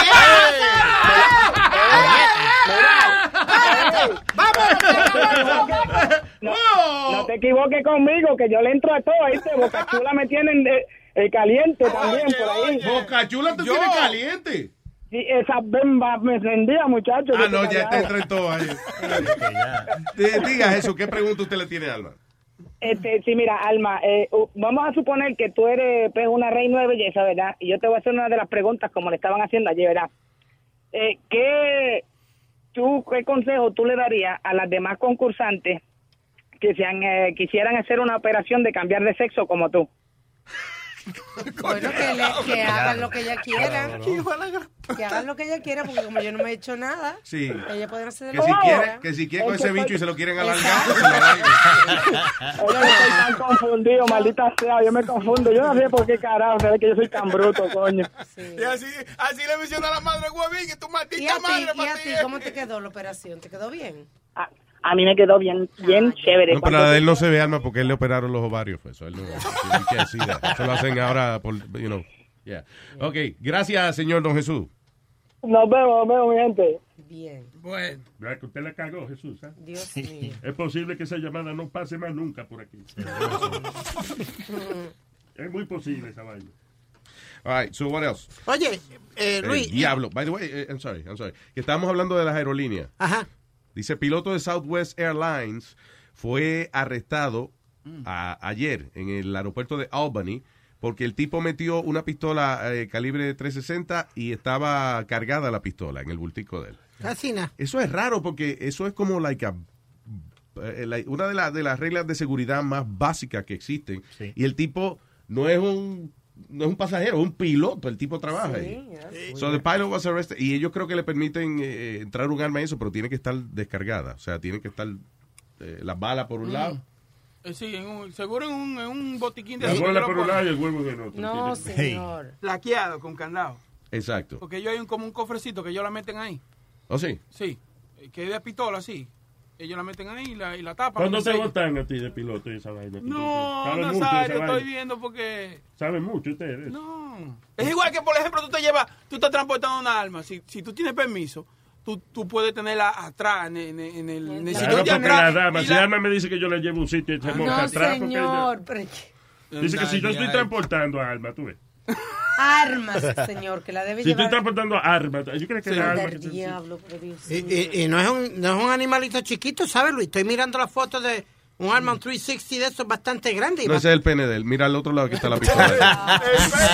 No te equivoques conmigo, que yo le entro a todo. Boca Chula me tienen caliente también por ahí. Boca Chula te tiene caliente. Sí, esa bemba me encendía, muchachos. No, ya te entró en todo ahí. Diga eso, ¿qué pregunta usted le tiene a Alma? Sí, mira, Alma, vamos a suponer que tú eres una reina de belleza, ¿verdad? Y yo te voy a hacer una de las preguntas como le estaban haciendo ayer, ¿verdad? ¿Qué consejo tú le darías a las demás concursantes que quisieran hacer una operación de cambiar de sexo como tú? Bueno, que hagan lo que ella quiera. Que hagan lo que ella quiera, porque como yo no me he hecho nada, sí. Ella puede hacer que si quiere con ese bicho y se lo quieren alargar, Oye, yo estoy tan confundido, maldita sea, yo me confundo. Yo no sé por qué carajo, se ve que yo soy tan bruto, coño. Sí. Y así le menciona a la madre Huevín, que tu maldita madre. ¿Y a ti cómo te quedó la operación? ¿Te quedó bien? A mí me quedó bien chévere. No, pero a él no se ve, Alma, porque él le operaron los ovarios. Pues, eso él no eso lo hacen ahora por, Yeah. Ok, gracias, señor Don Jesús. Nos vemos, mi gente. Bien. Bueno. ¿Verdad que usted la cagó, Jesús? Dios mío. Es posible que esa llamada no pase más nunca por aquí. Es muy posible esa vaina. All right, so what else? Oye, Luis. Diablo. By the way, I'm sorry. Que estábamos hablando de las aerolíneas. Ajá. Dice, piloto de Southwest Airlines fue arrestado ayer en el aeropuerto de Albany porque el tipo metió una pistola calibre 360 y estaba cargada la pistola en el bultico de él. Casi nada. Eso es raro porque eso es como una de las reglas de seguridad más básicas que existen. Sí. Y el tipo no es un pasajero, es un piloto, el tipo trabaja ahí. So the pilot was arrested. Y ellos creo que le permiten entrar un arma y eso, pero tiene que estar descargada. O sea, tiene que estar las balas por un lado. Sí, seguro en un botiquín de... La bola por un lado y el huevo en el otro. No, señor. Laqueado con candado. Exacto. Porque ellos hay como un cofrecito que ellos la meten ahí. ¿Oh, sí? Sí, que es de pistola, sí. Ellos la meten ahí y la tapan. ¿Cuándo te botan a ti de piloto y esa vaina? No, Nazario, estoy viendo porque... ¿Saben mucho ustedes? No. Es igual que, por ejemplo, tú estás transportando una arma. Si tú tienes permiso, tú puedes tenerla atrás en el claro, porque la dama, si Alma me dice que yo la llevo a un sitio y se monta atrás. Señor, dice que si yo estoy transportando a Alma, tú ves. Armas, señor, que la debe si llevar. Si estoy transportando armas, yo creo que la arma. Diablo, y no es un animalito chiquito, ¿sabes, Luis? Estoy mirando la foto de un Arma 360 de esos bastante grande. No, ese es el pene de él. Mira al otro lado que está la pistola.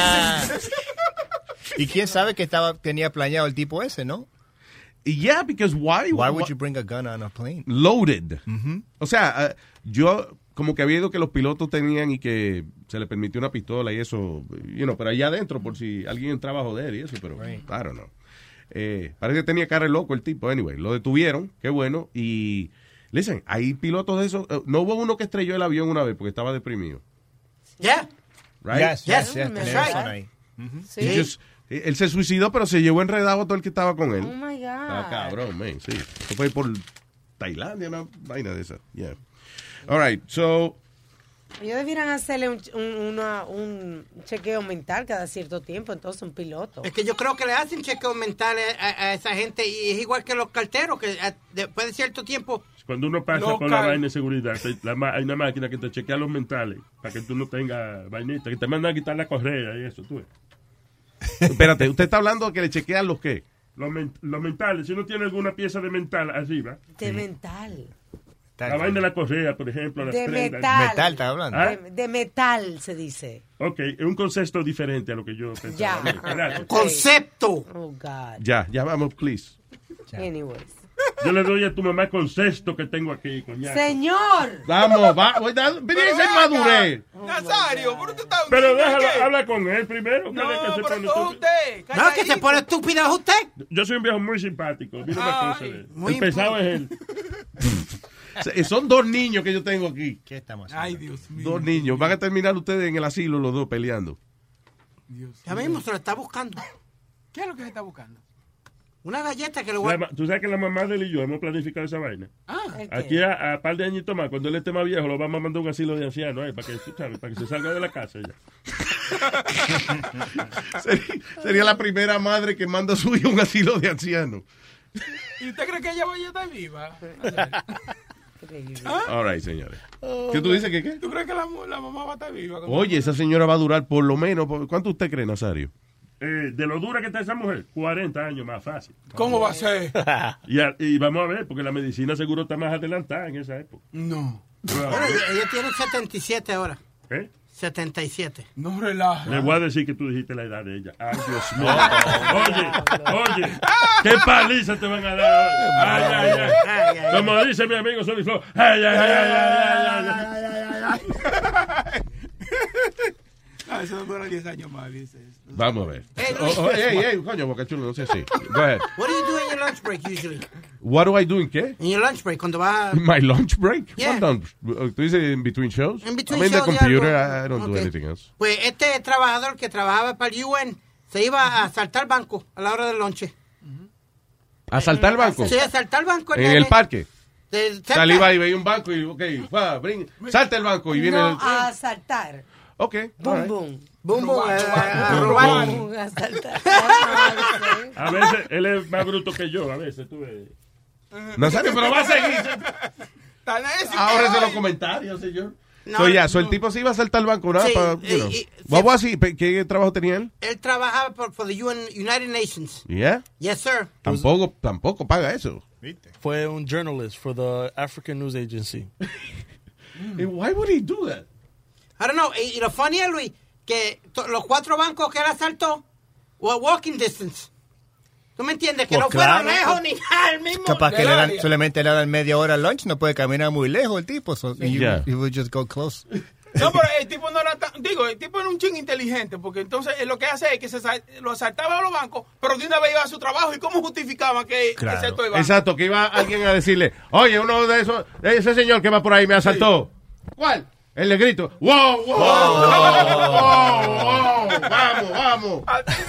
Y quién sabe que tenía planeado el tipo ese, ¿no? Yeah, because why would you bring a gun on a plane? Loaded. Mm-hmm. O sea, yo como que había ido que los pilotos tenían y que se les permitió una pistola y eso, pero allá adentro por si alguien entraba a joder y eso, pero I don't know. Parece que tenía cara de loco el tipo. Anyway, lo detuvieron, qué bueno. Y, listen, hay pilotos de esos. No hubo uno que estrelló el avión una vez porque estaba deprimido. Yeah. Right? Yes. Right. Mm-hmm. Sí. Él se suicidó, pero se llevó enredado a todo el que estaba con él. Oh, my God. Ah, cabrón, man, sí. Eso fue por Tailandia, una vaina de esa. Yeah. All right, so... Ellos debieran hacerle un chequeo mental cada cierto tiempo, entonces un piloto. Es que yo creo que le hacen chequeo mental a esa gente y es igual que los carteros, que después de cierto tiempo... Cuando uno pasa con la vaina de seguridad, hay una máquina que te chequea los mentales para que tú no tengas vainita, que te mandan a quitar la correa y eso, tú ves. Espérate, ¿usted está hablando de que le chequean los qué? Los mentales. Si uno tiene alguna pieza de mental arriba. De mental. La vaina de la correa, por ejemplo. De metal. Metal, ¿está hablando? ¿Ah? De metal, se dice. Ok, es un concepto diferente a lo que yo pensaba. Ya. Concepto. Oh, God. Ya vamos, please. Anyways. Yo le doy a tu mamá concepto que tengo aquí, coñazo. Señor. Vamos, madurez. Nazario, pero tú estás... Pero déjalo, habla con él primero. No, pero es usted. No, que se pone estúpido es usted. Yo soy un viejo muy simpático. Mira una cosa. El pesado es él. Son dos niños que yo tengo aquí. ¿Qué estamos haciendo? Ay, Dios mío. Dos niños. Van a terminar ustedes en el asilo los dos peleando. Ya mismo se lo está buscando. ¿Qué es lo que se está buscando? Una galleta que lo voy a... Tú sabes que la mamá de él y yo hemos planificado esa vaina. Aquí a par de añitos más, cuando él esté más viejo, lo vamos a mandar a un asilo de ancianos, para que se salga de la casa ya. Sería la primera madre que manda a su hijo a un asilo de ancianos. ¿Y usted cree que ella vaya a estar viva? All right, señores. ¿Qué tú dices? ¿Qué? ¿Tú crees que la mamá va a estar viva? Oye, esa señora va a durar por lo menos... ¿Cuánto usted cree, Nazario? De lo dura que está esa mujer, 40 años más fácil. ¿Cómo va a ser? Y vamos a ver, porque la medicina seguro está más adelantada en esa época. No. Bueno, ella tiene 77 ahora. ¿Eh? 77. No relaja. Le voy a decir que tú dijiste la edad de ella. Ay, Dios mío. Oye, qué paliza te van a dar. Ay. Como dice mi amigo Sony Flow. Ay. Eso dura 10 años más, dice. Vamos a ver. Hey, coño, Boca Chulo, no sé si. Go ahead. What do you do in your lunch break usually? What do I do in qué? In your lunch break, cuando vas... My lunch break? Yeah. ¿Tú dices in between shows? In between I'm in the shows, computer, yeah, I don't do anything else. Pues este trabajador que trabajaba para el UN se iba a saltar banco a la hora del lunch. ¿A saltar el banco? Sí, a saltar el banco. ¿En el parque? Salía y veía un banco y, salta el banco y viene... No, a saltar. Ok. Boom. A veces él es más bruto que yo, a veces tú ves. Nazario, pero va a seguir. Ahora es los comentarios, señor. No, el tipo se iba a saltar el banco, ¿no? Sí, ¿Qué trabajo tenía él? Él trabajaba for the United Nations. Yeah? Yes, sir. Tampoco paga eso. Fue un journalist for the African News Agency. Why would he do that? I don't know. Y lo funny es, Luis, que los 4 bancos que él asaltó were walking distance. ¿Tú me entiendes? Que no fueron lejos ni al mismo. Capaz que solamente le dan media hora al lunch, no puede caminar muy lejos el tipo. So he would just go close. No, pero el tipo no era tan... Digo, el tipo era un ching inteligente, porque entonces lo que hace es que lo asaltaba a los bancos, pero de una vez iba a su trabajo. ¿Y cómo justificaban que asaltó el banco? Exacto, que iba alguien a decirle, oye, uno de esos, ese señor que va por ahí me asaltó. Sí. ¿Cuál? El negrito. ¡Wow, wow! ¡Wow! ¡Vamos!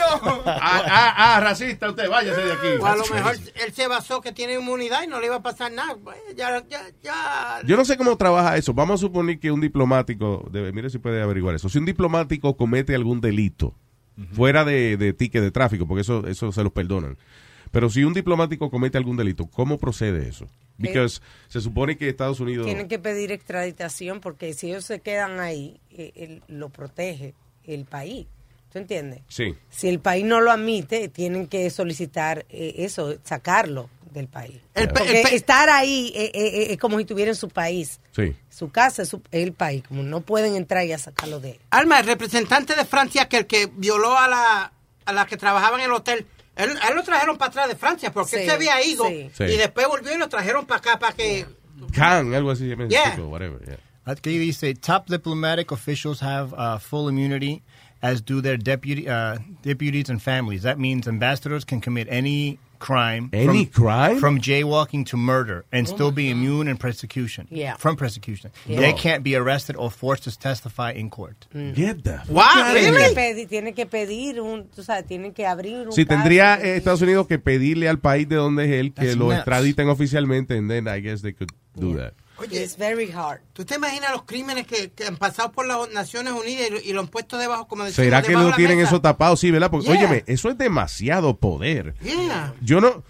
Racista usted, váyase de aquí. O a lo mejor él se basó que tiene inmunidad y no le iba a pasar nada. Ya. Yo no sé cómo trabaja eso. Vamos a suponer que un diplomático, mire si puede averiguar eso. Si un diplomático comete algún delito, fuera de ticket de tráfico, porque eso se los perdonan. Pero si un diplomático comete algún delito, ¿cómo procede eso? Porque se supone que Estados Unidos... Tienen que pedir extraditación porque si ellos se quedan ahí, lo protege el país. ¿Tú entiendes? Sí. Si el país no lo admite, tienen que solicitar sacarlo del país. Porque estar ahí es como si estuviera en su país. Sí. Su casa es el país. Como no pueden entrar y a sacarlo de él. Alma, el representante de Francia que violó a la que trabajaba en el hotel... Él lo trajeron para atrás de Francia porque él se había ido y después volvió y lo trajeron para acá para que... algo así. Whatever, Aquí dice, top diplomatic officials have full immunity, as do their deputies and families. That means ambassadors can commit any crime. From jaywalking to murder and still be immune and persecution. Yeah. From persecution. Yeah. They can't be arrested or forced to testify in court. Get that. Wow, Tienen que pedir tienen que abrir un Sí, tendría Estados Unidos que pedirle al país de donde es él que lo extraditen oficialmente, and then I guess they could do that. Oye, it's very hard. ¿Tú te imaginas los crímenes que han pasado por las Naciones Unidas y lo han puesto debajo, como decimos, ¿será que no tienen mesa? eso tapado? Sí, ¿verdad? Porque, óyeme, eso es demasiado poder. Yeah. Yo no...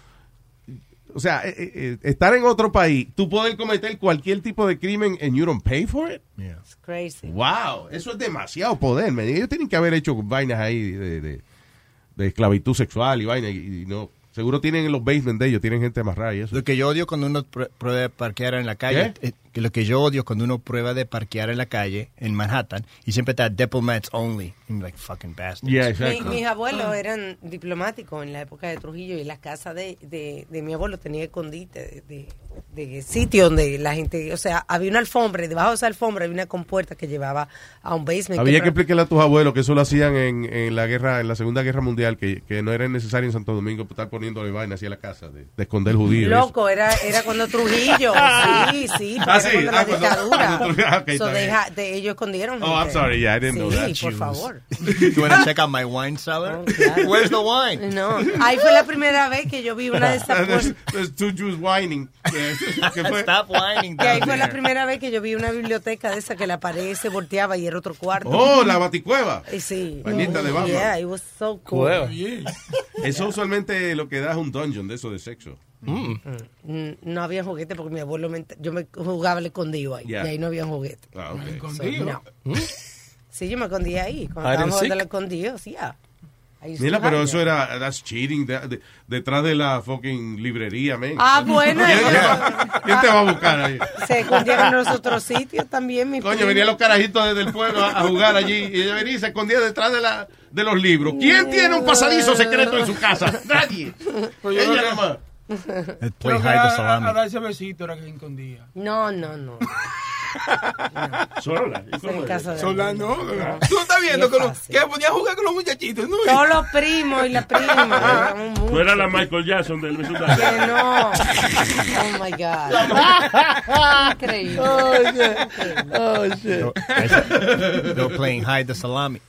O sea, estar en otro país, tú puedes cometer cualquier tipo de crimen and you don't pay for it? Yeah. It's crazy. Wow, eso es demasiado poder, man. Ellos tienen que haber hecho vainas ahí de esclavitud sexual y vaina y no... Seguro tienen en los basements de ellos, tienen gente amarrada y eso. Lo que yo odio cuando uno prueba de parquear en la calle, lo que yo odio cuando uno prueba de parquear en la calle en Manhattan y siempre está diplomats only. I'm like fucking bastards. Yeah, exactly. Mis abuelos eran diplomáticos en la época de Trujillo y la casa de mi abuelo tenía escondite de sitio donde la gente, o sea, había una alfombra y debajo de esa alfombra había una compuerta que llevaba a un basement. Había que explicarle a tus abuelos que eso lo hacían en la Segunda Guerra Mundial, que no era necesario en Santo Domingo estar poniéndole vaina así a la casa de esconder judíos. Loco, era cuando Trujillo, sí, cuando la dictadura. Ellos escondieron. Oh, I'm sorry, yeah, I didn't know that. Sí, por favor. You want to check out my wine cellar? Oh, claro. Where's the wine? No, ahí fue la primera vez que yo vi una de esas puertas. There's two Jews whining. Stop whining. Que ahí fue la primera vez que yo vi una biblioteca de esa que la pared se volteaba y era otro cuarto. Oh, la baticueva. Sí. Bañita de Batman. Yeah, it was so cool. Eso usualmente lo que da es un dungeon de eso de sexo. No había juguete porque mi abuelo yo me jugaba el escondido ahí. Yeah. Y ahí no había juguete. Ah, okay. ¿Escondido? Sí, yo me escondía ahí. Cuando estábamos jugando al escondido, sí, ya. Mira, pero eso that's cheating detrás de la fucking librería, man. Ah, bueno. ¿Quién te va a buscar ahí? Se escondían en los otros sitios también, mi Coño, venían los carajitos desde el pueblo a jugar allí y ella venía y se escondía detrás de los libros. ¿Quién tiene un pasadizo secreto en su casa? Nadie. Ella nada más. Play hide the salami. A darse besito era que se escondía. No. Sola. Sola no. Tú no estás viendo que ponía a jugar con los muchachitos, ¿no? Todos los primos y las primas. Tú eras la Michael Jackson del vecindario. Que no. Oh my God. Increíble. Oh shit. They were playing hide the salami.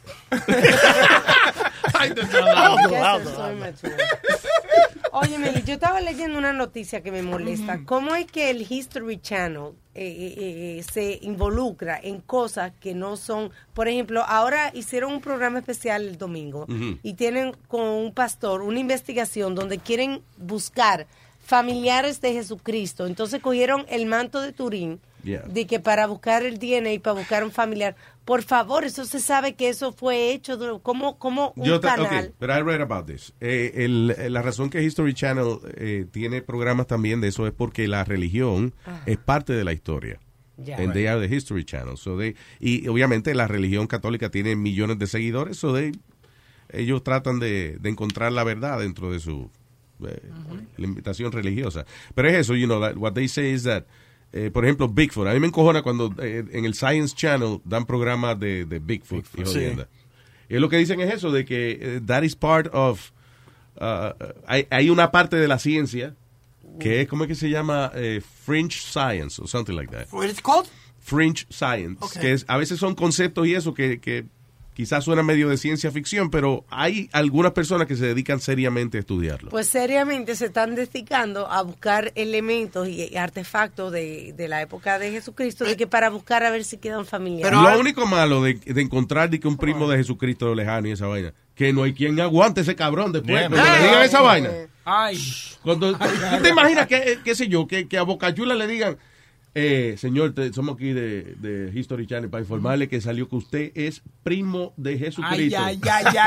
Hide the salami. Oye, Meli, yo estaba leyendo una noticia que me molesta. ¿Cómo es que el History Channel se involucra en cosas que no son? Por ejemplo, ahora hicieron un programa especial el domingo y tienen con un pastor una investigación donde quieren buscar familiares de Jesucristo. Entonces cogieron el manto de Turín de que para buscar el DNA y para buscar un familiar. Por favor, eso se sabe que eso fue hecho como un canal. Okay, but I read about this. La razón que History Channel tiene programas también de eso es porque la religión es parte de la historia. And they are the History Channel. Y obviamente la religión católica tiene millones de seguidores, ellos tratan de encontrar la verdad dentro de su limitación religiosa. Pero es eso, what they say is that por ejemplo, Bigfoot. A mí me encojona cuando en el Science Channel dan programas de Bigfoot. Sí. Y lo que dicen es eso, de que that is part of... hay una parte de la ciencia que es, ¿cómo es que se llama? Fringe Science, o something like that. What is it called? Fringe Science. Okay. Que a veces son conceptos y eso que quizás suena medio de ciencia ficción, pero hay algunas personas que se dedican seriamente a estudiarlo. Pues seriamente se están dedicando a buscar elementos y artefactos de la época de Jesucristo, de que para buscar a ver si quedan familiares. Pero lo único malo de encontrar de que un primo de Jesucristo lejano y esa vaina, que no hay quien aguante ese cabrón después. Cuando le digan esa vaina. Ay. Cuando, ¿tú te imaginas qué sé yo, que a Bocachula le digan, señor, somos aquí de History Channel para informarle que salió que usted es primo de Jesucristo? Ay.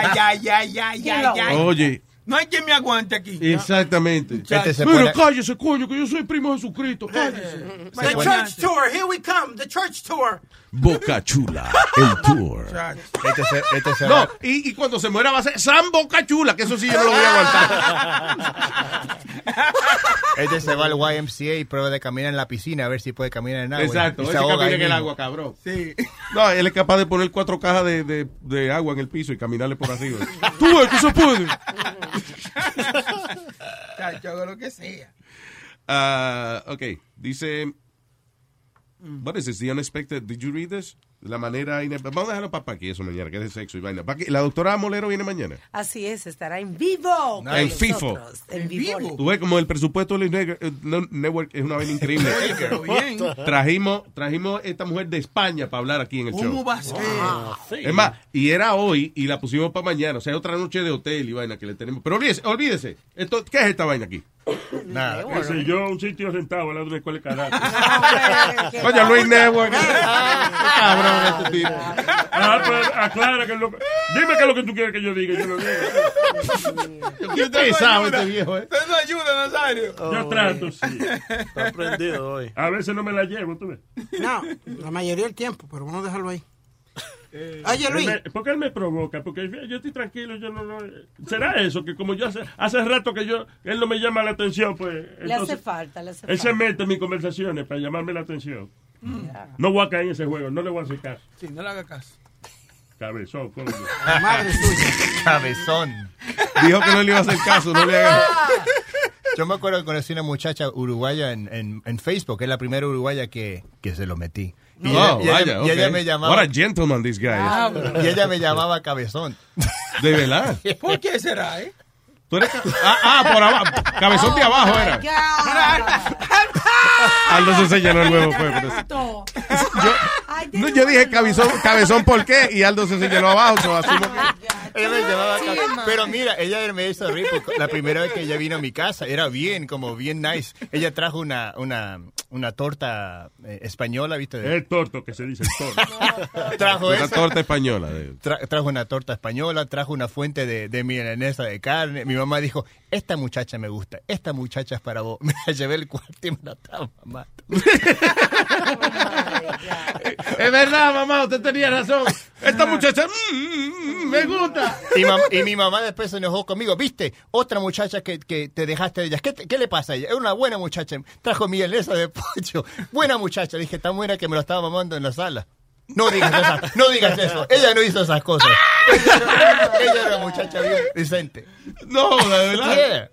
Oye. No hay quien me aguante aquí. Exactamente. Pero cállese, coño, que yo soy primo de Jesucristo. Cállese. The church tour, here we come, the church tour. Bocachula, el tour. No, y cuando se muera va a ser San Bocachula, que eso sí yo no lo voy a aguantar. Se va al YMCA y prueba de caminar en la piscina a ver si puede caminar en agua. Exacto, ese camina en el agua, cabrón. Sí. No, él es capaz de poner 4 cajas de agua en el piso y caminarle por arriba. Tú ves que se puede. Yo hago lo que sea. Ok, dice... What is this? The unexpected. Did you read this? La manera... Vamos a dejarlo para aquí eso mañana, que es de sexo y vaina. La doctora Molero viene mañana. Así es, estará en vivo. En FIFO. En vivo. Tú ves como el presupuesto del Network es una vaina increíble. Trajimos esta mujer de España para hablar aquí en el show. ¿Cómo va a ser? Sí. Es más, y era hoy y la pusimos para mañana. O sea, otra noche de hotel y vaina que le tenemos. Pero olvídese. ¿Qué es esta vaina aquí? Nada. Ese yo, un sitio sentado al lado de una escuela de karate. Oye, Luis Network. Cabrón, este tipo. Pero aclara que dime qué es lo que tú quieres que yo diga. Yo lo digo. ¿Qué usted sabe este viejo, Usted no ayuda, Nazario. Yo trato, sí. Está prendido hoy. A veces no me la llevo, tú ves. No, la mayoría del tiempo, pero vamos a dejarlo ahí. Oye, Luis. Porque él me provoca, porque yo estoy tranquilo, yo no. ¿Será eso? Que como yo hace rato que él no me llama la atención, pues. Le hace falta. Él se mete en mis conversaciones para llamarme la atención. No voy a caer en ese juego, no le voy a hacer caso. Sí, no le haga caso. Cabezón, coño. La madre suya. Cabezón. Dijo que no le iba a hacer caso, no le haga. Yo me acuerdo que conocí una muchacha uruguaya en Facebook, es la primera uruguaya que se lo metí. Y ella me llamaba... What a gentleman this guy is. Y ella me llamaba Cabezón. ¿De verdad? ¿Por qué será, ¿Tú eres por abajo. Cabezón de abajo era. Aldo se señaló el huevo. Yo dije cabezón ¿por qué? Y Aldo se señaló abajo. Asumo que... Ella me llamaba pero mira, ella me hizo reír porque la primera vez que ella vino a mi casa era bien nice. Ella trajo una torta española, ¿viste? El torto que se dice, el torto. Trajo una torta española. Trajo una torta española, trajo una fuente de milanesa de carne. Mi mamá dijo, esta muchacha me gusta, esta muchacha es para vos. Me la llevé al cuarto y me la estaba mamando. Es verdad, mamá, usted tenía razón. Esta muchacha me gusta. Y mi mamá después se enojó conmigo. ¿Viste? Otra muchacha que te dejaste de ella. ¿Qué le pasa a ella? Es una buena muchacha. Trajo milanesa de pollo. Buena muchacha. Le dije, tan buena que me lo estaba mamando en la sala. No digas eso. Ella no hizo esas cosas. Ella era una muchacha bien decente. No, la verdad. Yeah.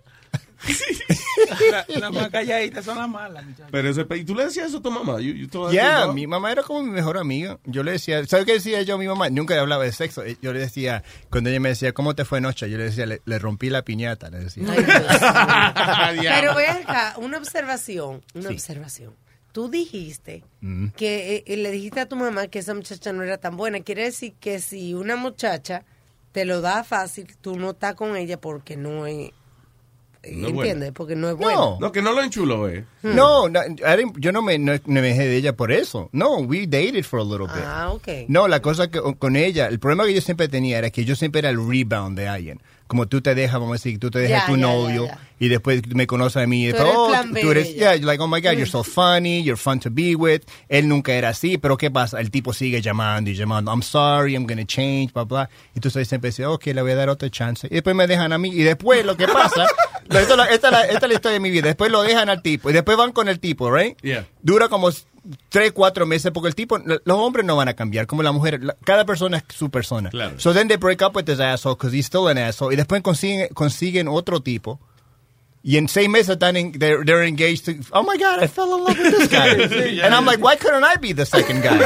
Las más calladitas son las malas, muchachos. Pero ¿y tú le decías eso a tu mamá? Mi mamá era como mi mejor amiga. Yo le decía, ¿sabes qué decía yo a mi mamá? Nunca le hablaba de sexo. Yo le decía, cuando ella me decía, ¿cómo te fue anoche? Yo le decía, le rompí la piñata. Le decía. Pero ve acá, una observación. Tú dijiste que le dijiste a tu mamá que esa muchacha no era tan buena. Quiere decir que si una muchacha te lo da fácil, tú no estás con ella porque no es... No ¿entiendes? Porque no es bueno. No, que no lo enchuló, No, yo no me dejé de ella por eso. No, we dated for a little bit. Ah, ok. No, la cosa que con ella, el problema que yo siempre tenía era que yo siempre era el rebound de alguien. como tú te dejas, vamos a decir, tú te dejas tu novio y después me conoces a mí y tú eres, you're like, oh my God, you're so funny, you're fun to be with. Él nunca era así, pero ¿qué pasa? El tipo sigue llamando y llamando, I'm sorry, I'm gonna change, blah, blah. Y tú siempre dices, ok, le voy a dar otra chance. Y después me dejan a mí y después lo que pasa, esta es la historia de mi vida, después lo dejan al tipo y después van con el tipo, right? Yeah. Dura como 3-4 meses porque el tipo, los hombres no van a cambiar como la mujer, cada persona es su persona. Claro. So then they break up with this asshole because he's still an asshole y después consiguen otro tipo y en 6 meses están they're engaged to, oh my God, I fell in love with this guy. And I'm like, why couldn't I be the second guy?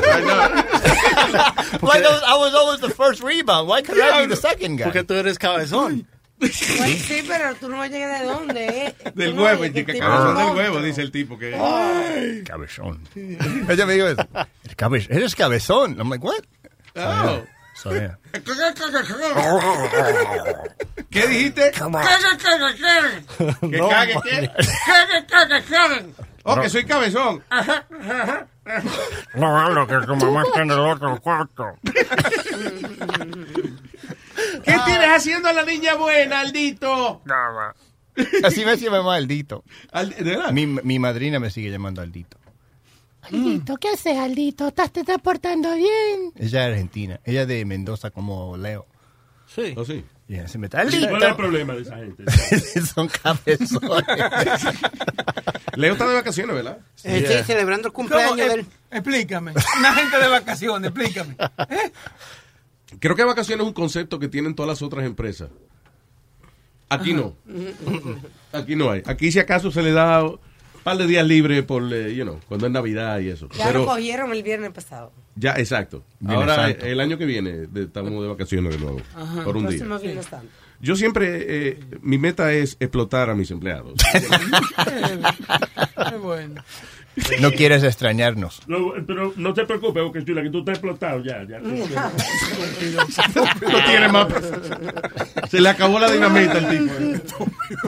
Like I was always the first rebound, why couldn't I be the second guy? Porque tú eres cabezón. Pues sí, pero tú no vas a llegar de dónde, Del huevo, cabezón del huevo, dice el tipo que... Ay, cabezón. Ella me dijo eso. Eres cabezón. I'm like, what? Oh. Sabía. ¿Qué dijiste? ¿Que cague qué? Oh, que soy cabezón. No hablo, que tu mamá está en el otro cuarto. ¿Qué tienes haciendo a la niña buena, Aldito? Nada. Así me llama Aldito. ¿De verdad? Mi madrina me sigue llamando Aldito. Aldito, ¿qué haces, Aldito? ¿Te estás portando bien? Ella es argentina. Ella es de Mendoza como Leo. Sí. ¿Oh, sí? Yeah, se me está Aldito. ¿Cuál es el problema de esa gente? Son cabezones. Leo está de vacaciones, ¿verdad? Sí, celebrando el cumpleaños del... Explícame. Una gente de vacaciones, explícame. Creo que vacaciones es un concepto que tienen todas las otras empresas. Aquí no. Aquí no hay. Aquí si acaso se le da un par de días libres por, cuando es Navidad y eso. Ya lo cogieron el viernes pasado. Ya, exacto. Ahora, el año que viene, estamos de vacaciones de nuevo. Por un día. Yo siempre, mi meta es explotar a mis empleados. Bueno. No quieres extrañarnos. No, pero no te preocupes, porque chula, que tú estás explotado ya. No tiene más. Se le acabó la dinamita al tipo.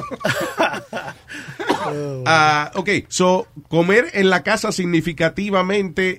Ok, so, comer en la casa significativamente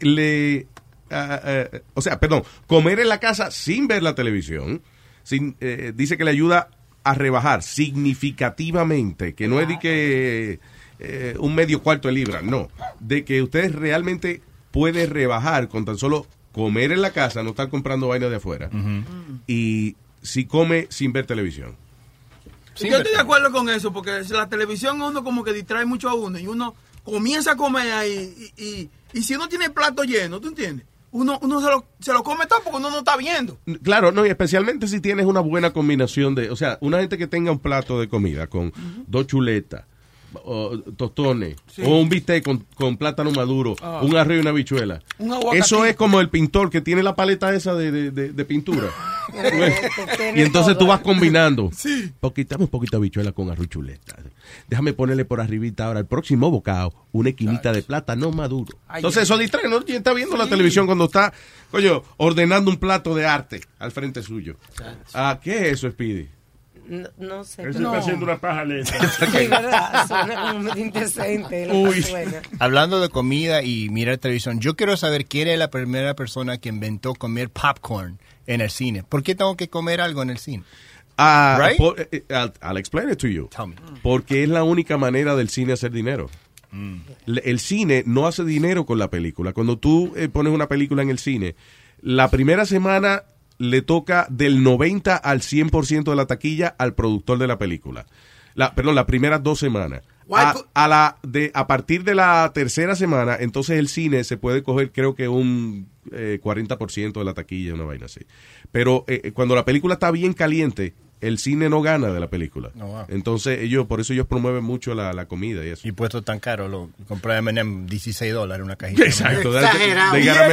comer en la casa sin ver la televisión, dice que le ayuda a rebajar significativamente, que no es de que un medio cuarto de libra, no, de que usted realmente puede rebajar con tan solo comer en la casa, no estar comprando vainas de afuera, y si come sin ver televisión. Sí, yo estoy de acuerdo con eso, porque la televisión uno como que distrae mucho a uno, y uno comienza a comer ahí, y si uno tiene el plato lleno, ¿tú entiendes? Uno se lo come todo porque uno no está viendo. Claro, no, y especialmente si tienes una buena combinación de, o sea, una gente que tenga un plato de comida con 2 chuletas, o tostones, o un bistec con plátano maduro, un arroz y una habichuela. Eso es como el pintor que tiene la paleta esa de pintura. Y entonces tú vas combinando. Sí. Dame un poquito de habichuela con arroz y chuleta. Déjame ponerle por arribita ahora el próximo bocado una esquinita de plátano maduro. Entonces eso distrae, ¿no? Está viendo la televisión cuando está, ordenando un plato de arte al frente suyo. ¿Qué es eso, Speedy? No sé. Él se está haciendo una paja lenta. Sí, verdad. Suena como indecente. Hablando de comida y mirar televisión, yo quiero saber quién es la primera persona que inventó comer popcorn en el cine. ¿Por qué tengo que comer algo en el cine? Right? I'll explain it to you. Tell me. Porque es la única manera del cine hacer dinero. El cine no hace dinero con la película. Cuando tú pones una película en el cine, la primera semana le toca del 90 al 100% de la taquilla al productor de la película. Las primeras 2 semanas. A partir de la tercera semana, entonces el cine se puede coger, creo que un 40% de la taquilla, una vaina así. Pero cuando la película está bien caliente, el cine no gana de la película. Oh, wow. Entonces por eso ellos promueven mucho la comida y eso. Y puesto tan caro, compré M&M $16 una cajita. Exacto. Exagerado.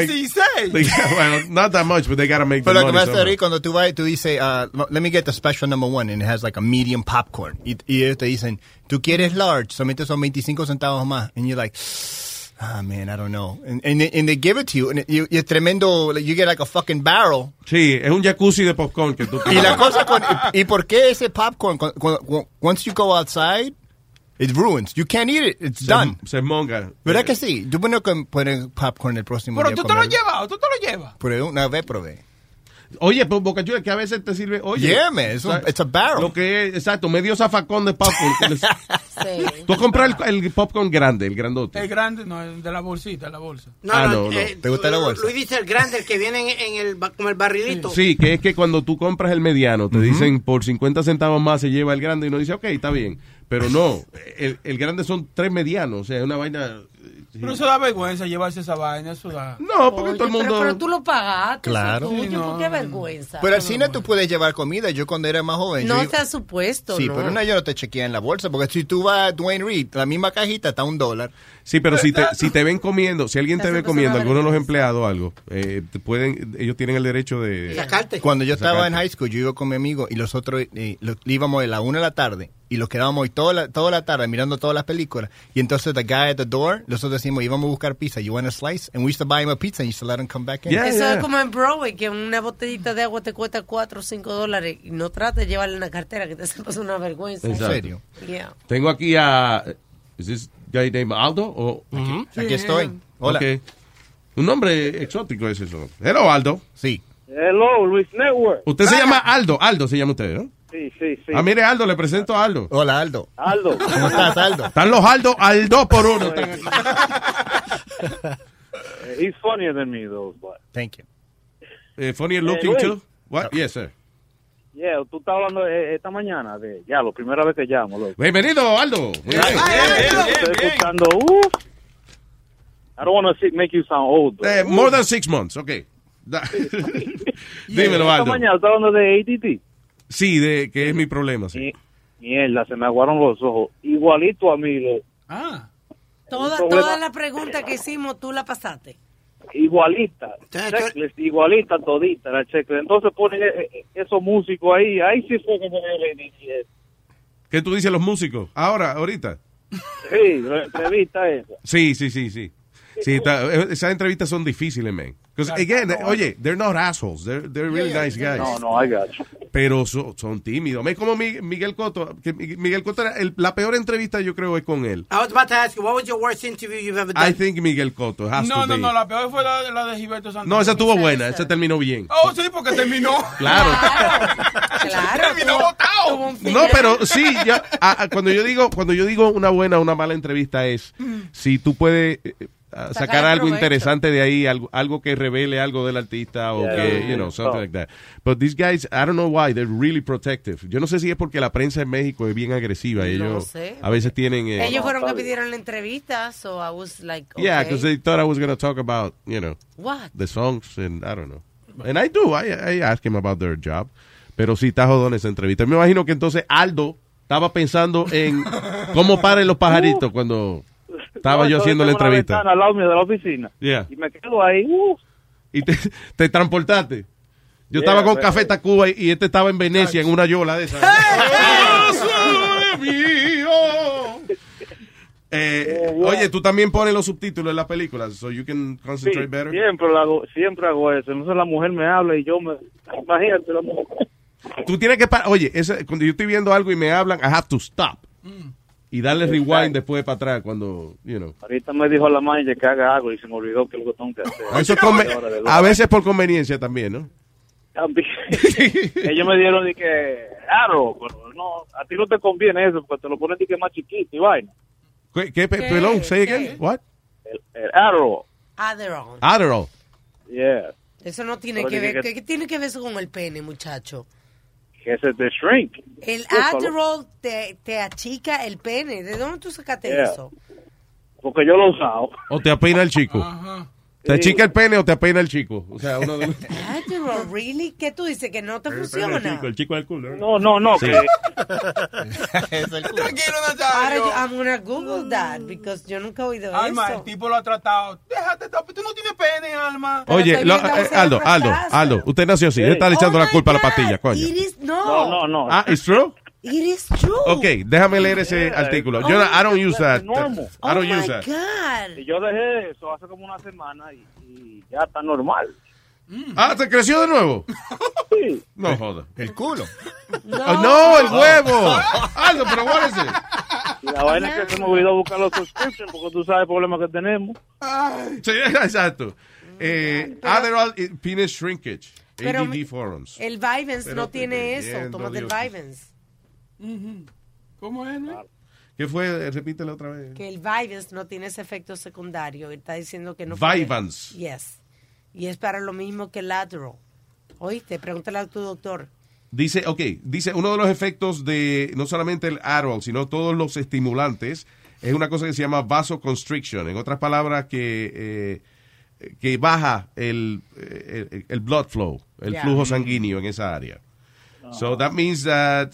Well, not that much, but they gotta make the money. Pero lo que me hace reír cuando tú vas y tú dices, let me get the special number 1, and it has like a medium popcorn. Y ellos te dicen, tú quieres large, solamente son 25 centavos más. And you're like, man, I don't know. And they give it to you, and y es tremendo, you get like a fucking barrel. Sí, es un jacuzzi de popcorn que tú Y la cosa ¿y por qué ese popcorn, once you go outside, it ruins. You can't eat it. It's done. Se monga. ¿Verdad que sí? Tú pones popcorn el próximo Pero día. Pero tú te lo llevas. Una vez probé. Oye, pues Boca Chula, que a veces te sirve, oye. Yeah, man, it's a barrel. Lo que es, exacto, medio zafacón de popcorn. Sí. Tú compras el popcorn grande, el grandote. El grande, no, el de la bolsita, la bolsa. No. ¿Te gusta la bolsa? Luis dice el grande, el que viene como el barrilito. Sí, que es que cuando tú compras el mediano, te dicen por 50 centavos más se lleva el grande y uno dice, ok, está bien. Pero no, el grande son 3 medianos, o sea, es una vaina... Pero eso da vergüenza llevarse esa vaina, eso da... No, porque todo el mundo... Pero tú lo pagaste, claro. Tuyo, Sí, no, ¿por qué vergüenza? Pero al cine tú puedes llevar comida. Yo cuando era más joven... No yo está supuesto, Sí, ¿no? pero yo no te chequea en la bolsa, porque si tú vas a Dwayne Reed, la misma cajita está $1. Sí, pero si te ven comiendo, si alguien te ve comiendo, alguno de los empleados o algo, ellos tienen el derecho de... Sacarte. Cuando yo estaba en high school, yo iba con mi amigo y los otros íbamos a la 1 de la tarde y los quedábamos toda la tarde mirando todas las películas. Y entonces the guy at the door, nosotros decimos, íbamos a buscar pizza. You want a slice? And we used to buy him a pizza and used to let him come back in. Eso es como en Broadway, que una botellita de agua te cuesta $4 o $5 y no trates de llevarle una cartera que te pasa una vergüenza. Exacto. ¿En serio? Yeah. Tengo aquí a... ¿Es this guy named Aldo? O Aquí estoy. Hola. Okay. Un nombre exótico es eso. Hello, Aldo. Sí. Hello, Luis Network. Usted se llama Aldo. Aldo se llama usted, ¿no? Sí. Ah, mire, Aldo, le presento a Aldo. Hola, Aldo. Aldo. ¿Cómo estás, Aldo? Están los Aldo al 2 por 1. He's funnier than me, though. But... Thank you. Funny looking Luis. too? What? Yes, sir. Yeah, tú estás hablando esta mañana de... Ya, la primera vez que llamo, loco. Bienvenido, Aldo. Muy bien. Estoy escuchando... I don't want to make you sound old. More than 6 months, okay. Dímelo, Esta Aldo. mañana estás hablando de ADT. Sí, que es mi problema, sí. Mierda, se me aguaron los ojos. Igualito a mí, loco. Todas las preguntas que hicimos, tú la pasaste. Igualita, checklist, igualita todita la checklist. Entonces ponen esos músicos ahí sí fue que me le dije. ¿Qué tú dices los músicos? Ahorita. Sí, la entrevista esa. Sí. Sí, esas entrevistas son difíciles, man. Because, again, oye, they're not assholes. They're really nice guys. No, I got you. Pero son tímidos. Es como Miguel Cotto. Que Miguel Cotto, la peor entrevista yo creo es con él. I was about to ask you, what was your worst interview you've ever done? I think Miguel Cotto has to be. No, la peor fue la de Gilberto Santana. No, esa estuvo buena. Esa terminó bien. Oh, sí, porque terminó. Claro. Terminó botado. No, pero sí, cuando yo digo una buena o una mala entrevista es si tú puedes sacar algo interesante de ahí, algo que revele algo del artista o que, something like that. But these guys, I don't know why, they're really protective. Yo no sé si es porque la prensa en México es bien agresiva. Ellos a veces tienen... Ellos fueron que pidieron la entrevista, so I was like, okay. Yeah, because they thought I was going to talk about, what? The songs and I don't know. And I do, I ask him about their job. Pero sí está jodón esa entrevista. Me imagino que entonces Aldo estaba pensando en cómo paren los pajaritos cuando... Estaba yo haciendo la entrevista. Al lado mío de la oficina. Yeah. Y me quedo ahí. Y te transportaste. Yo estaba con Café Tacuba y este estaba en Venecia en una yola de esas. Oye, tú también pones los subtítulos en las películas, so you can concentrate better. Siempre hago eso. Entonces la mujer me habla y yo me... Imagínate la mujer. Tú tienes que parar. Oye, cuando yo estoy viendo algo y me hablan, I have to stop. Y darle rewind después para atrás cuando, Ahorita me dijo la manager que haga algo y se me olvidó que es lo que tengo que hacer. Eso a veces por conveniencia también, ¿no? También. Ellos me dieron de que, claro, pero no, a ti no te conviene eso porque te lo ponen de que más chiquito y vaina. ¿Qué? Perdón, say again. What? El Adderall. Adderall. Yeah. Eso no tiene que ver. ¿Qué tiene que ver eso con el pene, muchacho? Que ese te shrink. El Adderall te achica el pene. ¿De dónde tú sacaste eso? Porque yo lo he usado. O te apeina el chico. Ajá. ¿Te achica el pene o te apeina el chico? O sea, uno de los... Adderall, really? ¿Qué tú dices? ¿Que no te funciona? El chico del culo. No. Sí. Tranquilo, Nazario. I'm gonna Google that because yo nunca he oído eso. Alma, el tipo lo ha tratado. Déjate, tú no tienes pene, Alma. Oye, Aldo, usted nació así. Él está echando la culpa a la pastilla, coño. No. Ah, ¿it's true? It is true. Ok, déjame leer ese artículo. Yo I don't use that. I don't use that. God. Y yo dejé eso hace como una semana y ya está normal. Ah, ¿te creció de nuevo? Sí. No joda. El culo. No, el huevo. Aldo, pero what is it? Y la vaina es que se me olvidó buscar los subscriptions porque tú sabes el problema que tenemos. Sí, exacto. Adderall penis shrinkage. Pero ADD forums. El Vyvanse no tiene eso. Tómate el Vyvanse. ¿Cómo es, no? ¿Qué fue? Repítelo otra vez. Que el Vyvanse no tiene ese efecto secundario. Él está diciendo que no. Vyvanse. Yes. Y es para lo mismo que el Adderall. Oíste, pregúntale a tu doctor. Dice uno de los efectos de no solamente el Adderall, sino todos los estimulantes, es una cosa que se llama vasoconstriction. En otras palabras, que baja el blood flow, el flujo sanguíneo en esa área. So that means that,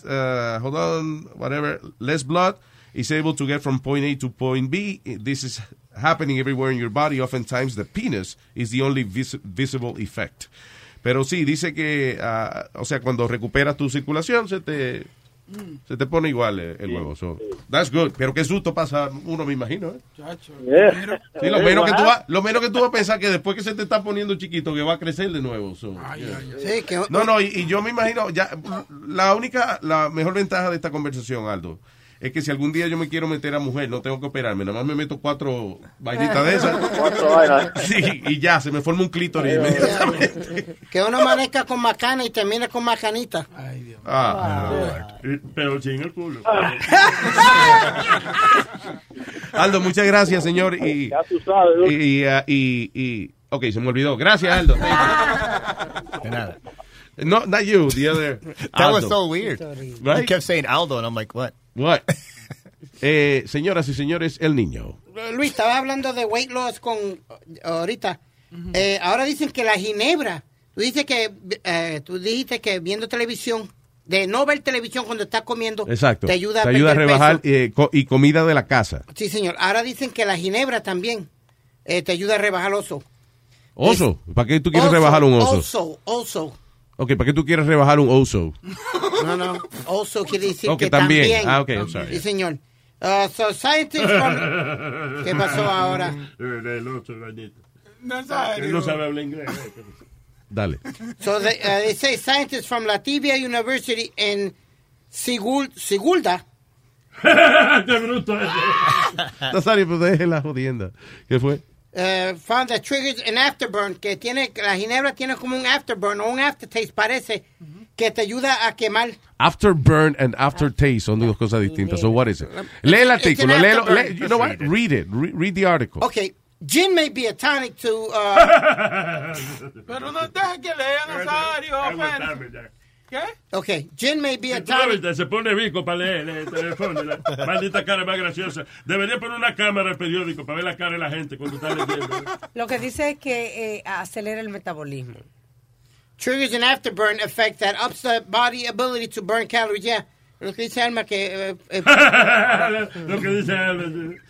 less blood is able to get from point A to point B. This is happening everywhere in your body. Oftentimes the penis is the only visible effect. Pero sí, dice que, o sea, cuando recuperas tu circulación, se te pone igual el huevo. So, that's good. Pero qué susto pasa uno, me imagino. Chacho. Sí, lo menos que tú vas a pensar que después que se te está poniendo chiquito, que va a crecer de nuevo. So, sí, que... No, y yo me imagino, ya la mejor ventaja de esta conversación, Aldo, es que si algún día yo me quiero meter a mujer, no tengo que operarme, nada más me meto 4 vainitas de esas. 4 vainas. Sí, y ya, se me forma un clítoris inmediatamente. Que uno amanezca con macana y termine con macanita. Ay, Dios. Pero sin el culo. Aldo, muchas gracias, señor. Ya tú sabes. Ok, se me olvidó. Gracias, Aldo. De nada. No, not you, the other. That Aldo. was so weird. Right? You kept saying Aldo, and I'm like, what? What? Señoras y señores, el niño. Luis, estaba hablando de weight loss ahorita. Ahora dicen que la ginebra, tú dijiste que viendo televisión, de no ver televisión cuando estás comiendo, exacto, te ayuda a rebajar y comida de la casa. Sí, señor. Ahora dicen que la ginebra también te ayuda a rebajar oso. ¿Oso? ¿Para qué tú quieres rebajar un oso? Oso. Ok, ¿para qué tú quieres rebajar un oso? No. Oso quiere decir okay, que también. Ok, I'm sorry. Sí, señor. So scientists from... ¿Qué pasó ahora? El oso, Él no sabe hablar inglés. Dale. So they say scientists from Latvia University in Sigulda. ¡Qué bruto es! Nazario, pues deje la jodienda. ¿Qué fue? Found that triggers an afterburn, que la ginebra tiene como un afterburn o un aftertaste, parece, que te ayuda a quemar. Afterburn and aftertaste son dos cosas distintas. So what is it? Lee el artículo. You know what? Read it. Read the article. Okay. Gin may be a tonic to... Pero no deja que lea, Nazario. ¿Qué? Okay, gin may be a tonic. Se pone bico para leer el teléfono. La maldita cara más graciosa. Debería poner una cámara al periódico para ver la cara de la gente cuando está leyendo. Lo que dice es que acelera el metabolismo. Triggers an afterburn effect that ups the body ability to burn calories. Yeah. Lo que dice Alma que... Lo que dice Alma.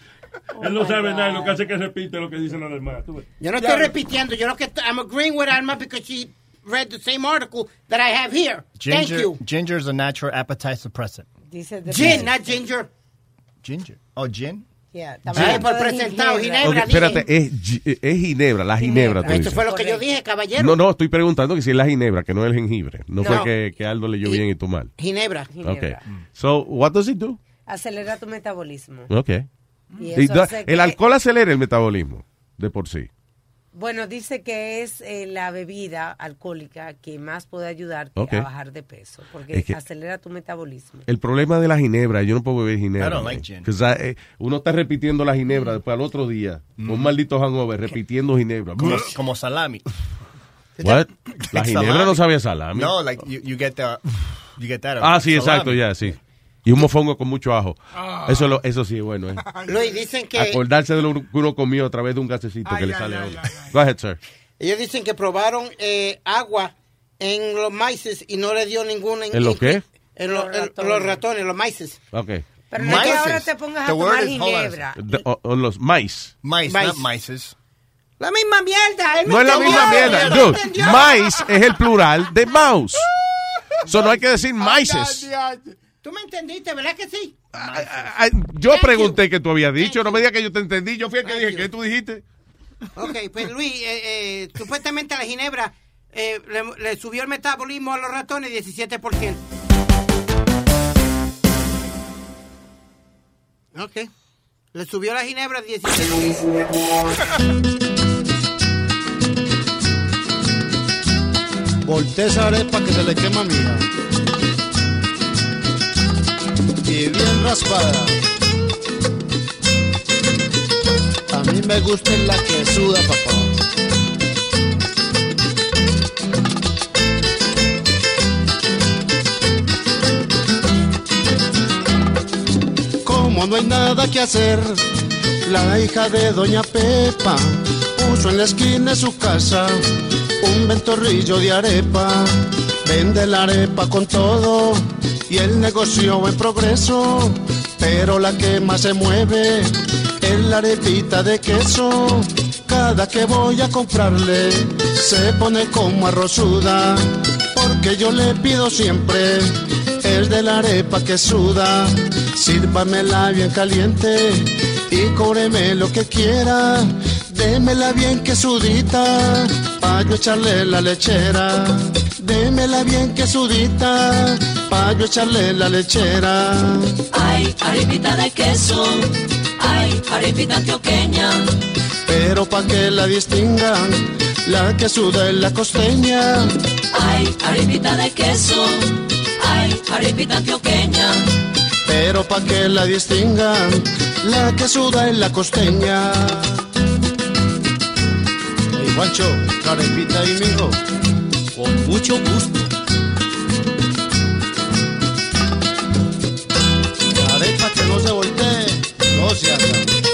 Él no sabe nada, lo que hace es que repite lo que dicen los demás. Yo no estoy repitiendo. I'm agreeing with Alma because she read the same article that I have here. Thank you. Ginger is a natural appetite suppressant. Gin, not ginger. Ginger. Oh, gin? Yeah, por presentado, ginebra. Okay, espérate, es ginebra, la ginebra. Esto fue lo que yo dije, caballero. No, estoy preguntando que si es la ginebra, que no es el jengibre. No fue que Aldo leyó bien y tú mal. Ginebra. Okay. So, what does it do? Acelera tu metabolismo. Okay. Y eso hace el alcohol acelera el metabolismo, de por sí. Bueno, dice que es la bebida alcohólica que más puede ayudarte a bajar de peso, porque acelera tu metabolismo. El problema de la ginebra, yo no puedo beber ginebra. I don't like gin. Uno está repitiendo la ginebra después al otro día, un maldito hangover, repitiendo ginebra. Como salami. What? La ginebra no sabe salami. No, like you get that. Sí, exacto, ya, sí. Y un mofongo con mucho ajo. Eso sí es bueno. Luis, dicen que... Acordarse de lo que uno comió a través de un gasecito que le sale a uno. Go ahead, sir. Ellos dicen que probaron agua en los maíces y no le dio ningún... ¿En lo qué? En los ratones, los maíces. Ok. Pero no es que ahora te pongas a tomar ginebra. En los maíz. Maíz, not maíces. La misma mierda. No es la misma mierda. Dude, maíz es el plural de mouse. So no hay que decir maíces. Tú me entendiste, ¿verdad que sí? Yo pregunté qué tú habías dicho. No me digas que yo te entendí. Yo fui el que dije, ¿qué tú dijiste? Ok, pues Luis, supuestamente la ginebra le subió el metabolismo a los ratones 17%. Ok. Le subió la ginebra 17%. Voltea esa arepa que se le quema, mija. Y bien raspada. A mí me gusta la que suda, papá. Como no hay nada que hacer, la hija de doña Pepa puso en la esquina de su casa un ventorrillo de arepa. Vende la arepa con todo y el negocio en progreso, pero la que más se mueve es la arepita de queso. Cada que voy a comprarle se pone como arrozuda, porque yo le pido siempre es de la arepa que suda. Sírvamela bien caliente y cóbreme lo que quiera. Démela bien que sudita, pa' yo echarle la lechera. Démela bien que sudita, pa' yo echarle la lechera. Ay, arepita de queso, ay, arepita antioqueña. Pero pa' que la distingan, la que suda es la costeña. Ay, arepita de queso, ay, arepita antioqueña. Pero pa' que la distingan, la que suda es la costeña. Hey, Juancho, carepita ahí, mijo. Con mucho gusto. La arepa que no se voltee, no se haga.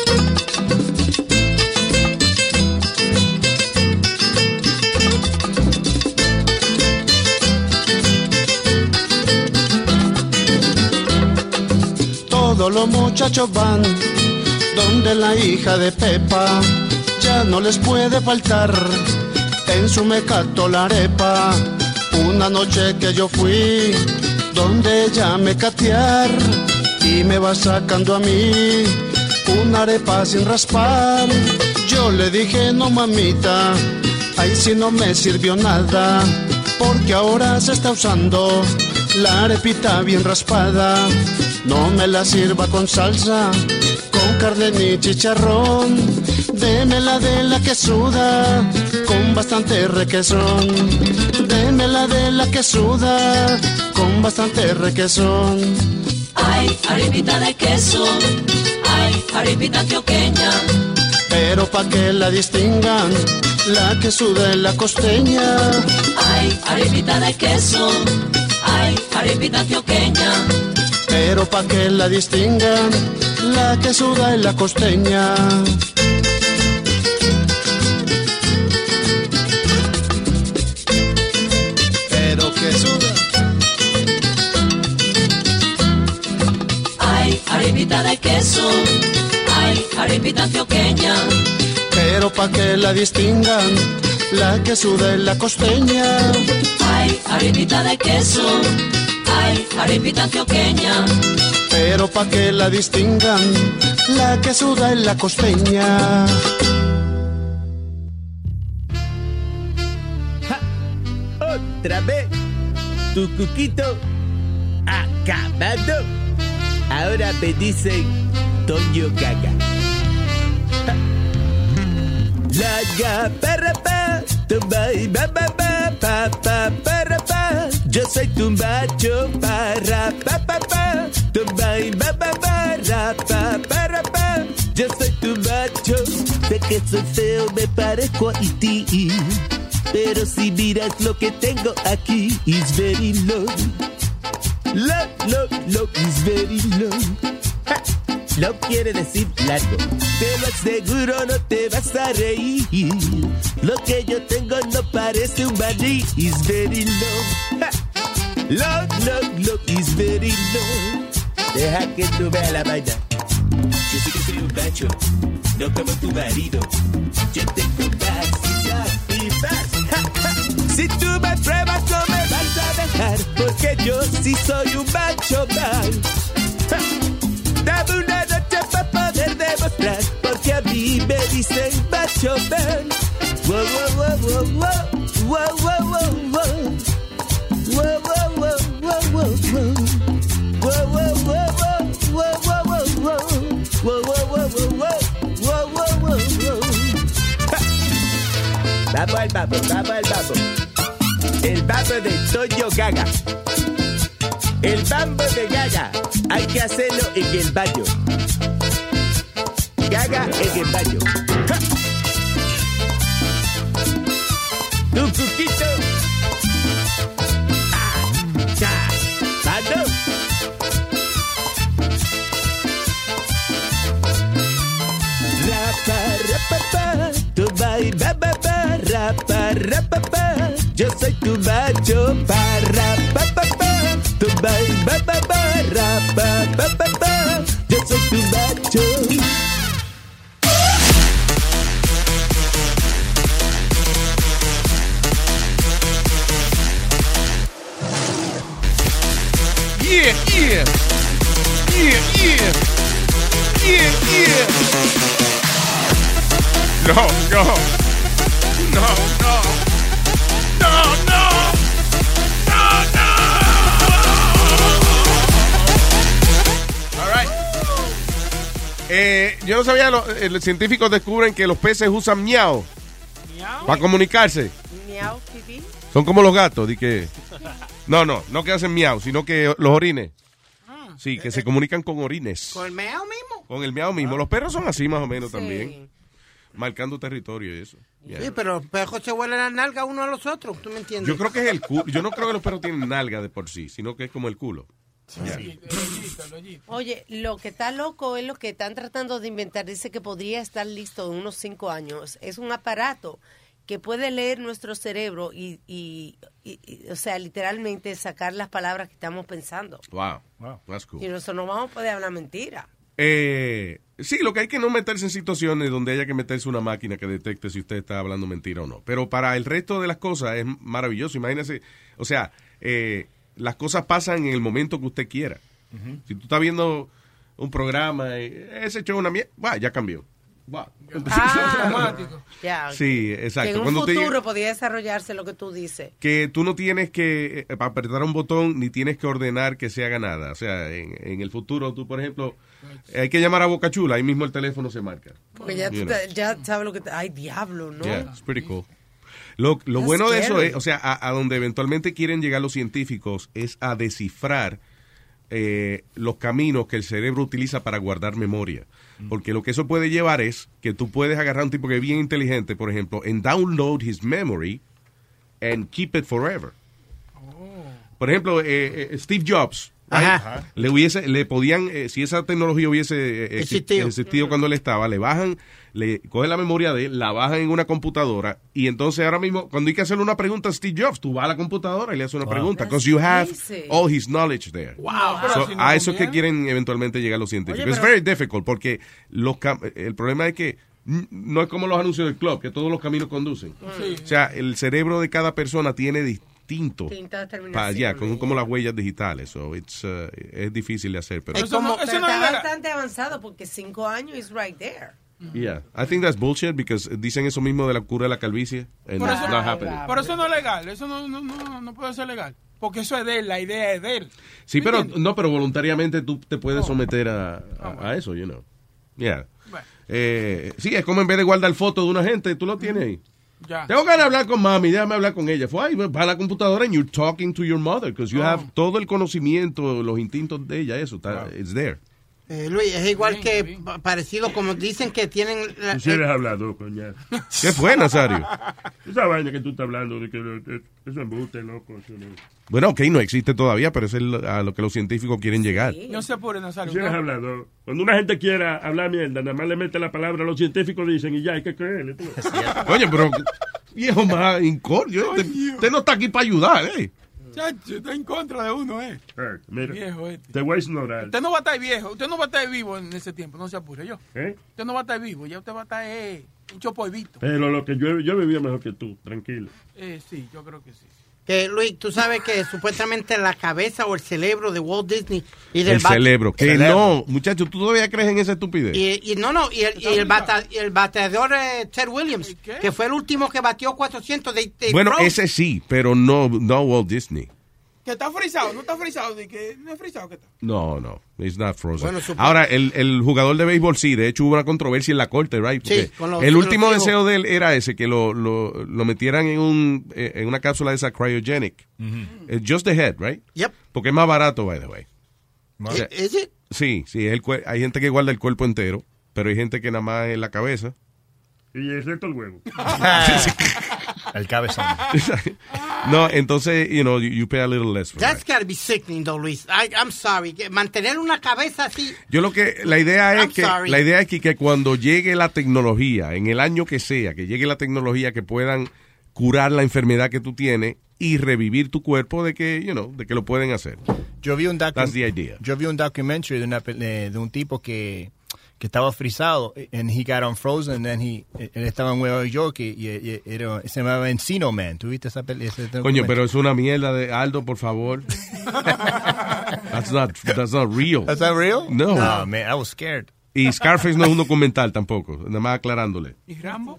Todos los muchachos van donde la hija de Pepa, ya no les puede faltar en su mecato la arepa. Una noche que yo fui donde ella me catear y me va sacando a mí una arepa sin raspar. Yo le dije no mamita, ahí sí no me sirvió nada, porque ahora se está usando la arepita bien raspada. No me la sirva con salsa, con carne ni chicharrón. Démela de la que suda, con bastante requesón. Démela de la que suda, con bastante requesón. Ay, arepita de queso, ay, arepita antioqueña. Pero pa' que la distingan, la que suda es la costeña. Ay, arepita de queso, ay, arepita antioqueña. Pero pa' que la distingan, la que suda es la costeña. Pero que suda. Ay, arepita de queso, ay, arepita antioqueña. Pero pa' que la distingan, la que suda es la costeña. Ay, arepita de queso, ay, arepita antioqueña. Pero pa' que la distingan, la que suda es la costeña. Ja, otra vez, tu cuquito acabado. Ahora me dicen Toño Gaga. Ja. La ga para pa, tumba y ba ba ba pa pa para pa. Yo soy tu macho para pa pa pa, tumba y ba ba ba pa para pa. Yo soy tu macho. Sé que soy feo, me parezco a ti, pero si miras lo que tengo aquí, is very low. Low, low, low, is very low. Ja. Low quiere decir largo. Te lo aseguro, no te vas a reír. Lo que yo tengo no parece un maní. Is very low. Ja. Low, low, low, is very low. Deja que tú veas la vaina. Yo sé que soy un macho, no como tu marido. Yo tengo más y más. Ja, ja. Si tú me pruebas no me vas a dejar, porque yo sí soy un macho man. Ja. Dame una noche para poder demostrar, porque a mí me dicen macho man. Wow, wow, wow, wow, wow, wow, wow, wow, wow. Wow, wow, wow, wow, wow, wow. Wow, wow, wow, wow, wow, wow, wow, wow. Wow, wow, wow, wow, wow, wow, wow, wow. Ja. Vamos al babo, vamos al babo. El bambo de Toño Gaga. El bambo de Gaga. Hay que hacerlo en el baño. Gaga en el baño. ¡Ja! Tu cuquito. ¡Bando! Rapa, rapapa, tu bai, ba, ba, ba, rapa, rapapa. Yo soy tu macho, pa, rapa, pa, pa. Tu bai, ba, ba, ba, rapa, pa, pa, pa. Yo soy tu macho. Yeah, yeah. Yeah, yeah. Yeah, yeah. No, no. No, no. No, no. No, no. All right. Yo no sabía, los científicos descubren que los peces usan miau para comunicarse. Miau, pipí. Son como los gatos, di que... No que hacen miau, sino que los orines. Sí, que se comunican con orines. ¿Con el miau mismo? Con el miau mismo. Los perros son así más o menos también. Marcando territorio y eso. Yeah. Sí, pero los perros se huelen las nalgas uno a los otros, ¿tú me entiendes? Yo creo que es el culo. Yo no creo que los perros tienen nalga de por sí, sino que es como el culo. Sí, yeah. Oye, lo que está loco es lo que están tratando de inventar. Dice que podría estar listo en unos 5 años. Es un aparato que puede leer nuestro cerebro y o sea, literalmente sacar las palabras que estamos pensando. Wow, that's cool. Y nosotros no vamos a poder hablar mentira. Sí, lo que hay que no meterse en situaciones donde haya que meterse una máquina que detecte si usted está hablando mentira o no. Pero para el resto de las cosas es maravilloso. Imagínese, o sea, las cosas pasan en el momento que usted quiera. Uh-huh. Si tú estás viendo un programa y ese show una mierda, ya cambió. Wow. Ya. Sí, exacto. Que en un futuro podría desarrollarse lo que tú dices. Que tú no tienes que apretar un botón ni tienes que ordenar que se haga nada. O sea, en el futuro tú, por ejemplo, hay que llamar a Boca Chula, ahí mismo el teléfono se marca. Porque ya sabes lo que... Ay, diablo, ¿no? Yeah, it's pretty cool. Lo bueno de eso es, o sea, a donde eventualmente quieren llegar los científicos es a descifrar los caminos que el cerebro utiliza para guardar memoria. Porque lo que eso puede llevar es que tú puedes agarrar a un tipo que es bien inteligente, por ejemplo, and download his memory and keep it forever. Por ejemplo, Steve Jobs, le podían, si esa tecnología hubiese existido cuando él estaba, le cogen la memoria de él, la bajan en una computadora y entonces ahora mismo, cuando hay que hacerle una pregunta a Steve Jobs, tú vas a la computadora y le haces una pregunta, because you have all his knowledge there. Wow. So, a eso es que quieren eventualmente llegar los científicos. It's very difficult porque el problema es que no es como los anuncios del club, que todos los caminos conducen. Sí. O sea, el cerebro de cada persona tiene distinto para allá, como las huellas digitales. So es difícil de hacer. Pero eso está bastante avanzado porque 5 años is right there. Yeah, I think that's bullshit because dicen eso mismo de la cura de la calvicie. And por it's eso, not happening. Pero eso no es legal, eso no puede ser legal. Porque eso es de él, la idea es de él. Sí, pero voluntariamente tú te puedes someter a eso, you know. Yeah. Bueno. Sí, es como en vez de guardar fotos de una gente, tú lo tienes ahí. Ya. Tengo ganas de hablar con mami, déjame hablar con ella. Va a la computadora and you're talking to your mother because you have todo el conocimiento, los instintos de ella, eso, it's there. Luis, es igual que parecido como dicen que tienen... Tú sí eres hablador, coño. ¿Qué fue, Nazario? Esa vaina que tú estás hablando, de que eso es embuste, loco. Bueno, ok, no existe todavía, pero eso es a lo que los científicos quieren llegar. Sí. No se apure, Nazario. Tú sí eres hablador. Cuando una gente quiera hablar mierda, nada más le mete la palabra, los científicos dicen y ya hay que creerle. Oye, pero viejo más incordio, usted no está aquí para ayudar, Chacho, está en contra de uno, Mira, viejo te voy a ignorar. Usted no va a estar viejo, usted no va a estar vivo en ese tiempo, no se apure yo. Usted no va a estar vivo, ya usted va a estar un chopoivito. Pero lo que yo vivía mejor que tú, tranquilo. Sí, yo creo que sí. Luis, tú sabes que supuestamente la cabeza o el cerebro de Walt Disney y del cerebro, que no, muchacho, ¿tú todavía crees en esa estupidez? Y el bateador Ted Williams, que fue el último que batió 400 bueno, ese sí, pero no Walt Disney. Que está frisado, no está frisado, que no es frisado que está. No, it's not frozen. Bueno, ahora, el jugador de béisbol sí, de hecho hubo una controversia en la corte, right? Sí, el último deseo de él era ese, que lo metieran en una cápsula de esa cryogenic. Just the head, right? Yep. Porque es más barato, by the way. ¿Es it? Sí, hay gente que guarda el cuerpo entero, pero hay gente que nada más es la cabeza. Y el resto el huevo. El cabezón. No, entonces, you pay a little less for That's gotta be sickening, though, Luis. I'm sorry. Mantener una cabeza así. La idea es que cuando llegue la tecnología, en el año que sea, que llegue la tecnología que puedan curar la enfermedad que tú tienes y revivir tu cuerpo de que lo pueden hacer. Yo vi un That's the idea. Yo vi un documentary de un tipo que estaba frisado, and he got unfrozen, and then él estaba en Nueva York y se llamaba Encino Man. ¿Tú viste ese Coño, pero es una mierda de Aldo, por favor. That's not real. That's not real? No. Oh, man, I was scared. Y Scarface no es un documental tampoco, nada más aclarándole. ¿Y Rambo?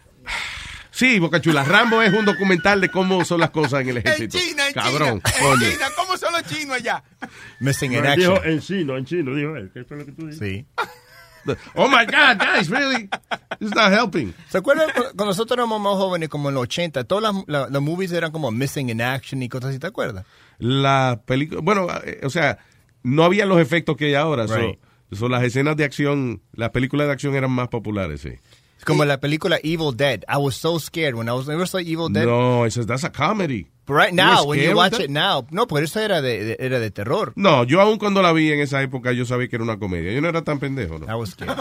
Sí, Boca Chula, Rambo es un documental de cómo son las cosas en el ejército. Cabrón, coño. China, ¿cómo son los chinos allá? Missing in action. Dijo en chino, dijo él. ¿Qué fue lo que tú dijiste? Sí. Oh my God, guys, really? It's not helping. ¿Se acuerdan cuando nosotros éramos más jóvenes, como en los 80, todas las movies eran como Missing in Action y cosas así, ¿te acuerdas? La película, bueno, o sea, no había los efectos que hay ahora. Right. Son las escenas de acción, las películas de acción eran más populares, sí. Como la película Evil Dead. I was so scared when I was never saw Evil Dead. No, that's a comedy. But right now, when you watch it now, no, porque eso era de terror. No, yo aún cuando la vi en esa época yo sabía que era una comedia. Yo no era tan pendejo, ¿no? I was scared.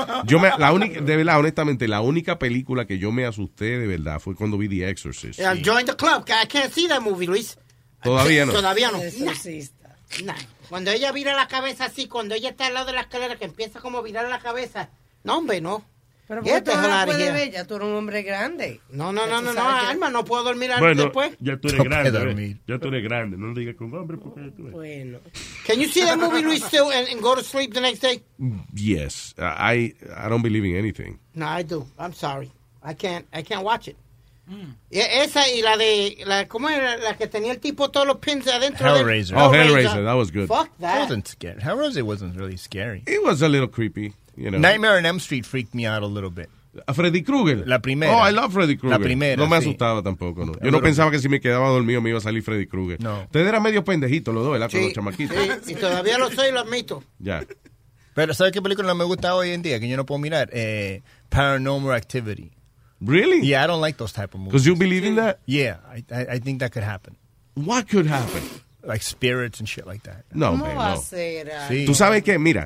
De verdad, honestamente, la única película que yo me asusté de verdad fue cuando vi The Exorcist. Yeah, join the club. I can't see that movie, Luis. Todavía no. Todavía no. Nah. Cuando ella vira la cabeza así, cuando ella está al lado de la escalera que empieza como a virar la cabeza. No, hombre, no. Pero ¿por qué tú no la puedes ver? Ya tú eres un hombre grande. No, Alma, no puedo dormir después. Ya tú eres grande. Ya tú eres grande. No digas con hombre porque tú eres. Bueno. Can you see that movie, Luis, still and go to sleep the next day? Yes. I don't believe in anything. No, I do. I'm sorry. I can't watch it. Esa y ¿cómo era? La que tenía el tipo todos los pins adentro. Hellraiser. Hellraiser. That was good. Fuck that. It wasn't scary. Hellraiser wasn't really scary. It was a little creepy. Nightmare on Elm Street freaked me out a little bit. ¿A Freddy Krueger? La primera. Oh, I love Freddy Krueger. La primera, no me sí. asustaba tampoco, ¿no? Yo no pensaba que si me quedaba dormido me iba a salir Freddy Krueger. No. Ustedes eran medio pendejitos los dos, ¿verdad? Sí, con los chamaquitos. Sí, y todavía lo soy y lo admito. Ya. Pero ¿sabes qué película no me gusta hoy en día? Que yo no puedo mirar. Paranormal Activity. Really? Yeah, I don't like those type of movies. Because you believe in that? Yeah, I think that could happen. What could happen? Like spirits and shit like that. No, ¿Cómo man, va no. a ser? Sí. Tú sabes que, mira,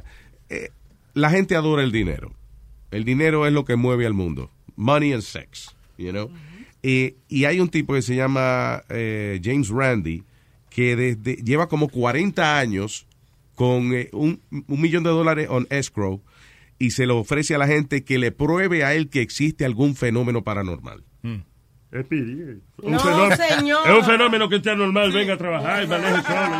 la gente adora el dinero. El dinero es lo que mueve al mundo. Money and sex, you know. Y hay un tipo que se llama James Randi que lleva como 40 años con $1 millón on escrow y se lo ofrece a la gente que le pruebe a él que existe algún fenómeno paranormal. No, señor. Es un fenómeno que sea normal, venga a trabajar y maneje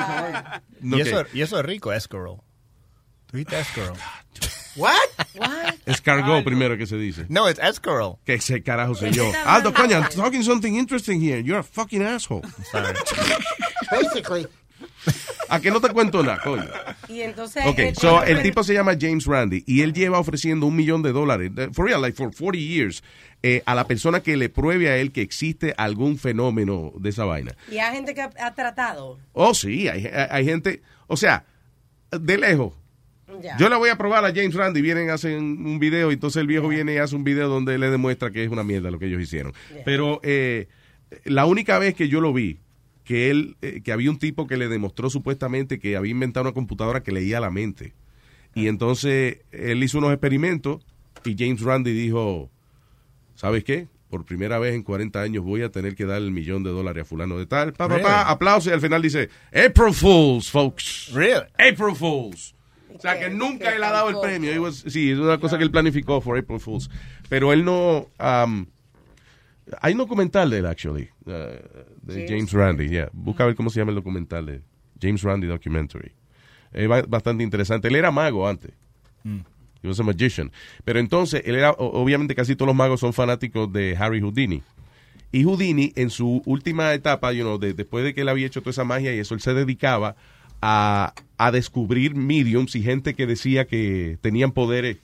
solo. Y eso es rico, escrow. ¿Tú viste escrow? What? Escargot primero que se dice. No, it's escrow. Que ese carajo soy yo. Aldo, coño, I'm talking something interesting here. You're a fucking asshole. Sorry. Basically. ¿A qué no te cuento nada, coño? Y entonces... Okay, so el tipo se llama James Randi y él lleva ofreciendo $1 millón, for real, like for 40 years, a la persona que le pruebe a él que existe algún fenómeno de esa vaina. ¿Y hay gente que ha tratado? Oh, sí, hay gente, o sea, de lejos. Ya. Yo le voy a probar a James Randi, vienen, hacen un video, y entonces el viejo viene y hace un video donde le demuestra que es una mierda lo que ellos hicieron. Yeah. Pero la única vez que yo lo vi, que había un tipo que le demostró supuestamente que había inventado una computadora que leía la mente. Y entonces él hizo unos experimentos y James Randi dijo, ¿sabes qué? Por primera vez en 40 años voy a tener que dar $1 millón a fulano de tal. Aplausos y al final dice, April Fools, folks. Really? April Fools. O sea, que nunca él ha dado el premio. Sí, es una cosa que él planificó for April Fools. Pero él no... hay un documental de él, actually, de James Randi. Yeah. Busca ver cómo se llama el documental de James Randi Documentary. Es bastante interesante. Él era mago antes. He was a magician. Pero entonces, él era... Obviamente, casi todos los magos son fanáticos de Harry Houdini. Y Houdini, en su última etapa, después de que él había hecho toda esa magia y eso, él se dedicaba a descubrir mediums y gente que decía que tenían poderes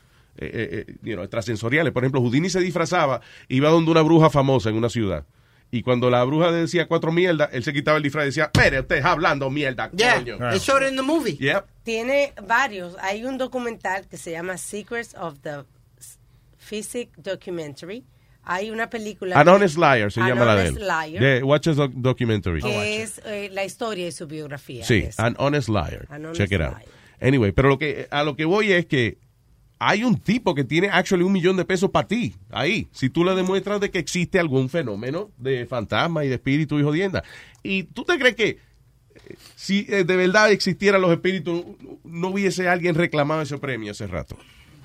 extrasensoriales. Por ejemplo, Houdini se disfrazaba, iba donde una bruja famosa en una ciudad. Y cuando la bruja decía 4 mierdas, él se quitaba el disfraz y decía, mire, usted está hablando mierda, coño. They showed it in the movie. Yep. Tiene varios. Hay un documental que se llama Secrets of the Physics Documentary. Hay una película. An Honest Liar se llama la de él. Liar. Watch a documentary. Que es la historia de su biografía. Sí, An Honest Liar. Check it out. Anyway, pero a lo que voy es que hay un tipo que tiene actually $1 millón de pesos para ti, ahí, si tú le demuestras de que existe algún fenómeno de fantasma y de espíritu y jodienda. ¿Y tú te crees que si de verdad existieran los espíritus, no hubiese alguien reclamado ese premio hace rato?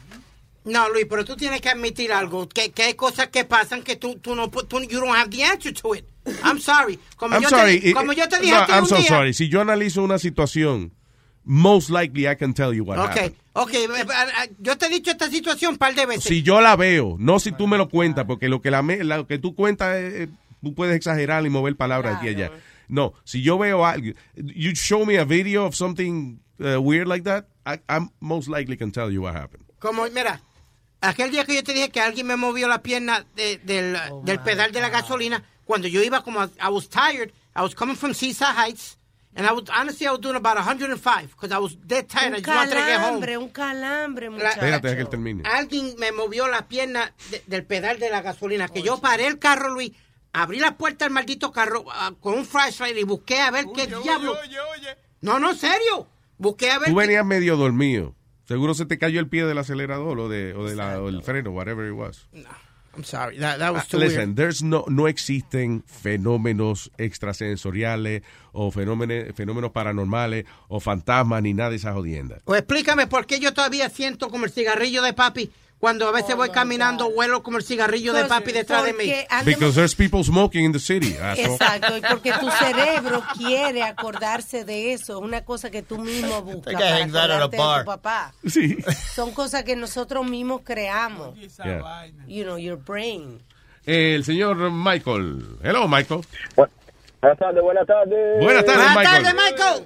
No, Luis, pero tú tienes que admitir algo, que hay cosas que pasan que tú no, you don't have the answer to it. I'm sorry. Como yo te dije I'm so sorry. Si yo analizo una situación, most likely I can tell you what happened. Okay, yo te he dicho esta situación un par de veces. Si yo la veo, no si tú me lo cuentas, porque lo que tú cuentas, tú puedes exagerar y mover palabras aquí y allá. No, si yo veo algo, you show me a video of something weird like that, I'm most likely can tell you what happened. Como, mira, aquel día que yo te dije que alguien me movió la pierna del pedal de la gasolina, cuando yo iba como, I was tired, I was coming from Seaside Heights, and I was doing about 105, because I was dead tired, I just wanted to get home. Un calambre, muchacho. Espérate, que él termine. Alguien me movió la pierna del pedal de la gasolina, que yo paré el carro, Luis, abrí la puerta del maldito carro con un flashlight y busqué a ver qué diablo. Oye. No, serio. Busqué a ver. Tú venías medio dormido. Seguro se te cayó el pie del acelerador o del freno, whatever it was. No, I'm sorry. That was too listen, weird. No existen fenómenos extrasensoriales o fenómenos paranormales o fantasmas ni nada de esas jodiendas. O explícame por qué yo todavía siento como el cigarrillo de papi. Cuando a veces voy caminando, huelo como el cigarrillo de papi detrás de mí. Because there's people smoking in the city. Exacto, y porque tu cerebro quiere acordarse de eso. Es una cosa que tú mismo buscas para acordarte de tu papá. Sí. Son cosas que nosotros mismos creamos. Yeah. You know, your brain. El señor Michael. Hello, Michael. Buenas tardes. Buenas tardes, Michael.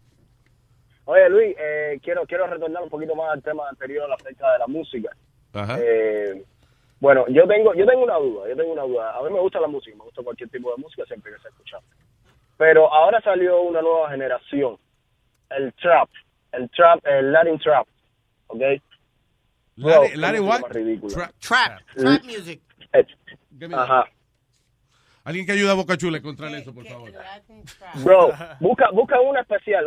Oye, Luis, quiero retornar un poquito más al tema anterior acerca de la música. Ajá. Bueno, yo tengo una duda. A mí me gusta la música, me gusta cualquier tipo de música siempre que se escucha. Pero ahora salió una nueva generación, el Latin trap, ¿ok? Latin what? Trap music. Ajá. Alguien que ayude a Boca Chula a encontrar eso, por favor. Bro, busca una especial.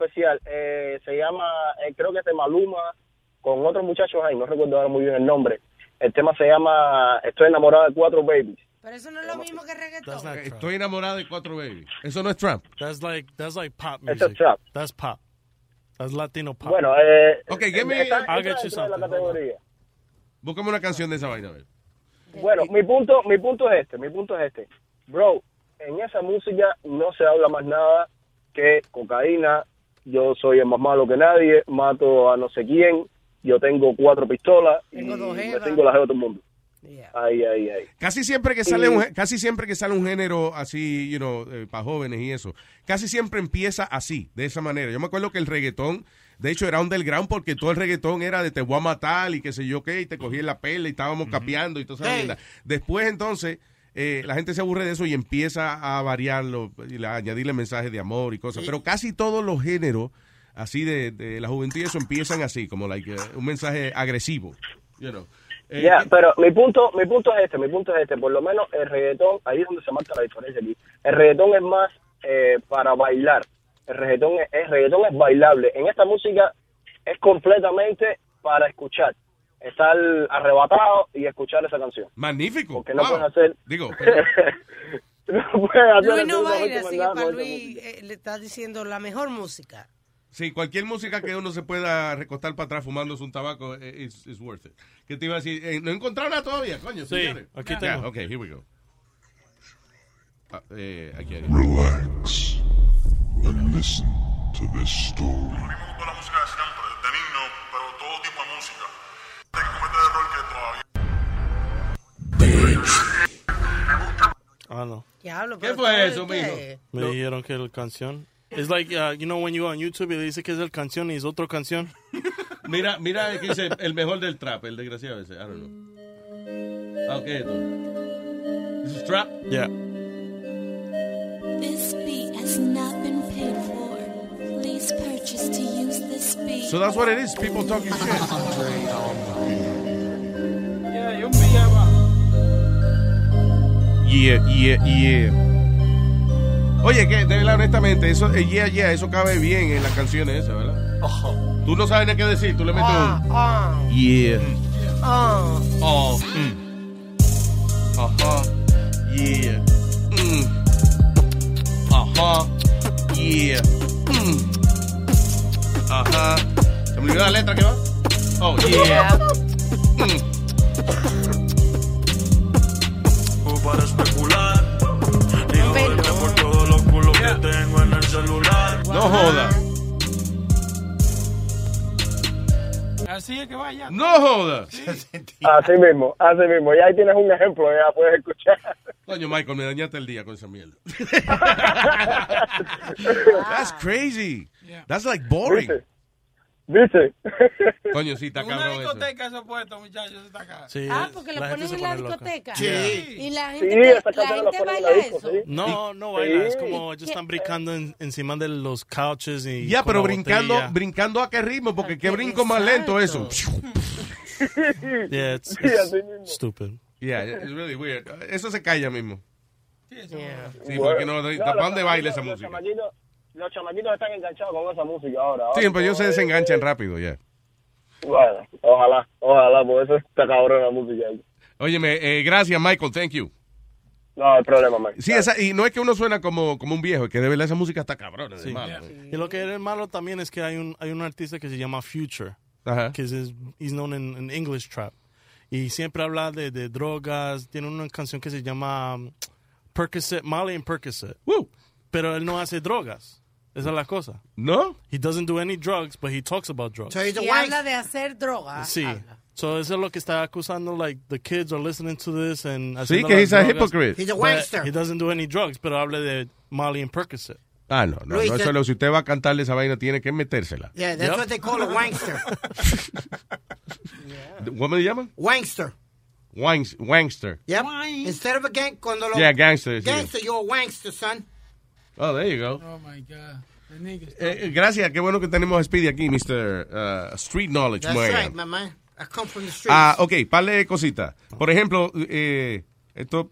Se llama, creo que es de Maluma, con otros muchachos ahí, no recuerdo ahora muy bien el nombre. El tema se llama Estoy enamorado de 4 babies. Pero eso no es lo mismo que reggaetón. Estoy enamorado de 4 babies. Eso no es trap. That's like pop music. Eso es trap. That's pop. That's Latino pop. Bueno, okay, give me. I'll get you something. La categoría. Búscame una canción de esa vaina, a ver. Bueno, mi punto es este. Bro, en esa música no se habla más nada que cocaína, yo soy el más malo que nadie, mato a no sé quién, yo tengo 4 pistolas y me tengo la jeva de todo el mundo. Yeah. Ahí. Casi siempre que sale un género así, para jóvenes y eso, casi siempre empieza así, de esa manera. Yo me acuerdo que el reggaetón, de hecho, era underground porque todo el reggaetón era de te voy a matar y qué sé yo qué, y te cogí en la pela y estábamos capeando y todo eso. Después, entonces, la gente se aburre de eso y empieza a variarlo y a añadirle mensajes de amor y cosas. Pero casi todos los géneros así de la juventud y eso empiezan así, como un mensaje agresivo, pero mi punto es este, por lo menos el reggaetón, ahí es donde se marca la diferencia aquí. El reggaetón es más para bailar. El reggaetón es bailable. En esta música es completamente para escuchar. Estar arrebatado y escuchar esa canción. Magnífico. Porque no puedes hacer... Digo, no puedes hacer... Luis no baila, así que para Luis le está diciendo la mejor música. Sí, cualquier música que uno se pueda recostar para atrás fumándose un tabaco is worth it. ¿Qué te iba a decir? ¿No encontraron nada todavía, coño? Sí, señores. Aquí tengo. Ok, here we go. Aquí. Relax and listen to this story. A mí me gusta la música de siempre, desde niño, pero todo tipo de música. Hay que cometer el error que todavía... Bitch. Me gusta no. Diablo, ¿Qué fue eso, mijo? Me dijeron que la canción. It's like, you know, when you go on YouTube y dice que es el canción y es otra canción. Mira que dice el mejor del trap, el desgraciado ese. I don't know. Ah, ¿qué es esto? ¿This is trap? Yeah. This beat has not been paid for. Please purchase to use this beat. So that's what it is. People talking shit. Yeah, yo pillaba. Yeah. Oye, que de verdad, honestamente, eso, eso cabe bien en las canciones esas, ¿verdad? Tú no sabes ni qué decir, tú le metes un... Yeah. Yeah. Yeah. ¿Se me olvidó la letra que va? Oh, yeah. Para especular. Digo que por todos los culos que tengo en el celular. No joda. Así es que vaya. No joda. Sí. Así mismo. Y ahí tienes un ejemplo, ya puedes escuchar. Coño, Michael, me dañaste el día con esa mierda. That's crazy. Yeah. That's like boring. ¿Viste? Coño, sí, está cabrón eso. Una discoteca eso puesto, muchachos, está acá. Sí, porque lo ponen en la discoteca. Sí. Y la gente, baila eso. No baila, es como ellos están brincando encima de los couches y ya, pero brincando a qué ritmo, porque qué brinco más lento eso. Yeah, it's stupid. Yeah, it's really weird. Eso se calla mismo. Sí, porque ¿para dónde baila esa música? Los chamaquitos están enganchados con esa música ahora. Sí, pero ellos se desenganchan rápido ya. Bueno, ojalá, por eso está cabrón la música ahí. Óyeme, gracias, Michael, thank you. No hay problema, Mike. Sí, y no es que uno suena como un viejo, es que de verdad esa música está cabrona. Sí. Y lo que es malo también es que hay un artista que se llama Future, que es known in English trap. Y siempre habla de drogas, tiene una canción que se llama Percocet, Molly and Percocet. Pero él no hace drogas. Esa es la cosa. ¿No? He doesn't do any drugs, but he talks about drugs. So y habla de hacer drogas. Sí. So eso es lo que está acusando, like, the kids are listening to this and sí, que he's a hypocrite. He's a wankster. He doesn't do any drugs, pero habla de Molly and Percocet. Ah, no, eso si usted va a cantarle esa vaina tiene que metérsela. Yeah, that's what they call a wankster. ¿Cómo me llaman? Wankster. Wankster. Yep. Instead of a gang, cuando lo... Yeah, gangster. Gangster, you're a wankster, son. Oh, there you go. Oh, my God. Gracias, qué bueno que tenemos a Speedy aquí, Mr. Street Knowledge. That's right, my man. I come from the streets. Ok, par de cositas. Por ejemplo, esto...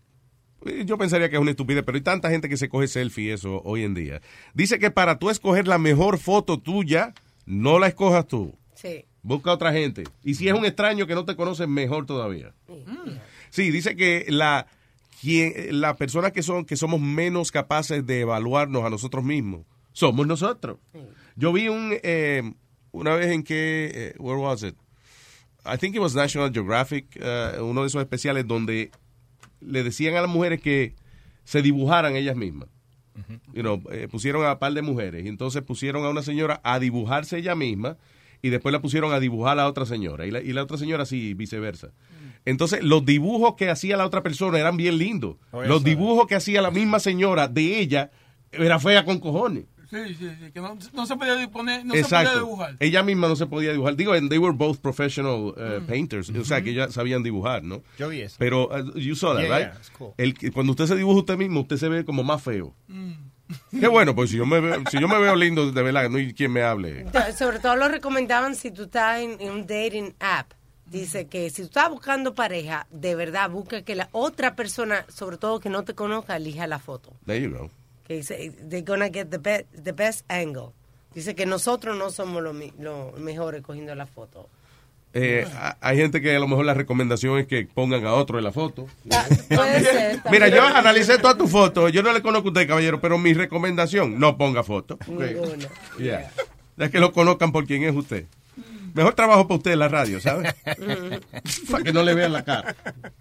Yo pensaría que es una estupidez, pero hay tanta gente que se coge selfie eso hoy en día. Dice que para tú escoger la mejor foto tuya, no la escojas tú. Sí. Busca a otra gente. Y si es un extraño que no te conoce, mejor todavía. Sí, dice que la persona que somos menos capaces de evaluarnos a nosotros mismos, somos nosotros. Yo vi una vez en que, where was it? I think it was National Geographic, uno de esos especiales donde le decían a las mujeres que se dibujaran ellas mismas. Pusieron a un par de mujeres y entonces pusieron a una señora a dibujarse ella misma y después la pusieron a dibujar a otra señora y la otra señora así viceversa. Entonces los dibujos que hacía la otra persona eran bien lindos. Los dibujos que hacía la misma señora de ella era fea con cojones. Sí, que no se podía disponer, no Exacto. se podía dibujar. Ella misma no se podía dibujar. Digo, and they were both professional painters, o sea, que ya sabían dibujar, ¿no? Yo vi eso. Pero, you saw that, right? Yeah, it's cool. Cuando usted se dibuja usted mismo, usted se ve como más feo. Qué bueno, pues si yo me veo lindo, de verdad, no hay quien me hable. Sobre todo lo recomendaban si tú estás en un dating app. Dice que si tú estás buscando pareja, de verdad, busca que la otra persona, sobre todo que no te conozca, elija la foto. There you go. Que dice, they're gonna get the best angle. Dice que nosotros no somos los mejores cogiendo la foto. Hay gente que a lo mejor la recomendación es que pongan a otro en la foto. Puede ser. Mira, yo analicé toda tu foto. Yo no le conozco a usted, caballero, pero mi recomendación, no ponga foto. Ninguna. Yeah. Es que lo conozcan por quién es usted. Mejor trabajo para usted en la radio, ¿sabes? Para que no le vean la cara.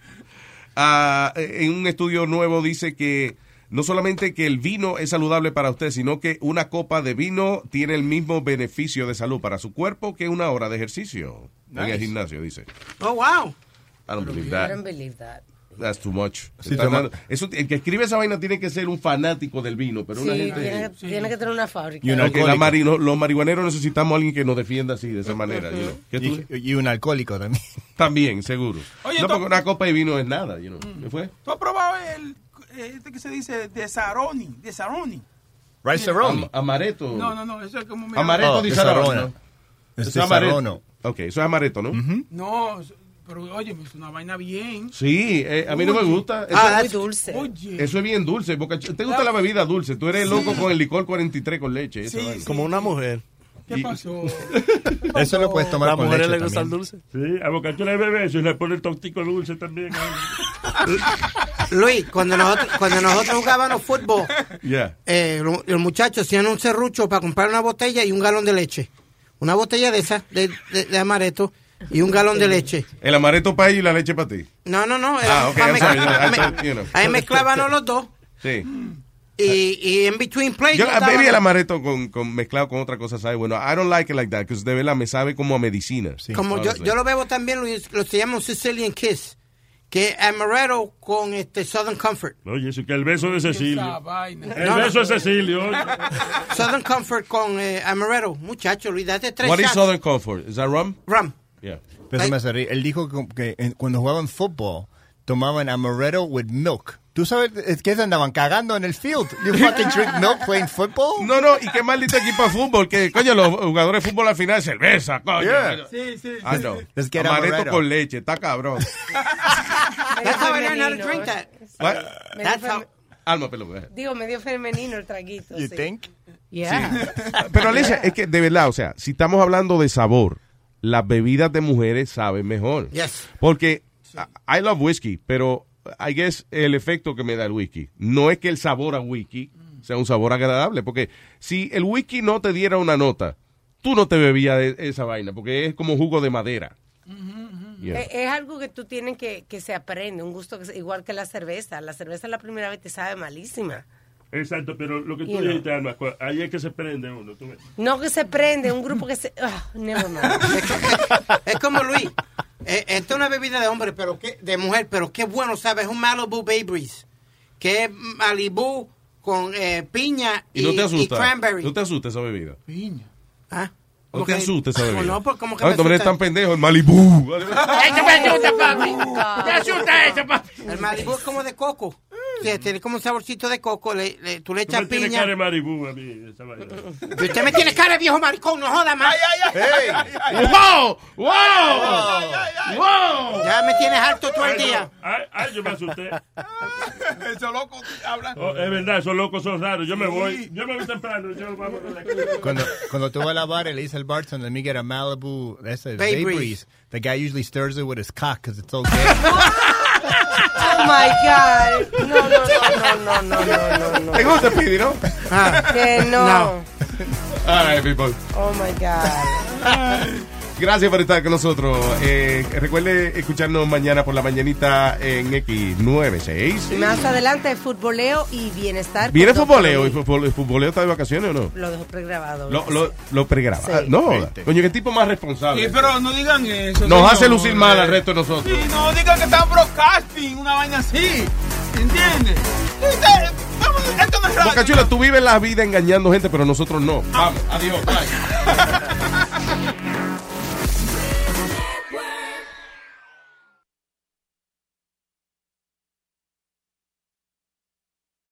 En un estudio nuevo dice que no solamente que el vino es saludable para usted, sino que una copa de vino tiene el mismo beneficio de salud para su cuerpo que una hora de ejercicio en el gimnasio, dice. Oh, wow. I don't believe that. I don't believe that. that's too much. Eso, el que escribe esa vaina tiene que ser un fanático del vino, pero una gente... Tiene que tener una fábrica. Los marihuaneros necesitamos a alguien que nos defienda así, de esa manera. Y un alcohólico también. También, seguro. Oye, no, porque una copa de vino es nada. ¿Qué fue? ¿Tú has probado este que se dice de Saroni? Rice Saroni. Amaretto. No, eso es como... Amaretto di Saroni. Eso es amaretto. Ok, eso es amaretto, ¿no? No, pero oye, es una vaina bien. Sí, a mí no me gusta. Eso es muy dulce. Oye. Eso es bien dulce. Porque ¿te gusta la bebida dulce? Tú eres loco con el licor 43 con leche. Sí, como una mujer. ¿Qué pasó? Eso lo puedes tomar con leche. ¿A las mujeres les gusta el dulce? Sí, a Bocacho le bebe eso y le pone el tontico dulce también. Luis, cuando nosotros jugábamos fútbol, los muchachos hacían un serrucho para comprar una botella y un galón de leche. Una botella de esa, de amaretto, y un galón de leche. ¿El amaretto para ellos y la leche para ti? No. Ahí mezclaban los dos. Sí. Y en between plays. Yo bebí el amaretto con mezclado con otra cosa, ¿sabes? Bueno, I don't like it like that, because de verdad me sabe como a medicina. Sí. Como yo lo bebo también, lo se llama un Sicilian Kiss. Que amaretto con Southern Comfort. Oye, eso que el beso de Cecilio. Beso de Cecilio. Southern Comfort con amaretto. Muchacho, Luis, date 3 What is Southern Comfort? Is that rum? Rum. Yeah. Pero me hace reír. Él dijo que cuando jugaban fútbol tomaban amaretto with milk. ¿Tú sabes que se andaban cagando en el field? You fucking drink milk playing football? No, y qué maldito equipo de fútbol. Que, coño, los jugadores de fútbol al final cerveza, coño. Yeah. Sí. Ah, no. Amaretto con leche, está cabrón. That's how I learned how to drink that. Alma, pelo. Digo, medio femenino el traguito. You think? Yeah. Sí. Pero Alicia, es que de verdad, o sea, si estamos hablando de sabor, las bebidas de mujeres saben mejor. Yes. Porque I love whiskey, pero I guess el efecto que me da el whisky no es que el sabor a whisky sea un sabor agradable, porque si el whisky no te diera una nota, tú no te bebías de esa vaina, porque es como jugo de madera. Yeah. Es algo que tú tienes que se aprende, un gusto que, igual que la cerveza. La cerveza la primera vez te sabe malísima. Exacto, pero lo que tú dijiste, Alma, ahí es que se prende uno. ¿Tú ves? No que se prende, un grupo que se... never mind. Es como Luis. Esta es una bebida de hombre, de mujer, pero qué bueno, ¿sabes? Es un Malibu Bay Breeze, que es Malibu con piña y cranberry. ¿No te asusta esa bebida? Piña. ¿Ah? ¿No te asusta esa bebida? No, como que me asusta. Tú eres tan pendejo, el Malibu. Eso me asusta, papi. Me asusta eso, papi. El Malibu es como de coco. Sí, tiene como un saborcito de coco, tú le echas piña. Tiene cara de Maribú a mí, esa vaina. Usted me tiene cara de viejo maricón, no joda más. Hey. ¡Wow! Ya me tienes harto todo el día. Yo me asusté. Esos locos hablan. Es verdad, esos locos son raros. Yo me voy temprano. Cuando tú vas a la bar y le dices al bartender, let me get a Malibu, Bay Breeze. The guy usually stirs it with his cock because it's so gay. Oh my God. No. ¿Te gusta, Pidi, no? Que no. All right, people. Oh my God. Gracias por estar con nosotros. Recuerde escucharnos mañana por la mañanita en X96. Más adelante, futboleo y bienestar. ¿Viene futboleo? ¿Y futboleo está de vacaciones o no? Lo dejo pregrabado. Lo pregraba. Sí. No, coño, ¿qué tipo más responsable? Sí, pero no digan eso. Nos hace lucir mal al resto de nosotros. Sí, no digan que están broadcasting, una vaina así. ¿Entiendes? Esto no es radio. Boca Chula, tú vives la vida engañando gente, pero nosotros no. Vamos, adiós, bye.